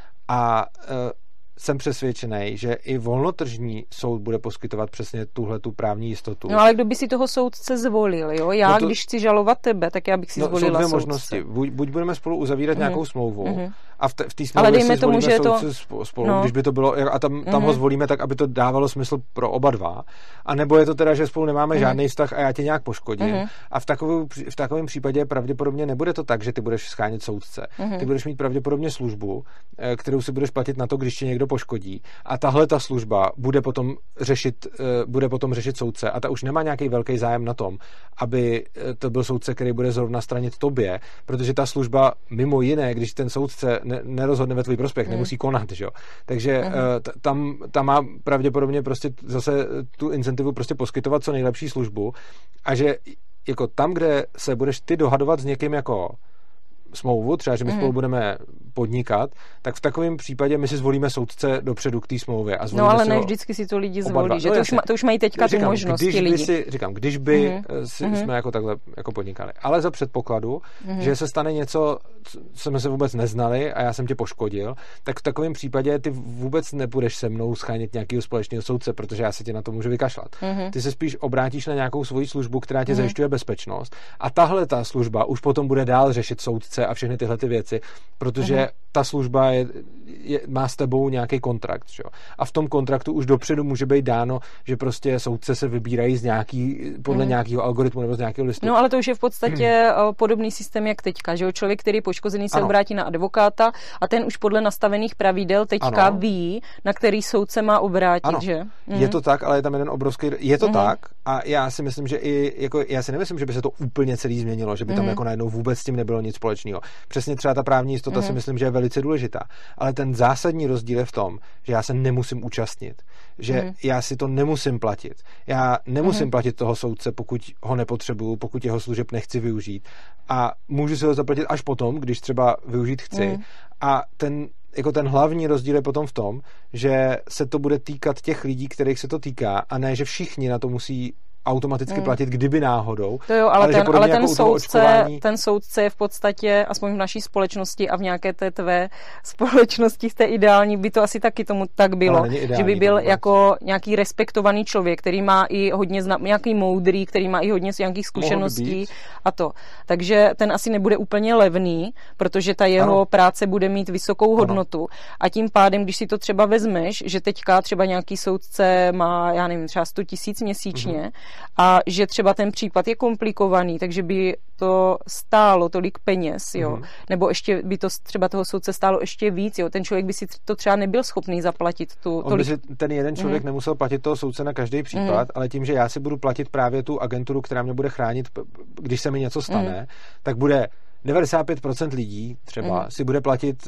A uh, jsem přesvědčený, že i volnotržní soud bude poskytovat přesně tuhle tu právní jistotu. No ale kdo by si toho soudce zvolil, jo? Já, no to, když chci žalovat tebe, tak já bych si no, zvolila soudce. Jsou dvě možnosti. Buď, buď budeme spolu uzavírat mm-hmm. nějakou smlouvu mm-hmm. a v, te, v té smlouvě si tomu, zvolíme to... soudce spolu, no. když by to bylo, a tam, tam mm-hmm. ho zvolíme tak, aby to dávalo smysl pro oba dva. A nebo je to teda, že spolu nemáme mm-hmm. žádný vztah a já tě nějak poškodím. Mm-hmm. A v, takovou, v takovém případě pravděpodobně nebude to tak, že ty budeš schánět soudce. Mm-hmm. Ty budeš mít pravděpodobně službu, kterou si budeš platit na to, když tě někdo poškodí. A tahle ta služba bude potom řešit, bude potom řešit soudce a ta už nemá nějaký velký zájem na tom, aby to byl soudce, který bude zrovna stranit tobě, protože ta služba mimo jiné, když ten soudce ne, nerozhodne ve tvůj prospěch, mm. nemusí konat, že jo. Takže mm. t- tam, tam má pravděpodobně prostě zase tu incentivu prostě poskytovat co nejlepší službu a že jako tam, kde se budeš ty dohadovat s někým jako smlouvu, třeba, že my mm. spolu budeme podnikat, tak v takovém případě my si zvolíme soudce dopředu k té smlouvě. A no ale ne vždycky si to lidi zvolí, že no, to, už ma, to už mají teďka říkám, tu možnost, když ti by lidi. Si, říkám, když by mm. si, mm. jsme jako takhle jako podnikali. Ale za předpokladu, mm. že se stane něco, co jsme se vůbec neznali a já jsem tě poškodil, tak v takovém případě ty vůbec nebudeš se mnou schánět nějakého společného soudce, protože já se tě na to můžu vykašlat. Mm. Ty se spíš obrátíš na nějakou svoji službu, která tě mm. zajišťuje bezpečnost a tahle ta služba už potom bude dál řešit soudce a všechny tyhle ty věci, protože mm. ta služba je, je, má s tebou nějaký kontrakt. Že? A v tom kontraktu už dopředu může být dáno, že prostě soudce se vybírají z nějaký, podle mm. nějakého algoritmu nebo z nějakého listu. No ale to už je v podstatě mm. podobný systém jak teďka. Že? Člověk, který je poškozený, se ano. obrátí na advokáta a ten už podle nastavených pravidel teďka ano. ví, na který soudce má obrátit. Ano. Že? Mm. Je to tak, ale je tam jeden obrovský... Je to mm. tak a já si myslím, že i jako, já si nemyslím, že by se to úplně celý změnilo, že by tam mm. jako najednou vůbec s tím nebylo nic společného. Přesně třeba ta právní jistota mm. si myslím, že je velice důležitá. Ale ten zásadní rozdíl je v tom, že já se nemusím účastnit. Že mm. já si to nemusím platit. Já nemusím mm. platit toho soudce, pokud ho nepotřebuju, pokud jeho služeb nechci využít. A můžu si ho zaplatit až potom, když třeba využít chci. Mm. A ten jako ten hlavní rozdíl je potom v tom, že se to bude týkat těch lidí, kterých se to týká, a ne, že všichni na to musí automaticky hmm. platit, kdyby náhodou. To jo, ale, ale ten, ale ten, jako soudce, očkování... ten soudce je v podstatě, aspoň v naší společnosti a v nějaké té tvé společnosti, v té ideální, by to asi taky tomu tak bylo, že by byl jako nějaký respektovaný člověk, který má i hodně, zna, nějaký moudrý, který má i hodně nějakých zkušeností a to. Takže ten asi nebude úplně levný, protože ta jeho ano. práce bude mít vysokou hodnotu. Ano. A tím pádem, když si to třeba vezmeš, že teďka třeba nějaký soudce má, já nevím, třeba sto tisíc měsíčně, mm-hmm. a že třeba ten případ je komplikovaný, takže by to stálo tolik peněz, jo. Mm. Nebo ještě by to třeba toho soudce stálo ještě víc, jo. Ten člověk by si to třeba nebyl schopný zaplatit tu On tolik... by si ten jeden člověk mm. nemusel platit toho soudce na každý případ, mm. ale tím, že já si budu platit právě tu agenturu, která mě bude chránit, když se mi něco stane, mm. tak bude devadesát pět procent lidí třeba mm. si bude platit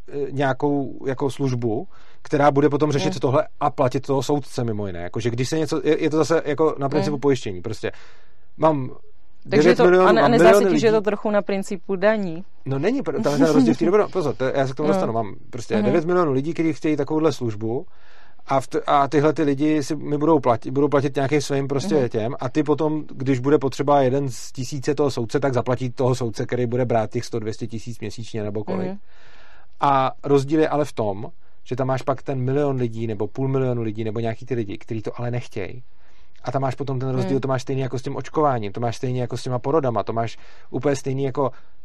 nějakou jako službu, která bude potom řešit mm. tohle a platit toho soudce mimo jiné. Jakože když se něco, je, je to zase jako na principu mm. pojištění. Prostě mám Takže to, milionů, a nezdá se ti, že je to trochu na principu daní? No není, tam je ten rozdíl v té době, pozor, to, já se k tomu dostanu, mám prostě mm. devět milionů lidí, kteří chtějí takovouhle službu a, v t- a tyhle ty lidi si mi budou platit, budou platit nějakým svým prostě mm. těm a ty potom, když bude potřeba jeden z tisíce toho soudce, tak zaplatí toho soudce, který bude brát těch sto dvě stě tisíc měsíčně nebo kolik. Mm. A rozdíl je ale v tom, že tam máš pak ten milion lidí nebo půl milionu lidí nebo nějaký ty lidi, kteří to ale nechtějí. A tam máš potom ten rozdíl, hmm. to máš stejný jako s tím očkováním, to máš stejný jako s těma porodama, to máš úplně stejný jako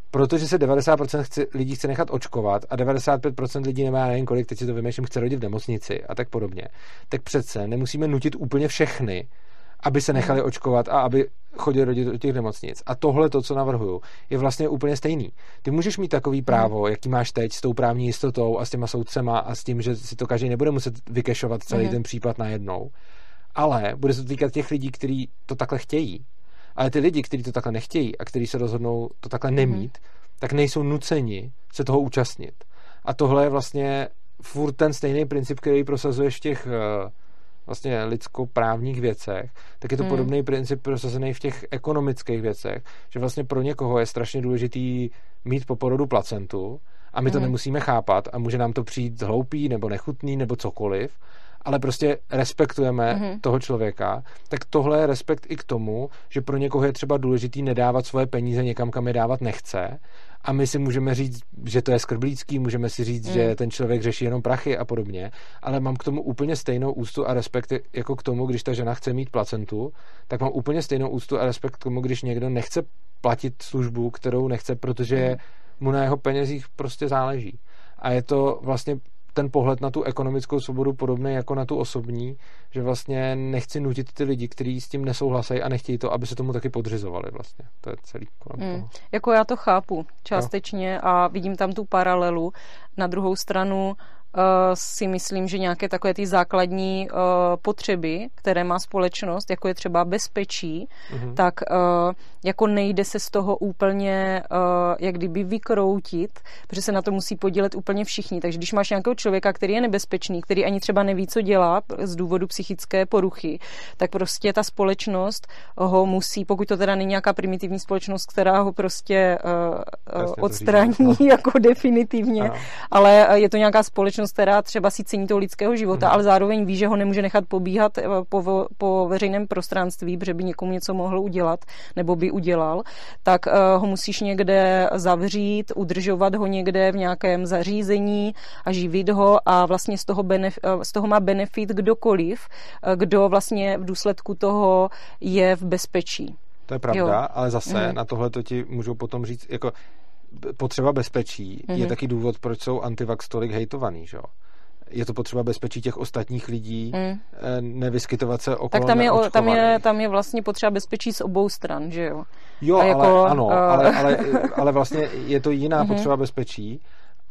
protože se devadesát procent chce, lidí chce nechat očkovat a devadesát pět procent lidí nemá, nevím kolik, teď si to vymýšlím, chce rodit v nemocnici a tak podobně, tak přece nemusíme nutit úplně všechny, aby se nechali očkovat a aby chodili rodit do těch nemocnic. A tohle, to, co navrhuju, je vlastně úplně stejný. Ty můžeš mít takový právo, jaký máš teď s tou právní jistotou a s těma soudcema a s tím, že si to každý nebude muset vykešovat celý mm. ten případ najednou. Ale bude se to týkat těch lidí, kteří to takhle chtějí. Ale ty lidi, kteří to takhle nechtějí a kteří se rozhodnou to takhle nemít, mm. tak nejsou nuceni se toho účastnit. A tohle je vlastně furt ten stejný princip, který prosazuješ v těch vlastně lidskoprávních věcech, tak je to hmm. podobný princip prosazený v těch ekonomických věcech, že vlastně pro někoho je strašně důležitý mít po porodu placentu a my to hmm. nemusíme chápat a může nám to přijít hloupý nebo nechutný nebo cokoliv, ale prostě respektujeme hmm. toho člověka, tak tohle je respekt i k tomu, že pro někoho je třeba důležitý nedávat svoje peníze někam, kam je dávat nechce a my si můžeme říct, že to je skrblícký, můžeme si říct, hmm. že ten člověk řeší jenom prachy a podobně, ale mám k tomu úplně stejnou úctu a respekt jako k tomu, když ta žena chce mít placentu, tak mám úplně stejnou úctu a respekt k tomu, když někdo nechce platit službu, kterou nechce, protože hmm. mu na jeho penězích prostě záleží. A je to vlastně ten pohled na tu ekonomickou svobodu podobný jako na tu osobní, že vlastně nechci nutit ty lidi, kteří s tím nesouhlasejí a nechtějí to, aby se tomu taky podřizovali vlastně. To je celý kolem hmm. toho. Jako já to chápu částečně jo. A vidím tam tu paralelu. Na druhou stranu Uh, si myslím, že nějaké takové ty základní uh, potřeby, které má společnost, jako je třeba bezpečí, mm-hmm. tak uh, jako nejde se z toho úplně uh, jak kdyby vykroutit, protože se na to musí podílet úplně všichni. Takže když máš nějakého člověka, který je nebezpečný, který ani třeba neví, co dělá z důvodu psychické poruchy, tak prostě ta společnost ho musí, pokud to teda není nějaká primitivní společnost, která ho prostě uh, uh, odstraní no. jako definitivně, ano. ale je to nějaká společnost, která třeba si cení toho lidského života, hmm. ale zároveň ví, že ho nemůže nechat pobíhat po, po veřejném prostranství, protože by někomu něco mohl udělat, nebo by udělal, tak uh, ho musíš někde zavřít, udržovat ho někde v nějakém zařízení a živit ho a vlastně z toho, benef- z toho má benefit kdokoliv, kdo vlastně v důsledku toho je v bezpečí. To je pravda, jo. ale zase hmm. na tohle to ti můžou potom říct, jako potřeba bezpečí mm-hmm. je taky důvod, proč jsou antivax tolik hejtovaný, že jo? Je to potřeba bezpečí těch ostatních lidí, mm. nevyskytovat se okolo tak tam je, tam je, tam je vlastně potřeba bezpečí z obou stran, že jo? Jo, ale jako, ano, uh... ale, ale, ale vlastně je to jiná mm-hmm. potřeba bezpečí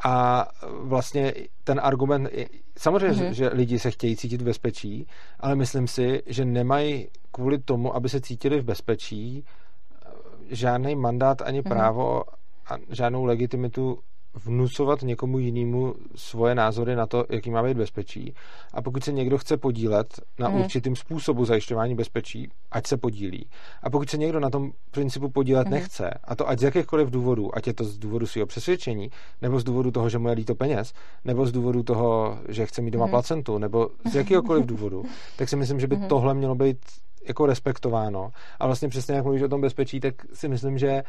a vlastně ten argument, samozřejmě, mm-hmm. že lidi se chtějí cítit v bezpečí, ale myslím si, že nemají kvůli tomu, aby se cítili v bezpečí, žádný mandát ani mm-hmm. právo a žádnou legitimitu vnucovat někomu jinému svoje názory na to, jaký má být bezpečí. A pokud se někdo chce podílet na mm. určitým způsobu zajišťování bezpečí, ať se podílí. A pokud se někdo na tom principu podílet mm. nechce, a to ať z jakýchkoliv důvodů, ať je to z důvodu svého přesvědčení, nebo z důvodu toho, že mu je líto peněz, nebo z důvodu toho, že chce mít doma mm. placentu, nebo z jakýhokoliv důvodu, tak si myslím, že by mm. tohle mělo být jako respektováno. A vlastně přesně jak mluvíš o tom bezpečí, tak si myslím, že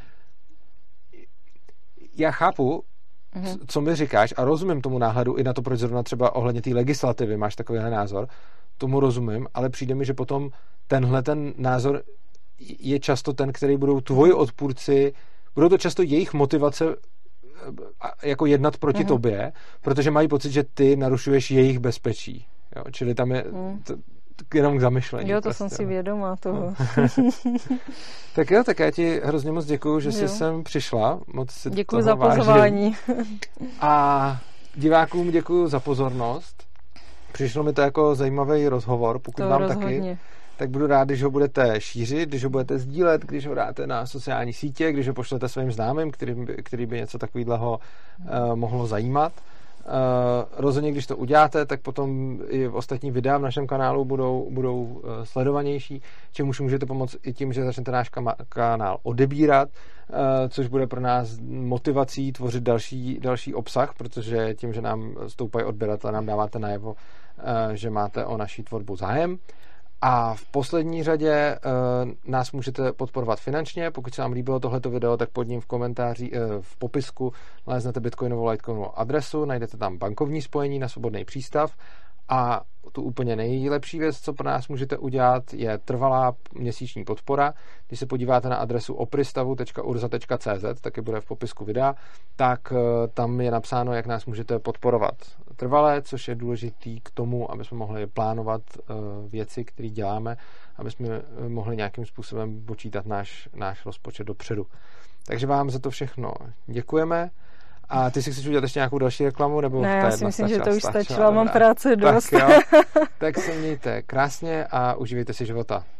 já chápu, mm-hmm. co mi říkáš a rozumím tomu náhledu i na to, proč zrovna třeba ohledně té legislativy máš takovýhle názor, tomu rozumím, ale přijde mi, že potom tenhle ten názor je často ten, který budou tvoji odpůrci, budou to často jejich motivace jako jednat proti mm-hmm. tobě, protože mají pocit, že ty narušuješ jejich bezpečí. Jo? Čili tam je mm. to, jenom k zamyšlení. Jo, to prostě, jsem si vědomá toho. Tak jo, tak já ti hrozně moc děkuju, že jo. jsi sem přišla. Moc si děkuju za pozvání. A divákům děkuju za pozornost. Přišlo mi to jako zajímavý rozhovor, pokud to vám rozhodně. taky. Tak budu rád, když ho budete šířit, když ho budete sdílet, když ho dáte na sociální sítě, když ho pošlete svým známým, který by, který by něco takového uh, mohlo zajímat. Uh, rozhodně, když to uděláte, tak potom i ostatní videa v našem kanálu budou, budou uh, sledovanější, čemuž můžete pomoct i tím, že začnete náš kama- kanál odebírat, uh, což bude pro nás motivací tvořit další, další obsah, protože tím, že nám stoupají odběratele, nám dáváte najevo, uh, že máte o naší tvorbu zájem. A v poslední řadě uh, nás můžete podporovat finančně. Pokud se vám líbilo tohleto video, tak pod ním v komentáři, uh, v popisku naleznete bitcoinovou, litecoinovou adresu, najdete tam bankovní spojení na Svobodný přístav A tu úplně nejlepší věc, co pro nás můžete udělat, je trvalá měsíční podpora. Když se podíváte na adresu opristavu tečka urza tečka cé zet, taky bude v popisku videa, tak tam je napsáno, jak nás můžete podporovat trvale, což je důležitý k tomu, aby jsme mohli plánovat věci, které děláme, aby jsme mohli nějakým způsobem počítat náš, náš rozpočet dopředu. Takže vám za to všechno děkujeme. A ty si chceš udělat ještě nějakou další reklamu? Nebo ne, já si myslím, stačila, že to už stačila, stačilo, mám práce dost. Tak, jo. Tak se mějte krásně a užívejte si života.